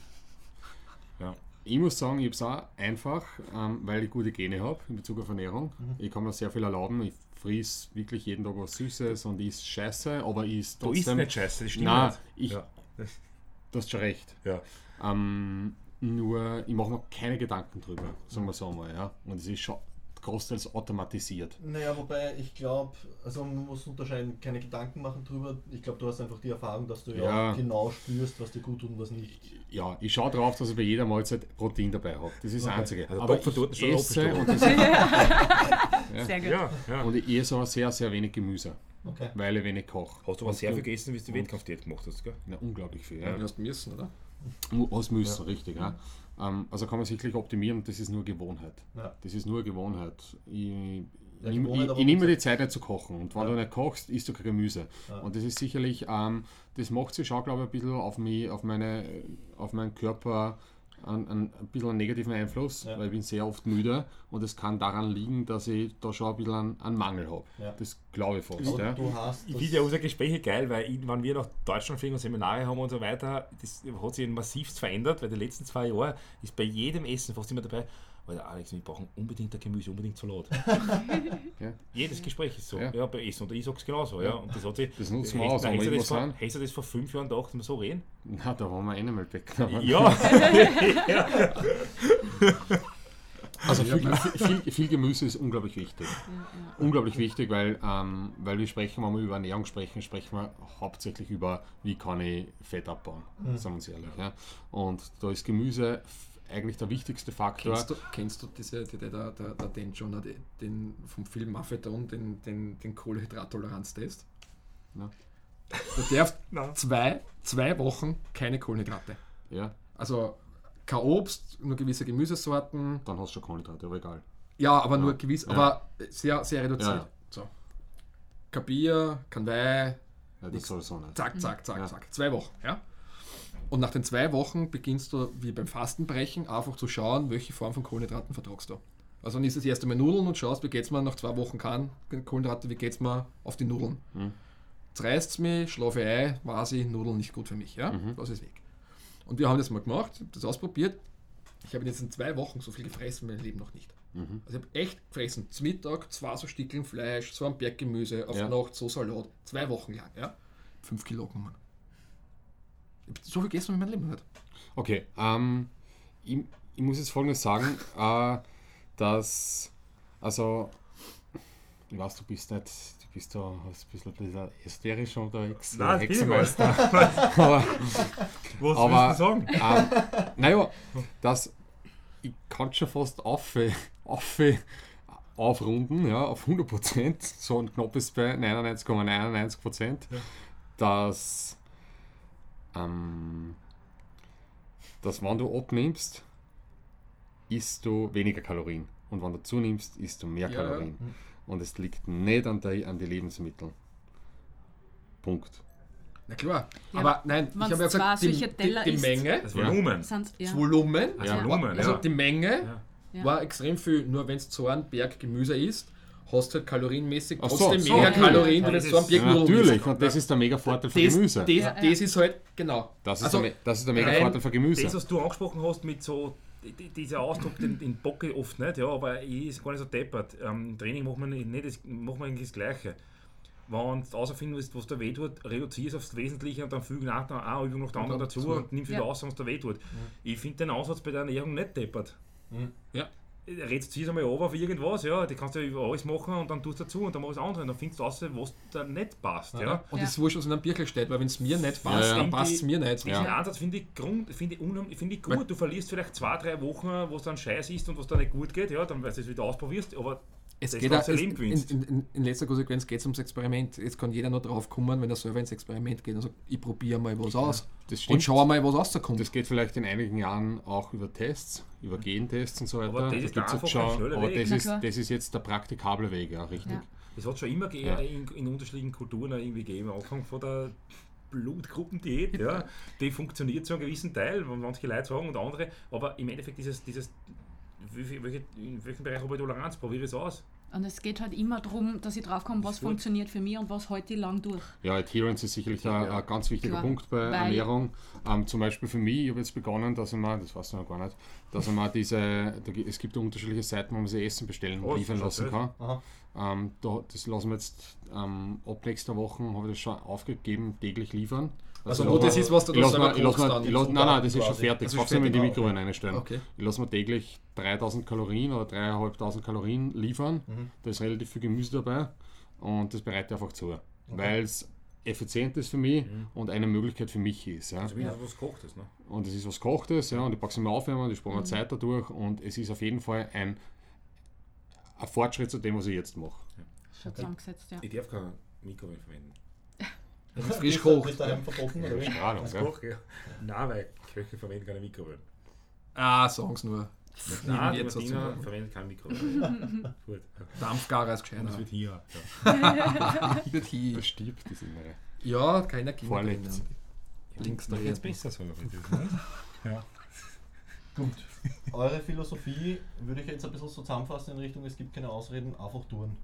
Ja. Ich muss sagen, ich habe es auch einfach, ähm, weil ich gute Gene habe in Bezug auf Ernährung. Mhm. Ich kann mir sehr viel erlauben. Ich friss wirklich jeden Tag was Süßes und ist scheiße, aber ich ist Du isst trotzdem. nicht scheiße, das stimmt Nein, nicht. ich, Ja. du hast schon recht. Ja. Ähm, nur, ich mache mir keine Gedanken drüber, sagen wir so mal. Ja. Und es ist schon großteils automatisiert. Naja, wobei ich glaube, also man muss unterscheiden, keine Gedanken machen drüber. Ich glaube, du hast einfach die Erfahrung, dass du ja, Ja. auch genau spürst, was dir gut tut und was nicht. Ja, ich schaue drauf, dass ich bei jeder Mahlzeit Protein dabei habe. Das ist das Okay. Einzige. Also aber Topfer ich tut schon esse Apfelstock. und, das ist, Sehr gut. Ja, ja. und ich esse aber sehr, sehr wenig Gemüse, Okay. weil ich wenig koche. Hast du aber Und sehr du- viel gegessen, wie du die Wettkampfdiät gemacht hast, gell? Ja, unglaublich viel. Ja. Du hast müssen, oder? Aus müssen, richtig. Ja. Ähm, also kann man sicherlich optimieren, das ist nur Gewohnheit. Ja. Das ist nur Gewohnheit. Ich, Ja, ich, Gewohnheit, ich, aber ich nehme mir wie die Zeit nicht zu kochen und wenn Ja. du nicht kochst, isst du kein Gemüse. Ja. Und das ist sicherlich, ähm, das macht sich schon, glaube ich, ein bisschen auf mich, auf, meine, auf meinen Körper einen, einen, ein bisschen einen negativen Einfluss, Ja. weil ich bin sehr oft müde und es kann daran liegen, dass ich da schon ein bisschen einen, einen Mangel habe. Ja. Das glaube ich fast. Aber Ja. du hast Ich das- finde ja unsere Gespräche geil, weil ich, wenn wir nach Deutschland fliegen und Seminare haben und so weiter, das hat sich massivst verändert, weil die letzten zwei Jahre ist bei jedem Essen fast immer dabei, Alter, Alex, wir brauchen unbedingt ein Gemüse, unbedingt Salat. Ja. Jedes Gespräch ist so. Ja. Ja, bei Essen. Und ich sage es genauso. Ja. Und das hat sich, Das nutzen wir Hättest- aus, nein, wenn wir hättest du das, irgendwas vor- hättest du das vor fünf Jahren gedacht, dass wir so reden? Na, da waren wir Animal weggenommen. Ja. Also viel, viel, viel Gemüse ist unglaublich wichtig. Ja, ja. Unglaublich wichtig, weil, ähm, weil wir sprechen, wenn wir über Ernährung sprechen, sprechen wir hauptsächlich über, wie kann ich Fett abbauen, Mhm. sagen wir uns ehrlich. Ja. Und da ist Gemüse f- eigentlich der wichtigste Faktor. Kennst du, kennst du diese, die, der, der, der Dan Jonah, den, den vom Film Maffeton, den, den, den Kohlenhydrattoleranztest? Ja. Du darfst Nein. zwei, zwei Wochen keine Kohlenhydrate. Ja, Also kein Obst, nur gewisse Gemüsesorten. dann hast du schon Kohlenhydrate, aber egal. Ja, aber nur Ja. gewiss, Ja. aber sehr, sehr reduziert. Ja. So. Kein Bier, kein Wein, Ja, das Nix. sowieso nicht. zack, zack, zack, Ja. zack. Zwei Wochen, ja. Und nach den zwei Wochen beginnst du, wie beim Fastenbrechen, einfach zu schauen, welche Form von Kohlenhydraten vertragst du. Also dann ist es erst einmal Nudeln und schaust, wie geht's mir nach zwei Wochen kein Kohlenhydrate, wie geht's mir auf die Nudeln. Mhm. Jetzt reißt es mich, schlafe ich ein, weiß ich, Nudeln nicht gut für mich, ja. Mhm. Das ist weg. Und wir haben das mal gemacht, ich habe das ausprobiert. Ich habe jetzt in zwei Wochen so viel gefressen in meinem Leben noch nicht. Mhm. Also ich habe echt gefressen. Zum Mittag zwei so Stückchen Fleisch, so ein Berg Gemüse, auf Ja. der Nacht so Salat. Zwei Wochen lang, ja. Fünf Kilo genommen. Ich hab so viel gegessen in meinem Leben nicht. Okay, ähm, ich, ich muss jetzt Folgendes sagen, äh, dass, also, ich weiß, du bist nicht, du bist da hast ein bisschen, ein bisschen esoterisch unterwegs, Nein, äh, das bin ich gar Hexenmeister. aber, Was Aber- willst du sagen? ähm, naja, das, ich kann schon fast auf, auf, aufrunden, ja, auf hundert Prozent, so ein knappes bei neunundneunzig Komma neunundneunzig Prozent, Ja. dass, ähm, dass wenn du abnimmst, isst du weniger Kalorien und wenn du zunimmst, isst du mehr Ja. Kalorien. Und es liegt nicht an, der, an die Lebensmittel. Punkt. Na klar. Ja, aber nein, ich wenn's habe ja zwei gesagt, die, solche die, Teller die isst- Menge, Das Ja. Volumen. Sind, ja. das Volumen, Das Ja. Volumen, also ja. die Menge Ja. Ja. war extrem viel. Nur wenn es so ein Berg Gemüse isst, hast du halt kalorienmäßig Ach so, trotzdem so. mehr Ja, Kalorien, ja, wie wenn das du so ein ist- Berg Ja, Nudeln natürlich, isst. und das ist der mega Vorteil für Das, Gemüse. das, Ja, ja. das ist halt, genau. Das ist, Also, der, Me- das ist der mega rein- Vorteil für Gemüse. Das, was du angesprochen hast mit so, die- dieser Ausdruck, den, den bocke ich oft nicht, ja, aber ich ist gar nicht so deppert. Ähm, Im Training macht man nicht, nicht das, macht man eigentlich das Gleiche. Wenn du herausfinden willst, was da weh tut, reduzierst aufs Wesentliche und dann füge nach der eine Übung noch der Und anderen dann dazu zu. und nimmst wieder Ja. aus, was da weh tut. Ich finde den Ansatz bei der Ernährung nicht deppert. Mhm. Ja. Reduzierst einmal ab auf irgendwas, ja, die kannst du ja über alles machen und dann tust du dazu und dann machst du das andere und dann findest du raus, was da nicht passt. Ja. Und Ja. es ist wurscht, was in einem Birkel steht, weil wenn es mir nicht passt, Ja, ja. dann passt es mir nicht. Diesen Ja. Ansatz finde ich, Grund, finde ich, unheimlich- finde ich Weil- gut. Du verlierst vielleicht zwei, drei Wochen, wo es dann scheiß ist und was da nicht gut geht, ja, dann weil du es wieder ausprobierst, aber Es das geht ganze auch, es, Leben in, gewinnst. in, in, in letzter Konsequenz geht es ums Experiment. Jetzt kann jeder nur drauf kommen, wenn er selber ins Experiment geht und sagt, ich probiere mal was aus. Das Und stimmt. schau mal, was rauskommt. Das geht vielleicht in einigen Jahren auch über Tests, über Gentests und so weiter. Aber das Da ist gibt's einfach jetzt ein schon- schneller aber Weg. das Na ist, klar. das ist jetzt der praktikable Weg, ja, richtig. Ja. Es hat schon immer ge- Ja. in, in unterschiedlichen Kulturen auch irgendwie gegeben. Am Anfang von der Blutgruppendiät, ja, die funktioniert zu einem gewissen Teil, wenn manche Leute sagen und andere, aber im Endeffekt dieses, dieses wie viel- welche, in welchem Bereich habe ich Toleranz, probiere ich es aus. Und es geht halt immer darum, dass ich draufkomme, was gut. funktioniert für mich und was halte ich lang durch. Ja, Adherence ist sicherlich ein, ein ganz wichtiger Klar. Punkt bei Weil- Ernährung. Ähm, zum Beispiel für mich, ich habe jetzt begonnen, dass ich mal, das weiß ich noch gar nicht, dass ich mal diese, da, gi- es gibt ja unterschiedliche Seiten, wo man sich Essen bestellen und Oh, liefern das lassen ist kann. Aha. Ähm, da, das lassen wir jetzt ähm, ab nächster Woche, habe ich das schon aufgegeben, täglich liefern. Also, wo das ist, was du ich da lass selber mal, ich lass kochst mal, dann. ich lass, Nein, nein, das ist schon fertig. Also Das kannst du in die fertig, Mikrowelle einstellen. Okay. Ich lasse mir täglich dreitausend Kalorien oder dreitausendfünfhundert Kalorien liefern. Mhm. Da ist relativ viel Gemüse dabei und das bereite ich einfach zu. Okay. Weil es effizient ist für mich Mhm. und eine Möglichkeit für mich ist. Ja. Also wie was Kochtes, ne? Und es ist was Kochtes, ja, und ich packe es mir aufwärmen, ich spare mir Zeit dadurch und es ist auf jeden Fall ein, ein Fortschritt zu dem, was ich jetzt mache. Schon zusammengesetzt, ja. Ich darf keine Mikrowelle verwenden. Frisch Ist kocht. daheim verboten, oder wie? Strahlung, Als gell? Koch, ja. Nein, weil Köche verwenden keine Mikrowellen. Ah, sagen sie nur. Nein, die jetzt Martina dazu. verwendet keine Mikrowellen. Gut. Dampfgarer ist Und gescheiter. es wird hier. Wird hier. Das stirbt, das Innere. Ja, keiner Kinder. Vorlebt. Links da jetzt besser so. Ja. Gut. Eure Philosophie würde ich jetzt ein bisschen so zusammenfassen in Richtung, es gibt keine Ausreden, einfach tun.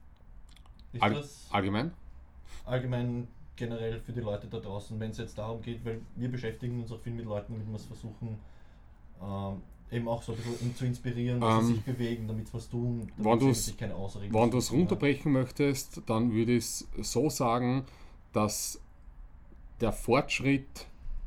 Ist All, das allgemein? allgemein generell für die Leute da draußen, wenn es jetzt darum geht, weil wir beschäftigen uns auch viel mit Leuten, damit wir es versuchen, ähm, eben auch so ein bisschen zu inspirieren, dass Ähm, sie sich bewegen, damit sie was tun, wenn damit sie du's- sich keine Ausreden Wenn du es suchen, ja. runterbrechen möchtest, dann würde ich es so sagen, dass der Fortschritt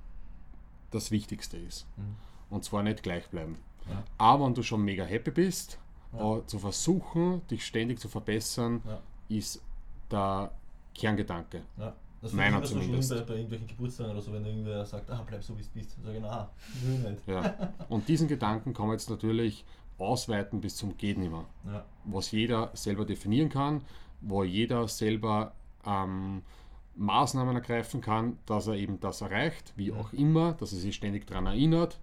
das Wichtigste ist. Mhm. Und zwar nicht gleich bleiben. Ja. Aber wenn du schon mega happy bist, Ja. äh, zu versuchen, dich ständig zu verbessern, Ja. ist der Kerngedanke. Ja. Das Meiner finde ich immer so schlimm zumindest. bei, bei irgendwelchen Geburtstagen oder so, wenn irgendwer sagt, ah, bleib so wie es bist. Dann sage ich, na, ich will nicht. Ja. Und diesen Gedanken kann man jetzt natürlich ausweiten bis zum Geht nimmer. Ja. Was jeder selber definieren kann, wo jeder selber ähm, Maßnahmen ergreifen kann, dass er eben das erreicht, wie auch immer, dass er sich ständig daran erinnert.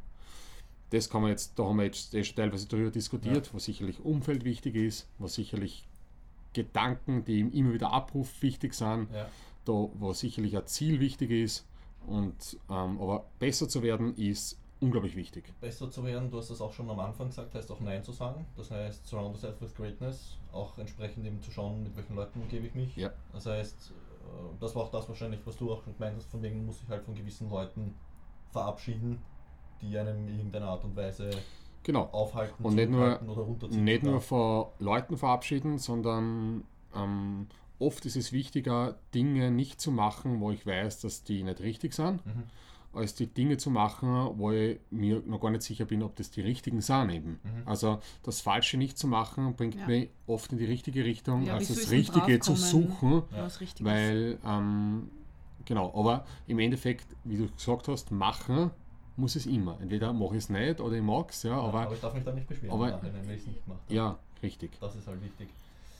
Das kann man jetzt, da haben wir jetzt eh schon teilweise darüber diskutiert, Ja. was sicherlich Umfeld wichtig ist, was sicherlich Gedanken, die ihm immer wieder abruft, wichtig sind, Ja. da wo sicherlich ein Ziel wichtig ist. Und, ähm, aber besser zu werden ist unglaublich wichtig. Besser zu werden, du hast das auch schon am Anfang gesagt, heißt auch Nein zu sagen. Das heißt, surround yourself with greatness, auch entsprechend eben zu schauen, mit welchen Leuten umgebe ich mich. Ja. Das heißt, äh, das war auch das wahrscheinlich, was du auch schon gemeint hast, von wegen muss ich halt von gewissen Leuten verabschieden, die einem in irgendeiner Art und Weise Genau. aufhalten, Und nicht nur, zurückhalten oder runterziehen. nicht nur sogar. vor Leuten verabschieden, sondern ähm, oft ist es wichtiger, Dinge nicht zu machen, wo ich weiß, dass die nicht richtig sind, Mhm. als die Dinge zu machen, wo ich mir noch gar nicht sicher bin, ob das die richtigen sind eben. Mhm. Also das Falsche nicht zu machen, bringt Ja. mich oft in die richtige Richtung, Ja, als wie das soll's denn Richtige zu draufkommen? suchen, Ja. Was richtig ist. weil, ähm, genau, aber im Endeffekt, wie du gesagt hast, machen muss es immer. Entweder mache ich es nicht oder ich mag es, ja, Ja, aber aber ich darf mich da nicht beschweren, aber- im Nachhinein, wenn ich es nicht gemacht habe. ja, richtig. Das ist halt wichtig.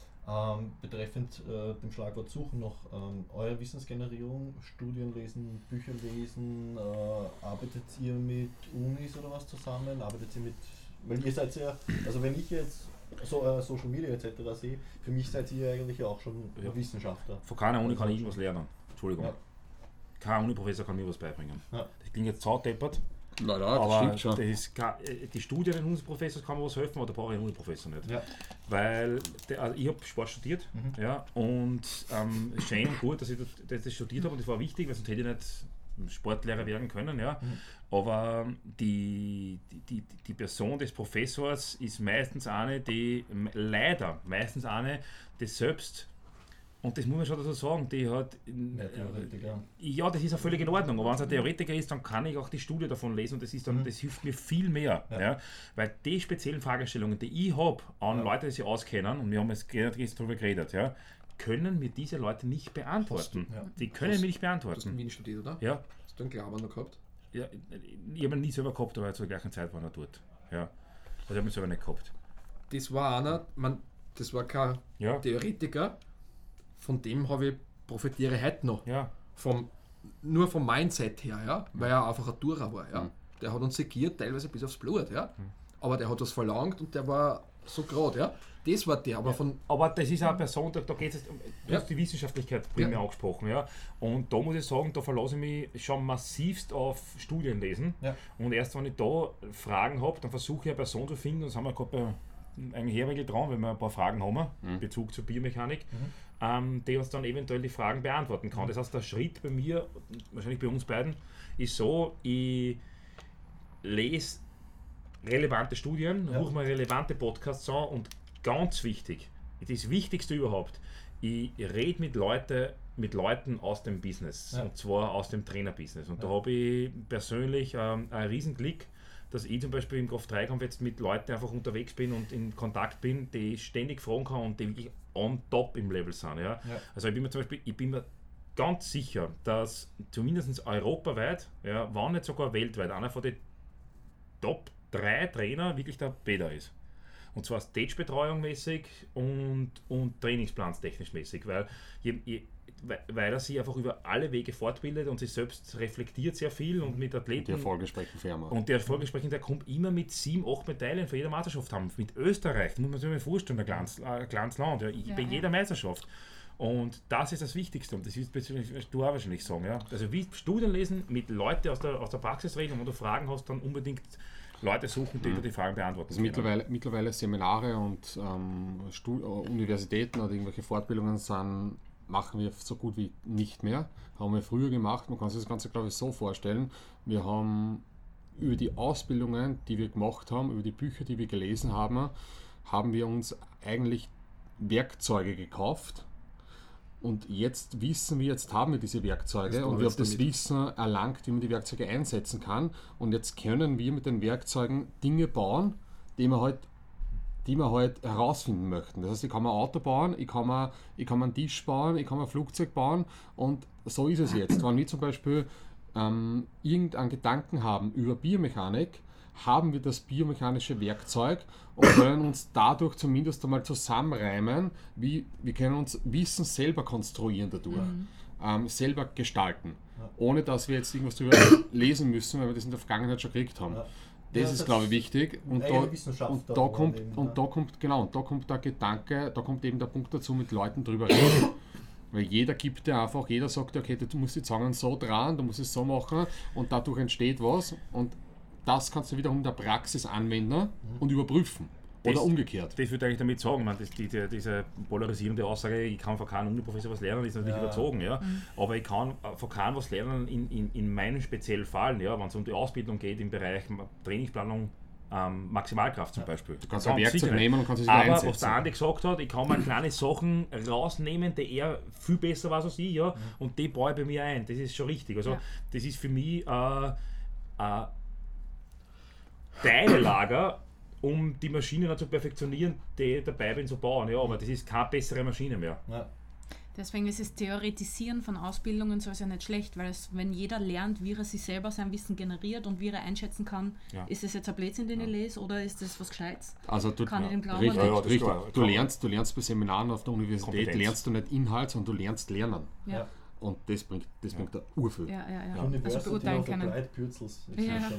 Ähm, betreffend äh, dem Schlagwort Suchen noch, ähm, eure Wissensgenerierung, Studien lesen, Bücher lesen, äh, arbeitet ihr mit Unis oder was zusammen? Arbeitet ihr mit, weil ihr seid ja, also wenn ich jetzt so äh, Social Media et cetera sehe, für mich seid ihr eigentlich auch schon Ja. Wissenschaftler. Von keiner Uni kann ich irgendwas lernen. Entschuldigung. Ja. Kein Uniprofessor kann mir was beibringen. Ja. Das klingt jetzt zaudeppert, Na, na, aber das ist kein, die Studie eines Uniprofessors kann mir was helfen, aber da brauche ich einen Uniprofessor nicht. Ja. Weil der, also ich habe Sport studiert, Mhm. ja, und ähm, schön und gut, dass ich das, das studiert habe und das war wichtig, weil sonst hätte ich nicht Sportlehrer werden können. Ja. Mhm. Aber die, die, die, die Person des Professors ist meistens eine, die leider meistens eine, die selbst, und das muss man schon dazu sagen, die hat. Mehr Theoretiker. Ja, das ist auch völlig in Ordnung. Aber wenn es ein Theoretiker ist, dann kann ich auch die Studie davon lesen und das, ist dann, Mhm. das hilft mir viel mehr. Ja. Ja. Weil die speziellen Fragestellungen, die ich habe an Ja. Leute, die sich auskennen, und wir haben jetzt jetzt darüber geredet, ja, können mir diese Leute nicht beantworten. Ja. Die können Was- mir nicht Du hast in beantworten. Wien studiert, oder? Ja, Hast du einen Glauben noch gehabt? ja, ich habe ihn nie selber gehabt, aber zur gleichen Zeit war er dort. Ja. Also ich habe ihn selber nicht gehabt. Das war einer, man, das war kein Ja, Theoretiker, von dem habe ich profitiere heute noch. ja. Vom, nur vom Mindset her, ja, weil er einfach ein Tourer war. Ja. Mhm. Der hat uns segiert, teilweise bis aufs Blut. Ja. Mhm. Aber der hat was verlangt und der war so gerade. Ja. Das war der, aber von. Aber das ist auch eine Person, da, da geht es, du Ja. hast die Wissenschaftlichkeit primär Ja. angesprochen, ja. Und da muss ich sagen, da verlasse ich mich schon massivst auf Studien lesen. Ja. Und erst wenn ich da Fragen habe, dann versuche ich eine Person zu finden, das haben wir gerade bei eigentlich Herwegel dran, wenn wir ein paar Fragen haben, Mhm. Bezug zur Biomechanik, Mhm. ähm, die uns dann eventuell die Fragen beantworten kann. Das heißt, der Schritt bei mir, wahrscheinlich bei uns beiden, ist so, ich lese relevante Studien, Ja. rufe mir relevante Podcasts an und ganz wichtig, das Wichtigste überhaupt, ich rede mit, Leute, mit Leuten aus dem Business, ja. und zwar aus dem Trainerbusiness. Und ja. da habe ich persönlich ähm, einen riesen Glück, dass ich zum Beispiel im Golf drei Kampf jetzt mit Leuten einfach unterwegs bin und in Kontakt bin, die ich ständig fragen kann und die wirklich on top im Level sind. Ja? Ja. Also ich bin mir zum Beispiel, ich bin mir ganz sicher, dass zumindest europaweit, ja, wenn nicht sogar weltweit, einer von den Top drei Trainer wirklich der Peter ist. Und zwar Stage-Betreuung mäßig und, und trainingsplanstechnisch mäßig, weil, je, je, weil er sich einfach über alle Wege fortbildet und sich selbst reflektiert sehr viel und mit Athleten. Und die Erfolge sprechen Firma. Und die Erfolge sprechen, der kommt immer mit sieben, acht Medaillen für jede Meisterschaft haben. Mit Österreich, muss man sich mal vorstellen, ein kleines, ein kleines Land, ja, ja, bei ja. jeder Meisterschaft. Und das ist das Wichtigste und das ist, du auch wahrscheinlich sagen. Ja? Also wie Studien lesen, mit Leuten aus der, aus der Praxis reden und wenn du Fragen hast, dann unbedingt Leute suchen, die mhm. dir die Fragen beantworten also mittlerweile, mittlerweile Seminare und ähm, Stu- Universitäten oder irgendwelche Fortbildungen sind, machen wir so gut wie nicht mehr. Haben wir früher gemacht. Man kann sich das Ganze, glaube ich, so vorstellen. Wir haben über die Ausbildungen, die wir gemacht haben, über die Bücher, die wir gelesen haben, haben wir uns eigentlich Werkzeuge gekauft. Und jetzt wissen wir, jetzt haben wir diese Werkzeuge und wir haben das Wissen erlangt, wie man die Werkzeuge einsetzen kann. Und jetzt können wir mit den Werkzeugen Dinge bauen, die wir halt, die wir halt herausfinden möchten. Das heißt, ich kann mir ein Auto bauen, ich kann mir, ich kann mir einen Tisch bauen, ich kann mir ein Flugzeug bauen und so ist es jetzt. Wenn wir zum Beispiel ähm, irgendeinen Gedanken haben über Biomechanik, haben wir das biomechanische Werkzeug und können uns dadurch zumindest einmal zusammenreimen, wie wir können uns Wissen selber konstruieren dadurch, mhm. ähm, selber gestalten, ja. ohne dass wir jetzt irgendwas darüber lesen müssen, weil wir das in der Vergangenheit schon gekriegt haben. Ja. Das ja, ist, glaube ich, wichtig. Und da, und da kommt, eben, und da kommt, genau, und da kommt der Gedanke, da kommt eben der Punkt dazu, mit Leuten drüber reden. Weil jeder gibt ja einfach, jeder sagt, okay, du musst die Zangen so dran, du musst es so machen und dadurch entsteht was und das kannst du wiederum in der Praxis anwenden mhm. und überprüfen. Oder das, umgekehrt. Das würde ich eigentlich damit sagen. Man, das, die, die, diese polarisierende Aussage, ich kann von keinem Uniprofessor was lernen, ist natürlich ja. überzogen. Ja? Mhm. Aber ich kann von keinem was lernen in, in, in meinem speziellen Fall, ja? Wenn es um die Ausbildung geht im Bereich Trainingsplanung, ähm, Maximalkraft zum ja. Beispiel. Du kannst ein Werkzeug nehmen und kannst es wieder Aber einsetzen. was der Andi gesagt hat, ich kann mir kleine Sachen rausnehmen, die er viel besser weiß als ich, ja? Mhm. und die baue ich bei mir ein. Das ist schon richtig. Also ja. das ist für mich äh, äh, Teilelager, um die Maschine zu perfektionieren, die ich dabei bin zu bauen. Ja, aber das ist keine bessere Maschine mehr. Ja. Deswegen ist das Theoretisieren von Ausbildungen so ja nicht schlecht, weil es, wenn jeder lernt, wie er sich selber sein Wissen generiert und wie er einschätzen kann, ja. ist das jetzt ein Blödsinn, den ja. ich lese, oder ist das was Gescheites? Also du, kann ja. ich dem glauben? Richtig, ja, richtig. Du, lernst, du lernst bei Seminaren auf der Universität, Kompetenz. lernst du nicht Inhalt, sondern du lernst lernen. Ja. Und das bringt, das bringt der Urviel. Ja, ja, ja. ja. Also beurteilen können. Ja.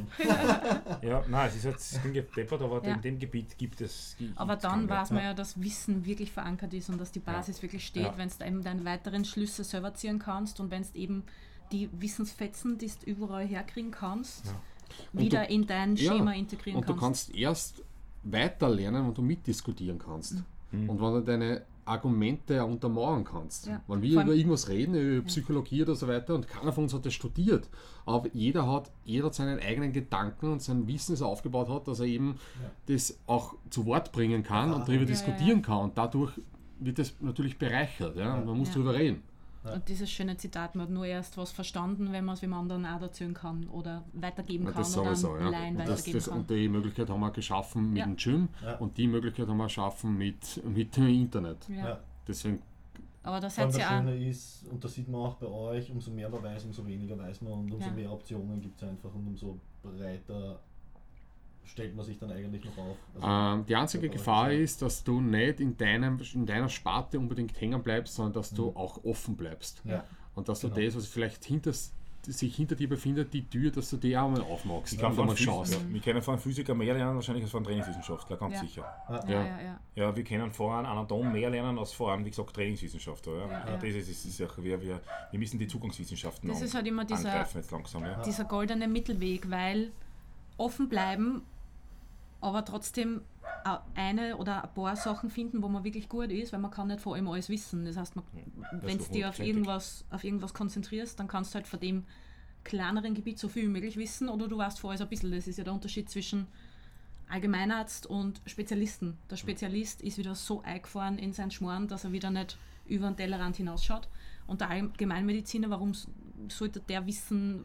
ja, nein, es ist jetzt deppert, aber ja. in dem Gebiet gibt es. Gibt aber dann weiß man ja, dass Wissen wirklich verankert ist und dass die Basis ja. wirklich steht, ja. wenn du eben deine weiteren Schlüsse selber ziehen kannst und wenn du eben die Wissensfetzen, die du überall herkriegen kannst, ja. wieder du, in dein Schema ja. integrieren und kannst. Und du kannst erst weiter lernen, wenn du mitdiskutieren kannst. Mhm. Und wenn du deine Argumente untermauern kannst. Ja. Wenn wir über irgendwas reden, über Psychologie oder so weiter, und keiner von uns hat das studiert, aber jeder hat, jeder hat seinen eigenen Gedanken und sein Wissen, das er aufgebaut hat, dass er eben ja. das auch zu Wort bringen kann ja. und darüber ja, diskutieren ja. kann und dadurch wird das natürlich bereichert ja? und man muss ja. darüber reden. Ja. Und dieses schöne Zitat, man hat nur erst was verstanden, wenn man es dem anderen auch erzählen kann oder weitergeben ja, kann das oder sowieso, ja. allein und weitergeben das, das, kann. Und die Möglichkeit haben wir geschaffen mit ja. dem Gym ja. und die Möglichkeit haben wir geschaffen mit, mit dem Internet. Ja. Ja. Deswegen aber das, das ja Schöne ist, und das sieht man auch bei euch, umso mehr man weiß, umso weniger weiß man und umso ja. mehr Optionen gibt es einfach und umso breiter stellt man sich dann eigentlich noch auf. Also ähm, die einzige Gefahr ist, dass du nicht in, deinem, in deiner Sparte unbedingt hängen bleibst, sondern dass du mhm. auch offen bleibst. Ja. Und dass du genau. das, was vielleicht hinter, sich hinter dir befindet, die Tür, dass du die auch mal aufmachst und mal schaust. Ja. Wir können von einem Physiker mehr lernen, wahrscheinlich als von einem Trainingswissenschaftler, ganz ja. sicher. Ja. Ja. Ja, ja, ja, wir können von einem Anatom mehr lernen als von einem, wie gesagt, Trainingswissenschaftler. Ja. Ja, ja. Das ist, ist, ist auch, wir, wir, wir müssen die Zugangswissenschaften das ist halt immer dieser, jetzt langsam. Ja. dieser goldene Mittelweg, weil offen bleiben, aber trotzdem eine oder ein paar Sachen finden, wo man wirklich gut ist, weil man kann nicht vor allem alles wissen. Das heißt, man, ja, wenn du dich auf irgendwas, auf irgendwas konzentrierst, dann kannst du halt von dem kleineren Gebiet so viel wie möglich wissen oder du weißt vor allem ein bisschen. Das ist ja der Unterschied zwischen Allgemeinarzt und Spezialisten. Der Spezialist ist wieder so eingefahren in seinen Schmoren, dass er wieder nicht über den Tellerrand hinausschaut. Und der Allgemeinmediziner, warum sollte der wissen,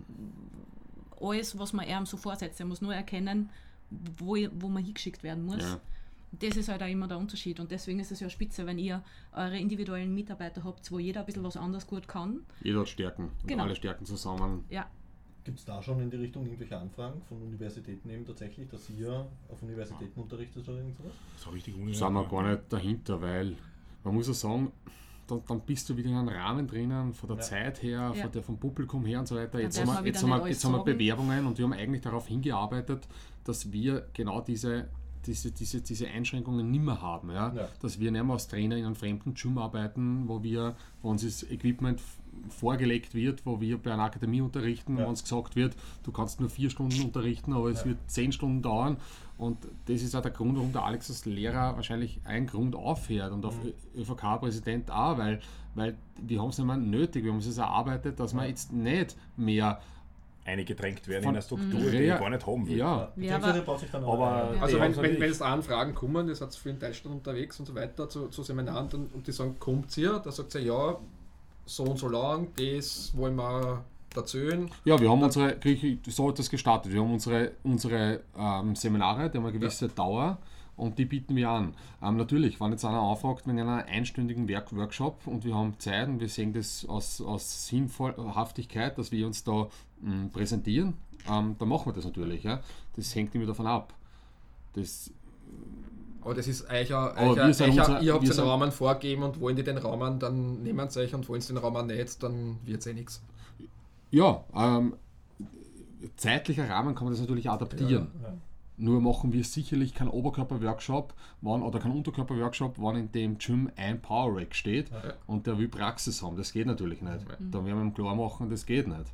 alles, was man ihm so vorsetzt? Er muss nur erkennen, wo, wo man hingeschickt werden muss. Ja. Das ist halt auch immer der Unterschied. Und deswegen ist es ja spitze, wenn ihr eure individuellen Mitarbeiter habt, wo jeder ein bisschen was anderes gut kann. Jeder hat Stärken. Und Genau. alle Stärken zusammen. Ja. Gibt es da schon in die Richtung irgendwelche Anfragen von Universitäten eben tatsächlich, dass ihr auf Universitäten unterrichtet oder irgend sowas? So richtig Da sind wir gar nicht dahinter, weil man muss ja sagen, dann, dann bist du wieder in einem Rahmen drinnen, von der Ja. Zeit her, Ja. von der, vom Publikum her und so weiter. Dann Jetzt darf haben man wir, jetzt wieder haben wir, nicht jetzt haben wir alles sagen. Bewerbungen und wir haben eigentlich darauf hingearbeitet, dass wir genau diese, diese, diese, diese Einschränkungen nicht mehr haben. Ja? Ja. Dass wir nicht mehr als Trainer in einem fremden Gym arbeiten, wo, wir, wo uns das Equipment f- vorgelegt wird, wo wir bei einer Akademie unterrichten, Ja. wo uns gesagt wird, du kannst nur vier Stunden unterrichten, aber es Ja. wird zehn Stunden dauern. Und das ist auch der Grund, warum der Alex als Lehrer wahrscheinlich ein Grund aufhört und auf Mhm. ÖVK-Präsident auch, weil, weil wir haben es nicht mehr nötig, wir haben es erarbeitet, dass wir jetzt nicht mehr eingedrängt werden Von- in eine Struktur, die Ja. ich gar nicht haben will. ja, Beziehungsweise aber- baut sich dann auch aber- ein. Also Ja, wenn, also wenn, ich- wenn jetzt Anfragen kommen, das hat es für in Deutschland unterwegs und so weiter, zu, zu Seminaren dann, und die sagen, kommt ihr, da sagt sie, ja, so und so lang, das wollen wir erzählen. ja, wir haben unsere, krieg ich- so hat das gestartet, wir haben unsere, unsere ähm, Seminare, die haben eine gewisse Dauer und die bieten wir an. Ähm, natürlich, wenn jetzt einer anfragt wegen einer einstündigen Werk Workshop und wir haben Zeit und wir sehen das aus, aus Sinnhaftigkeit, dass wir uns da mh, präsentieren, ähm, dann machen wir das natürlich. Ja. Das hängt immer davon ab. Das, Aber das ist euch ja, Aber euch wir ja, sind euch ja- unser- ihr habt wir den sind- Rahmen vorgeben und wollen die den Rahmen, dann nehmen sie euch und wollen sie den Rahmen nicht, dann wird es eh nichts. ja, ähm, zeitlicher Rahmen kann man das natürlich adaptieren. Ja. Nur machen wir sicherlich keinen Oberkörper-Workshop wann, oder keinen Unterkörper-Workshop, wann in dem Gym ein Power Rack steht Ja. und der will Praxis haben. Das geht natürlich nicht. Ja. Da werden wir ihm klar machen, das geht nicht.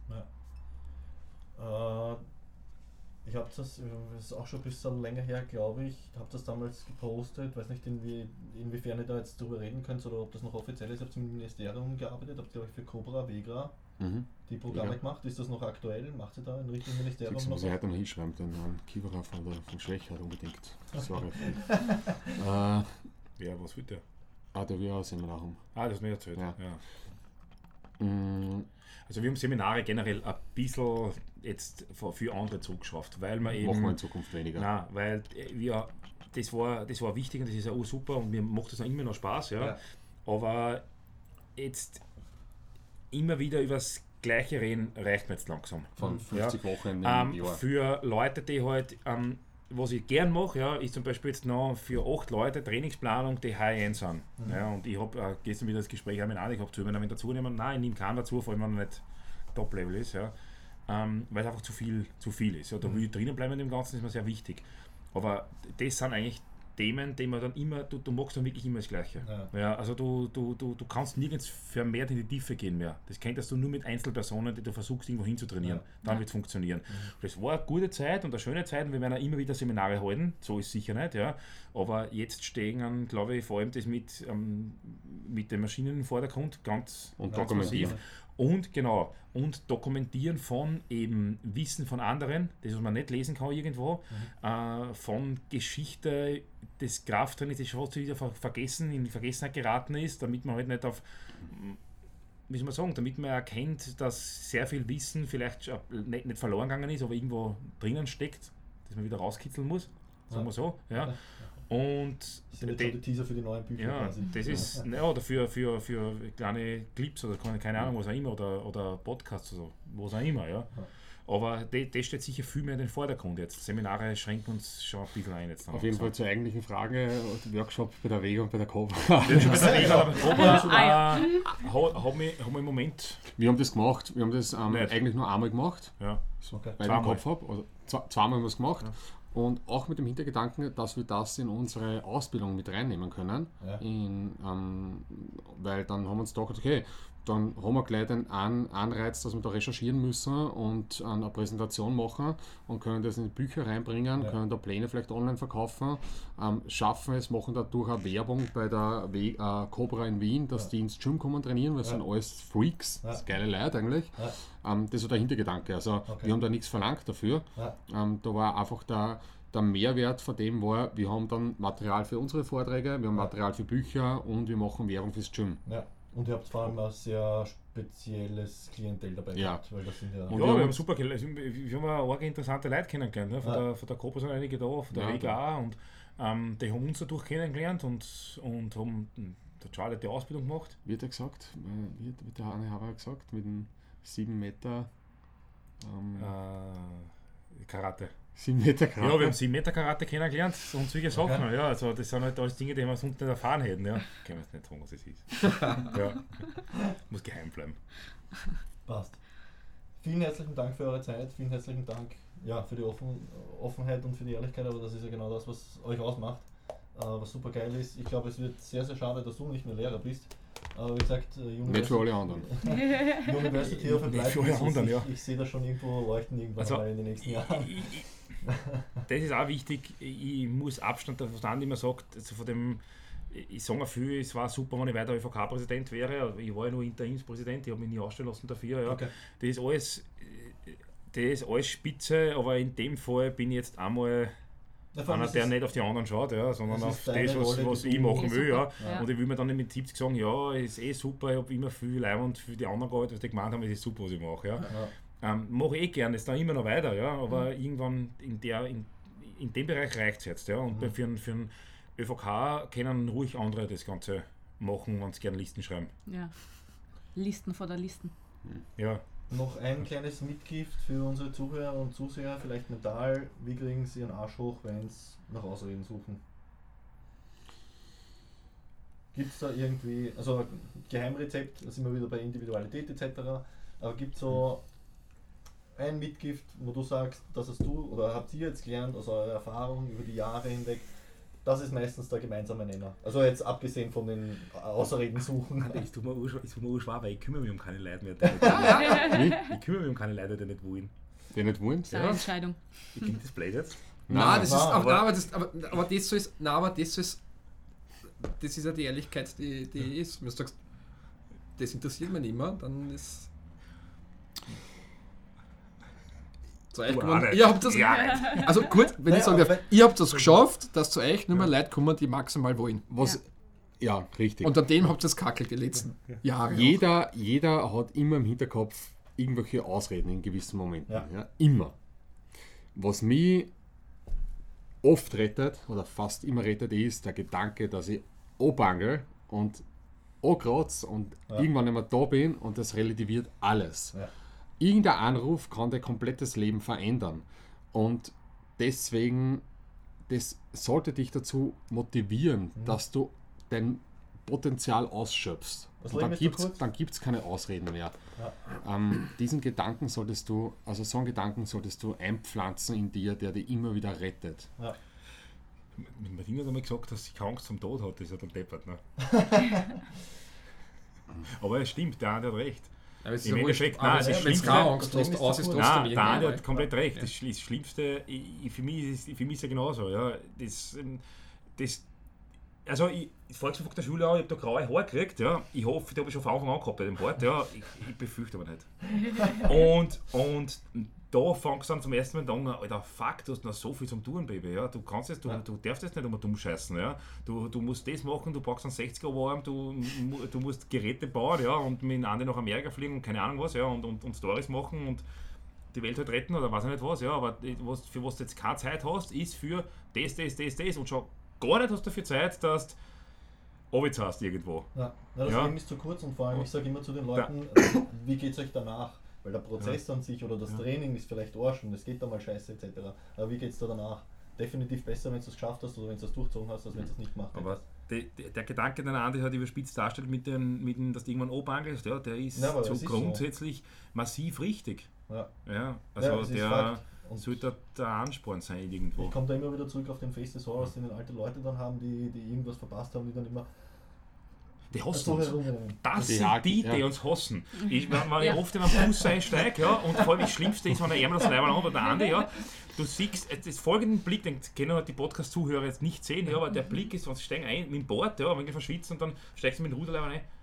Äh, ich habe das, das ist auch schon ein bisschen länger her, glaube ich, habe das damals gepostet, weiß nicht, inwie, inwiefern ihr da jetzt drüber reden könnt oder ob das noch offiziell ist. Ihr habt im Ministerium gearbeitet, habt glaube ich für Cobra, Vegra Mhm. die Programme Ja. gemacht. Ist das noch aktuell? Macht ihr da in Richtung Ministerium Das noch muss ich was? heute noch hinschreiben, den ähm, Kiewerer von der von Schwächert unbedingt. Sorry. äh, ah, Ja, was will der? der will auch ein Seminar haben. Ah, das hast du mir erzählt. Ja. Ja. Mm, Also wir haben Seminare generell ein bisschen jetzt für für andere zugeschafft, weil wir eben... machen wir in Zukunft weniger. Nein, weil wir, das, war, das war wichtig und das ist auch super und mir macht das auch immer noch Spaß, ja. Ja. Aber jetzt immer wieder über das Gleiche reden, reicht mir jetzt langsam. Von fünfzig Wochen im Ähm, Jahr. für Leute, die halt, ähm, was ich gern mache, ja, ist zum Beispiel jetzt noch für acht Leute Trainingsplanung, die High-End sind. Mhm. Ja, und ich habe äh, gestern wieder das Gespräch auch mit einem, ich habe zu mir dazu nehmen, nein, ich nehme keinen dazu, vor allem wenn er nicht Top-Level ist, ja, ähm, weil es einfach zu viel, zu viel ist. Ja, da will ich drinnen bleiben in dem Ganzen, ist mir sehr wichtig. Aber das sind eigentlich Themen, die man dann immer, du, du magst dann wirklich immer das Gleiche. Ja. Ja, also du, du, du, du kannst nirgends vermehrt in die Tiefe gehen mehr. Das könntest du nur mit Einzelpersonen, die du versuchst irgendwo hinzutrainieren. Ja. Dann Ja. wird es funktionieren. Das war eine gute Zeit und eine schöne Zeit und wir werden auch immer wieder Seminare halten, so ist es sicher nicht, ja. Aber jetzt stehen, an, glaube ich, vor allem das mit, ähm, mit den Maschinen im Vordergrund ganz, Und ganz dokumentieren. massiv. Und genau, und dokumentieren von eben Wissen von anderen, das was man nicht lesen kann irgendwo, äh, von Geschichte des Krafttrainings, das schon wieder ver vergessen, in die Vergessenheit geraten ist, damit man halt nicht auf, wie soll man sagen, damit man erkennt, dass sehr viel Wissen vielleicht schon nicht, nicht verloren gegangen ist, aber irgendwo drinnen steckt, das man wieder rauskitzeln muss, sagen wir so. Ja. Und Das sind jetzt die- schon die Teaser für die neuen Bücher ja, quasi. das ist, ja, oder für, für, für kleine Clips oder keine, keine Ahnung, was auch immer, oder, oder Podcasts oder so, was auch immer, ja. Aber das, das steht sicher viel mehr in den Vordergrund jetzt. Seminare schränken uns schon ein bisschen ein jetzt. Auf jeden Fall zur eigentlichen Frage, Workshop bei der Vega und bei der Cobra. Cobra äh, hat, hat, mich, hat mich im Moment, Wir haben das gemacht, wir haben das ähm, Nicht. eigentlich nur einmal gemacht, ja, Okay. weil ich im Zweimal. Kopf habe. Also, zwei- zweimal haben wir es gemacht. Und auch mit dem Hintergedanken, dass wir das in unsere Ausbildung mit reinnehmen können. Ja. In, ähm, weil dann haben wir uns gedacht, okay, dann haben wir gleich den An Anreiz, dass wir da recherchieren müssen und eine Präsentation machen und können das in die Bücher reinbringen, Ja. können da Pläne vielleicht online verkaufen, ähm, schaffen es, machen dadurch auch Werbung bei der We äh, Cobra in Wien, dass Ja. die ins Gym kommen trainieren, weil es Ja. sind alles Freaks, Ja. das ist geile Leute eigentlich. Ja. Ähm, das war der Hintergedanke, also Okay. wir haben da nichts verlangt dafür. Ja. Ähm, da war einfach der, der Mehrwert von dem war, wir haben dann Material für unsere Vorträge, wir haben Ja. Material für Bücher und wir machen Werbung fürs Gym. Ja. Und ihr habt vor allem ein sehr spezielles Klientel dabei Ja. gehabt, weil das sind ja... Und Ja, wir haben wir haben uns- super, gel- also, wir haben auch arge interessante Leute kennengelernt. Ne? Von, Ja. der, von der Gruppe sind einige da, von der Ja. W G A und ähm, die haben uns dadurch kennengelernt und, und haben, der Charlie hat die Ausbildung gemacht. Wie hat er gesagt? Äh, Wie hat, wie hat der Hanne Haber gesagt? Mit dem sieben Meter ähm, Äh, Karate. sieben Meter Ja, Karate. wir haben sieben Meter Karate kennengelernt und solche Sachen. Okay. Ja, also das sind halt alles Dinge, die wir sonst nicht erfahren hätten. Ja. Können wir jetzt nicht sagen, was es ist. Ja. Muss geheim bleiben. Passt. Vielen herzlichen Dank für eure Zeit, vielen herzlichen Dank ja, für die Offen Offenheit und für die Ehrlichkeit, aber das ist ja genau das, was euch ausmacht, äh, was super geil ist. Ich glaube, es wird sehr, sehr schade, dass du nicht mehr Lehrer bist. Aber wie gesagt, äh, Nicht für alle anderen. University of Nicht Applied für alle Business, anderen, ich, ja. ich sehe das schon irgendwo leuchten irgendwann Also, mal in den nächsten Ich, Jahren. ich, ich, das ist auch wichtig. Ich muss Abstand davon haben, immer sagt, also von dem, ich sage viel, es war super, wenn ich weiter ÖVK Präsident wäre. Ich war ja nur Interimspräsident, ich habe mich nie ausstellen lassen dafür. Ja. Okay. Das ist alles, das ist alles spitze, aber in dem Fall bin ich jetzt einmal Ja, vor allem einer, ist der es- nicht auf die anderen schaut, ja, sondern das auf ist deine das, was, Rolle, was die ich du- machen Ja, will. Ja. super. Ja. Und ich will mir dann nicht mit siebzig sagen, ja, ist eh super, ich habe immer viel Leib und für die anderen gehalten, was die gemeint haben, es ist super, was ich mache. Ja. Ja. Ähm, mache ich eh gerne, ist dann immer noch weiter, ja, aber irgendwann in, der, in, in dem Bereich reicht es jetzt. Ja. Und bei- für, einen- für einen ÖVK können ruhig andere das Ganze machen, wenn sie gerne Listen schreiben. Ja. Listen vor der Listen. Ja. Noch ein kleines Mitgift für unsere Zuhörer und Zuseher, vielleicht mental. Wie kriegen sie ihren Arsch hoch, wenn sie nach Ausreden suchen? Gibt es da irgendwie, also Geheimrezept, da sind wir wieder bei Individualität et cetera. Aber gibt es so ein Mitgift, wo du sagst, das hast du oder habt ihr jetzt gelernt aus eurer Erfahrung über die Jahre hinweg, das ist meistens der gemeinsame Nenner. Also jetzt abgesehen von den Ausreden suchen. Es tut mir auch schwer, weil ich kümmere mich um keine Leute mehr, die nicht wollen. Ich kümmere mich um keine Leute, die nicht wollen. Die nicht wollen? Seine Entscheidung. Wie klingt das blöd jetzt? Nein, das nein, ist, aber, aber- nein, aber, das, aber, aber das so ist, nein, aber das so ist, das ist ja die Ehrlichkeit, die, die ist. Wenn du sagst, das interessiert mich nicht mehr, dann ist. Zu euch Du kommen, auch nicht. ihr habt das, Ja, also gut, wenn Naja, ich sagen aber darf, ihr habt das geschafft, dass zu euch nur mehr Leute kommen, die maximal wollen. Was, ja. richtig. Und an dem habt ihr es kackelt die letzten Jahre. jeder, jeder hat immer im Hinterkopf irgendwelche Ausreden in gewissen Momenten. Ja. Ja. Immer. Was mich oft rettet, oder fast immer rettet, ist der Gedanke, dass ich anbangel und ankratze und Ja. irgendwann nicht mehr da bin und das relativiert alles. Ja. Irgendein Anruf kann dein komplettes Leben verändern. Und deswegen, das sollte dich dazu motivieren, Mhm. dass du dein Potenzial ausschöpfst. Das Und Leben dann ist so gibt es kurz. dann gibt's keine Ausreden mehr. Ja. Ähm, diesen Gedanken solltest du, also so einen Gedanken solltest du einpflanzen in dir, der dich immer wieder rettet. Ja. Martin hat einmal gesagt, dass sie keine Angst zum Tod hat, das ist ja dann deppert. Ne? Aber es stimmt, der Andi hat recht. Aber es ist Im ja wurscht. Endeffekt, Aber nein, wenn das du Schlimmste- keine Angst das Leben hast, ist aus so ist kurz. trotzdem Nein, der irgendwann Andi mal. hat komplett recht. Das, Schli- das Schlimmste, ich, ich, für, mich ist, für mich ist ja genauso. Ja. Das, ähm, das, also, ich, ich folge von der Schule an, ich habe da graue Haare gekriegt. Ja. Ich hoffe, die habe ich schon von Anfang an gehabt bei dem Bart. Ja. Ich, ich befürchte aber nicht. Und, und da fangst du dann zum ersten Mal an, Alter, fuck, du hast noch so viel zum Tun, Baby. Ja. Du kannst jetzt, du, Ja. du darfst jetzt nicht immer dumm scheißen. Ja. Du, du musst das machen, du brauchst einen sechziger-Arm, du, mu- du musst Geräte bauen, ja, und mit Andi nach Amerika fliegen und keine Ahnung was, ja, und, und, und Stories machen und die Welt halt retten oder weiß ich nicht was, ja, aber was, für was du jetzt keine Zeit hast, ist für das, das, das, das und schon gar nicht hast du dafür Zeit, dass du Obitz hast irgendwo. Ja, ja, das Ja. Leben ist zu kurz und vor allem, ich sage immer zu den Da- Leuten, wie geht es euch danach? Weil der Prozess an sich oder das Ja. Training ist vielleicht Arsch und es geht da mal scheiße et cetera. Aber wie geht es da danach? Definitiv besser, wenn du es geschafft hast oder wenn du es durchgezogen hast, als wenn du es nicht gemacht Aber hättest. de, de, der Gedanke, den Andi hat überspitzt darstellt, mit den, mit den, dass du irgendwann anbangelst, ja, der ist Ja, aber so es ist so. grundsätzlich massiv richtig. Ja. Ja, also Ja, es ist der Fakt. Und sollte der Ansporn sein irgendwo. ich komme da immer wieder zurück auf den Face des Horrors, den alte Leute dann haben, die, die irgendwas verpasst haben, die dann immer Die hassen So uns. herum. Das Die sind Haken, die, ja. die uns hassen. Ich, wenn, wenn Ja. ich oft in einen Bus einsteige, ja, und vor allem das Schlimmste ist, wenn der Ärmel das Leiberl an oder der Andi, ja, du siehst, das folgenden Blick, den können halt die Podcast-Zuhörer jetzt nicht sehen, ja, aber der Blick ist, wenn sie steigen ein mit dem Board, ja, wenn die verschwitzen und dann steigst du mit dem Ruderleiberl ein.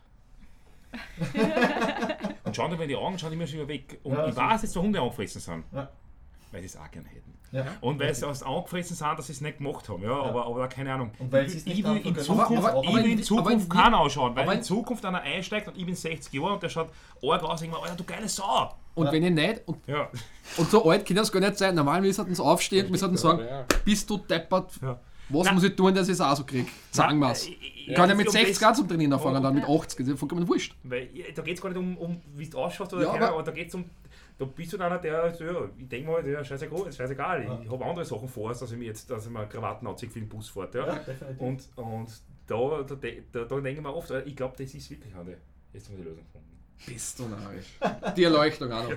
Und schauen dir mal in die Augen, schauen die mir schon wieder weg. Und Ja, ich so. weiß, dass die Hunde angefressen sind, Ja. weil sie es auch gerne hätten. Ja. Und weil sie aus angefressen sind, dass sie es nicht gemacht haben, ja, aber, aber keine Ahnung. Und weil ich, sie es ich nicht will antun in können. Zukunft, Aber- aber- ich aber will in- in aber Zukunft in- keinen ausschauen, weil aber in in- Zukunft einer einsteigt und ich bin sechzig Jahre und der schaut arg aus und ich mir, Alter, du geile Sau! Und Ja. wenn ich nicht, und, Ja. und so alt kann das gar nicht sein, normalerweise sollten sie aufstehen und wir sollten sagen, Ja. bist du deppert, Ja. was Nein. muss ich tun, dass ich es auch so kriege? Sagen wir es. Ich- ich- Ich kann ja es mit geht um sechzig das- Grad zum Trainieren anfangen, dann mit achtzig, das ist ja vollkommen wurscht. Weil ja, da geht es gar nicht um, um wie du ausschaust oder Ja, keine, aber- aber da geht es um, da bist du dann einer, der, so, ja, ich denke mal, der scheißegal, scheißegal. Ja. Ich habe andere Sachen vor, als dass ich mir jetzt, dass ich mir Krawatten anziehe für den Bus fährt. Ja. Ja, definitiv. Und, und da, da, da, da denke ich mir oft, ich glaube, das ist wirklich eine, jetzt haben wir die Lösung gefunden. Bist du narrisch. Die Erleuchtung auch noch.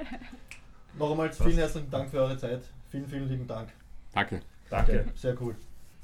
Noch einmal vielen herzlichen Dank für eure Zeit. Vielen, vielen lieben Dank. Danke. Danke. Sehr cool.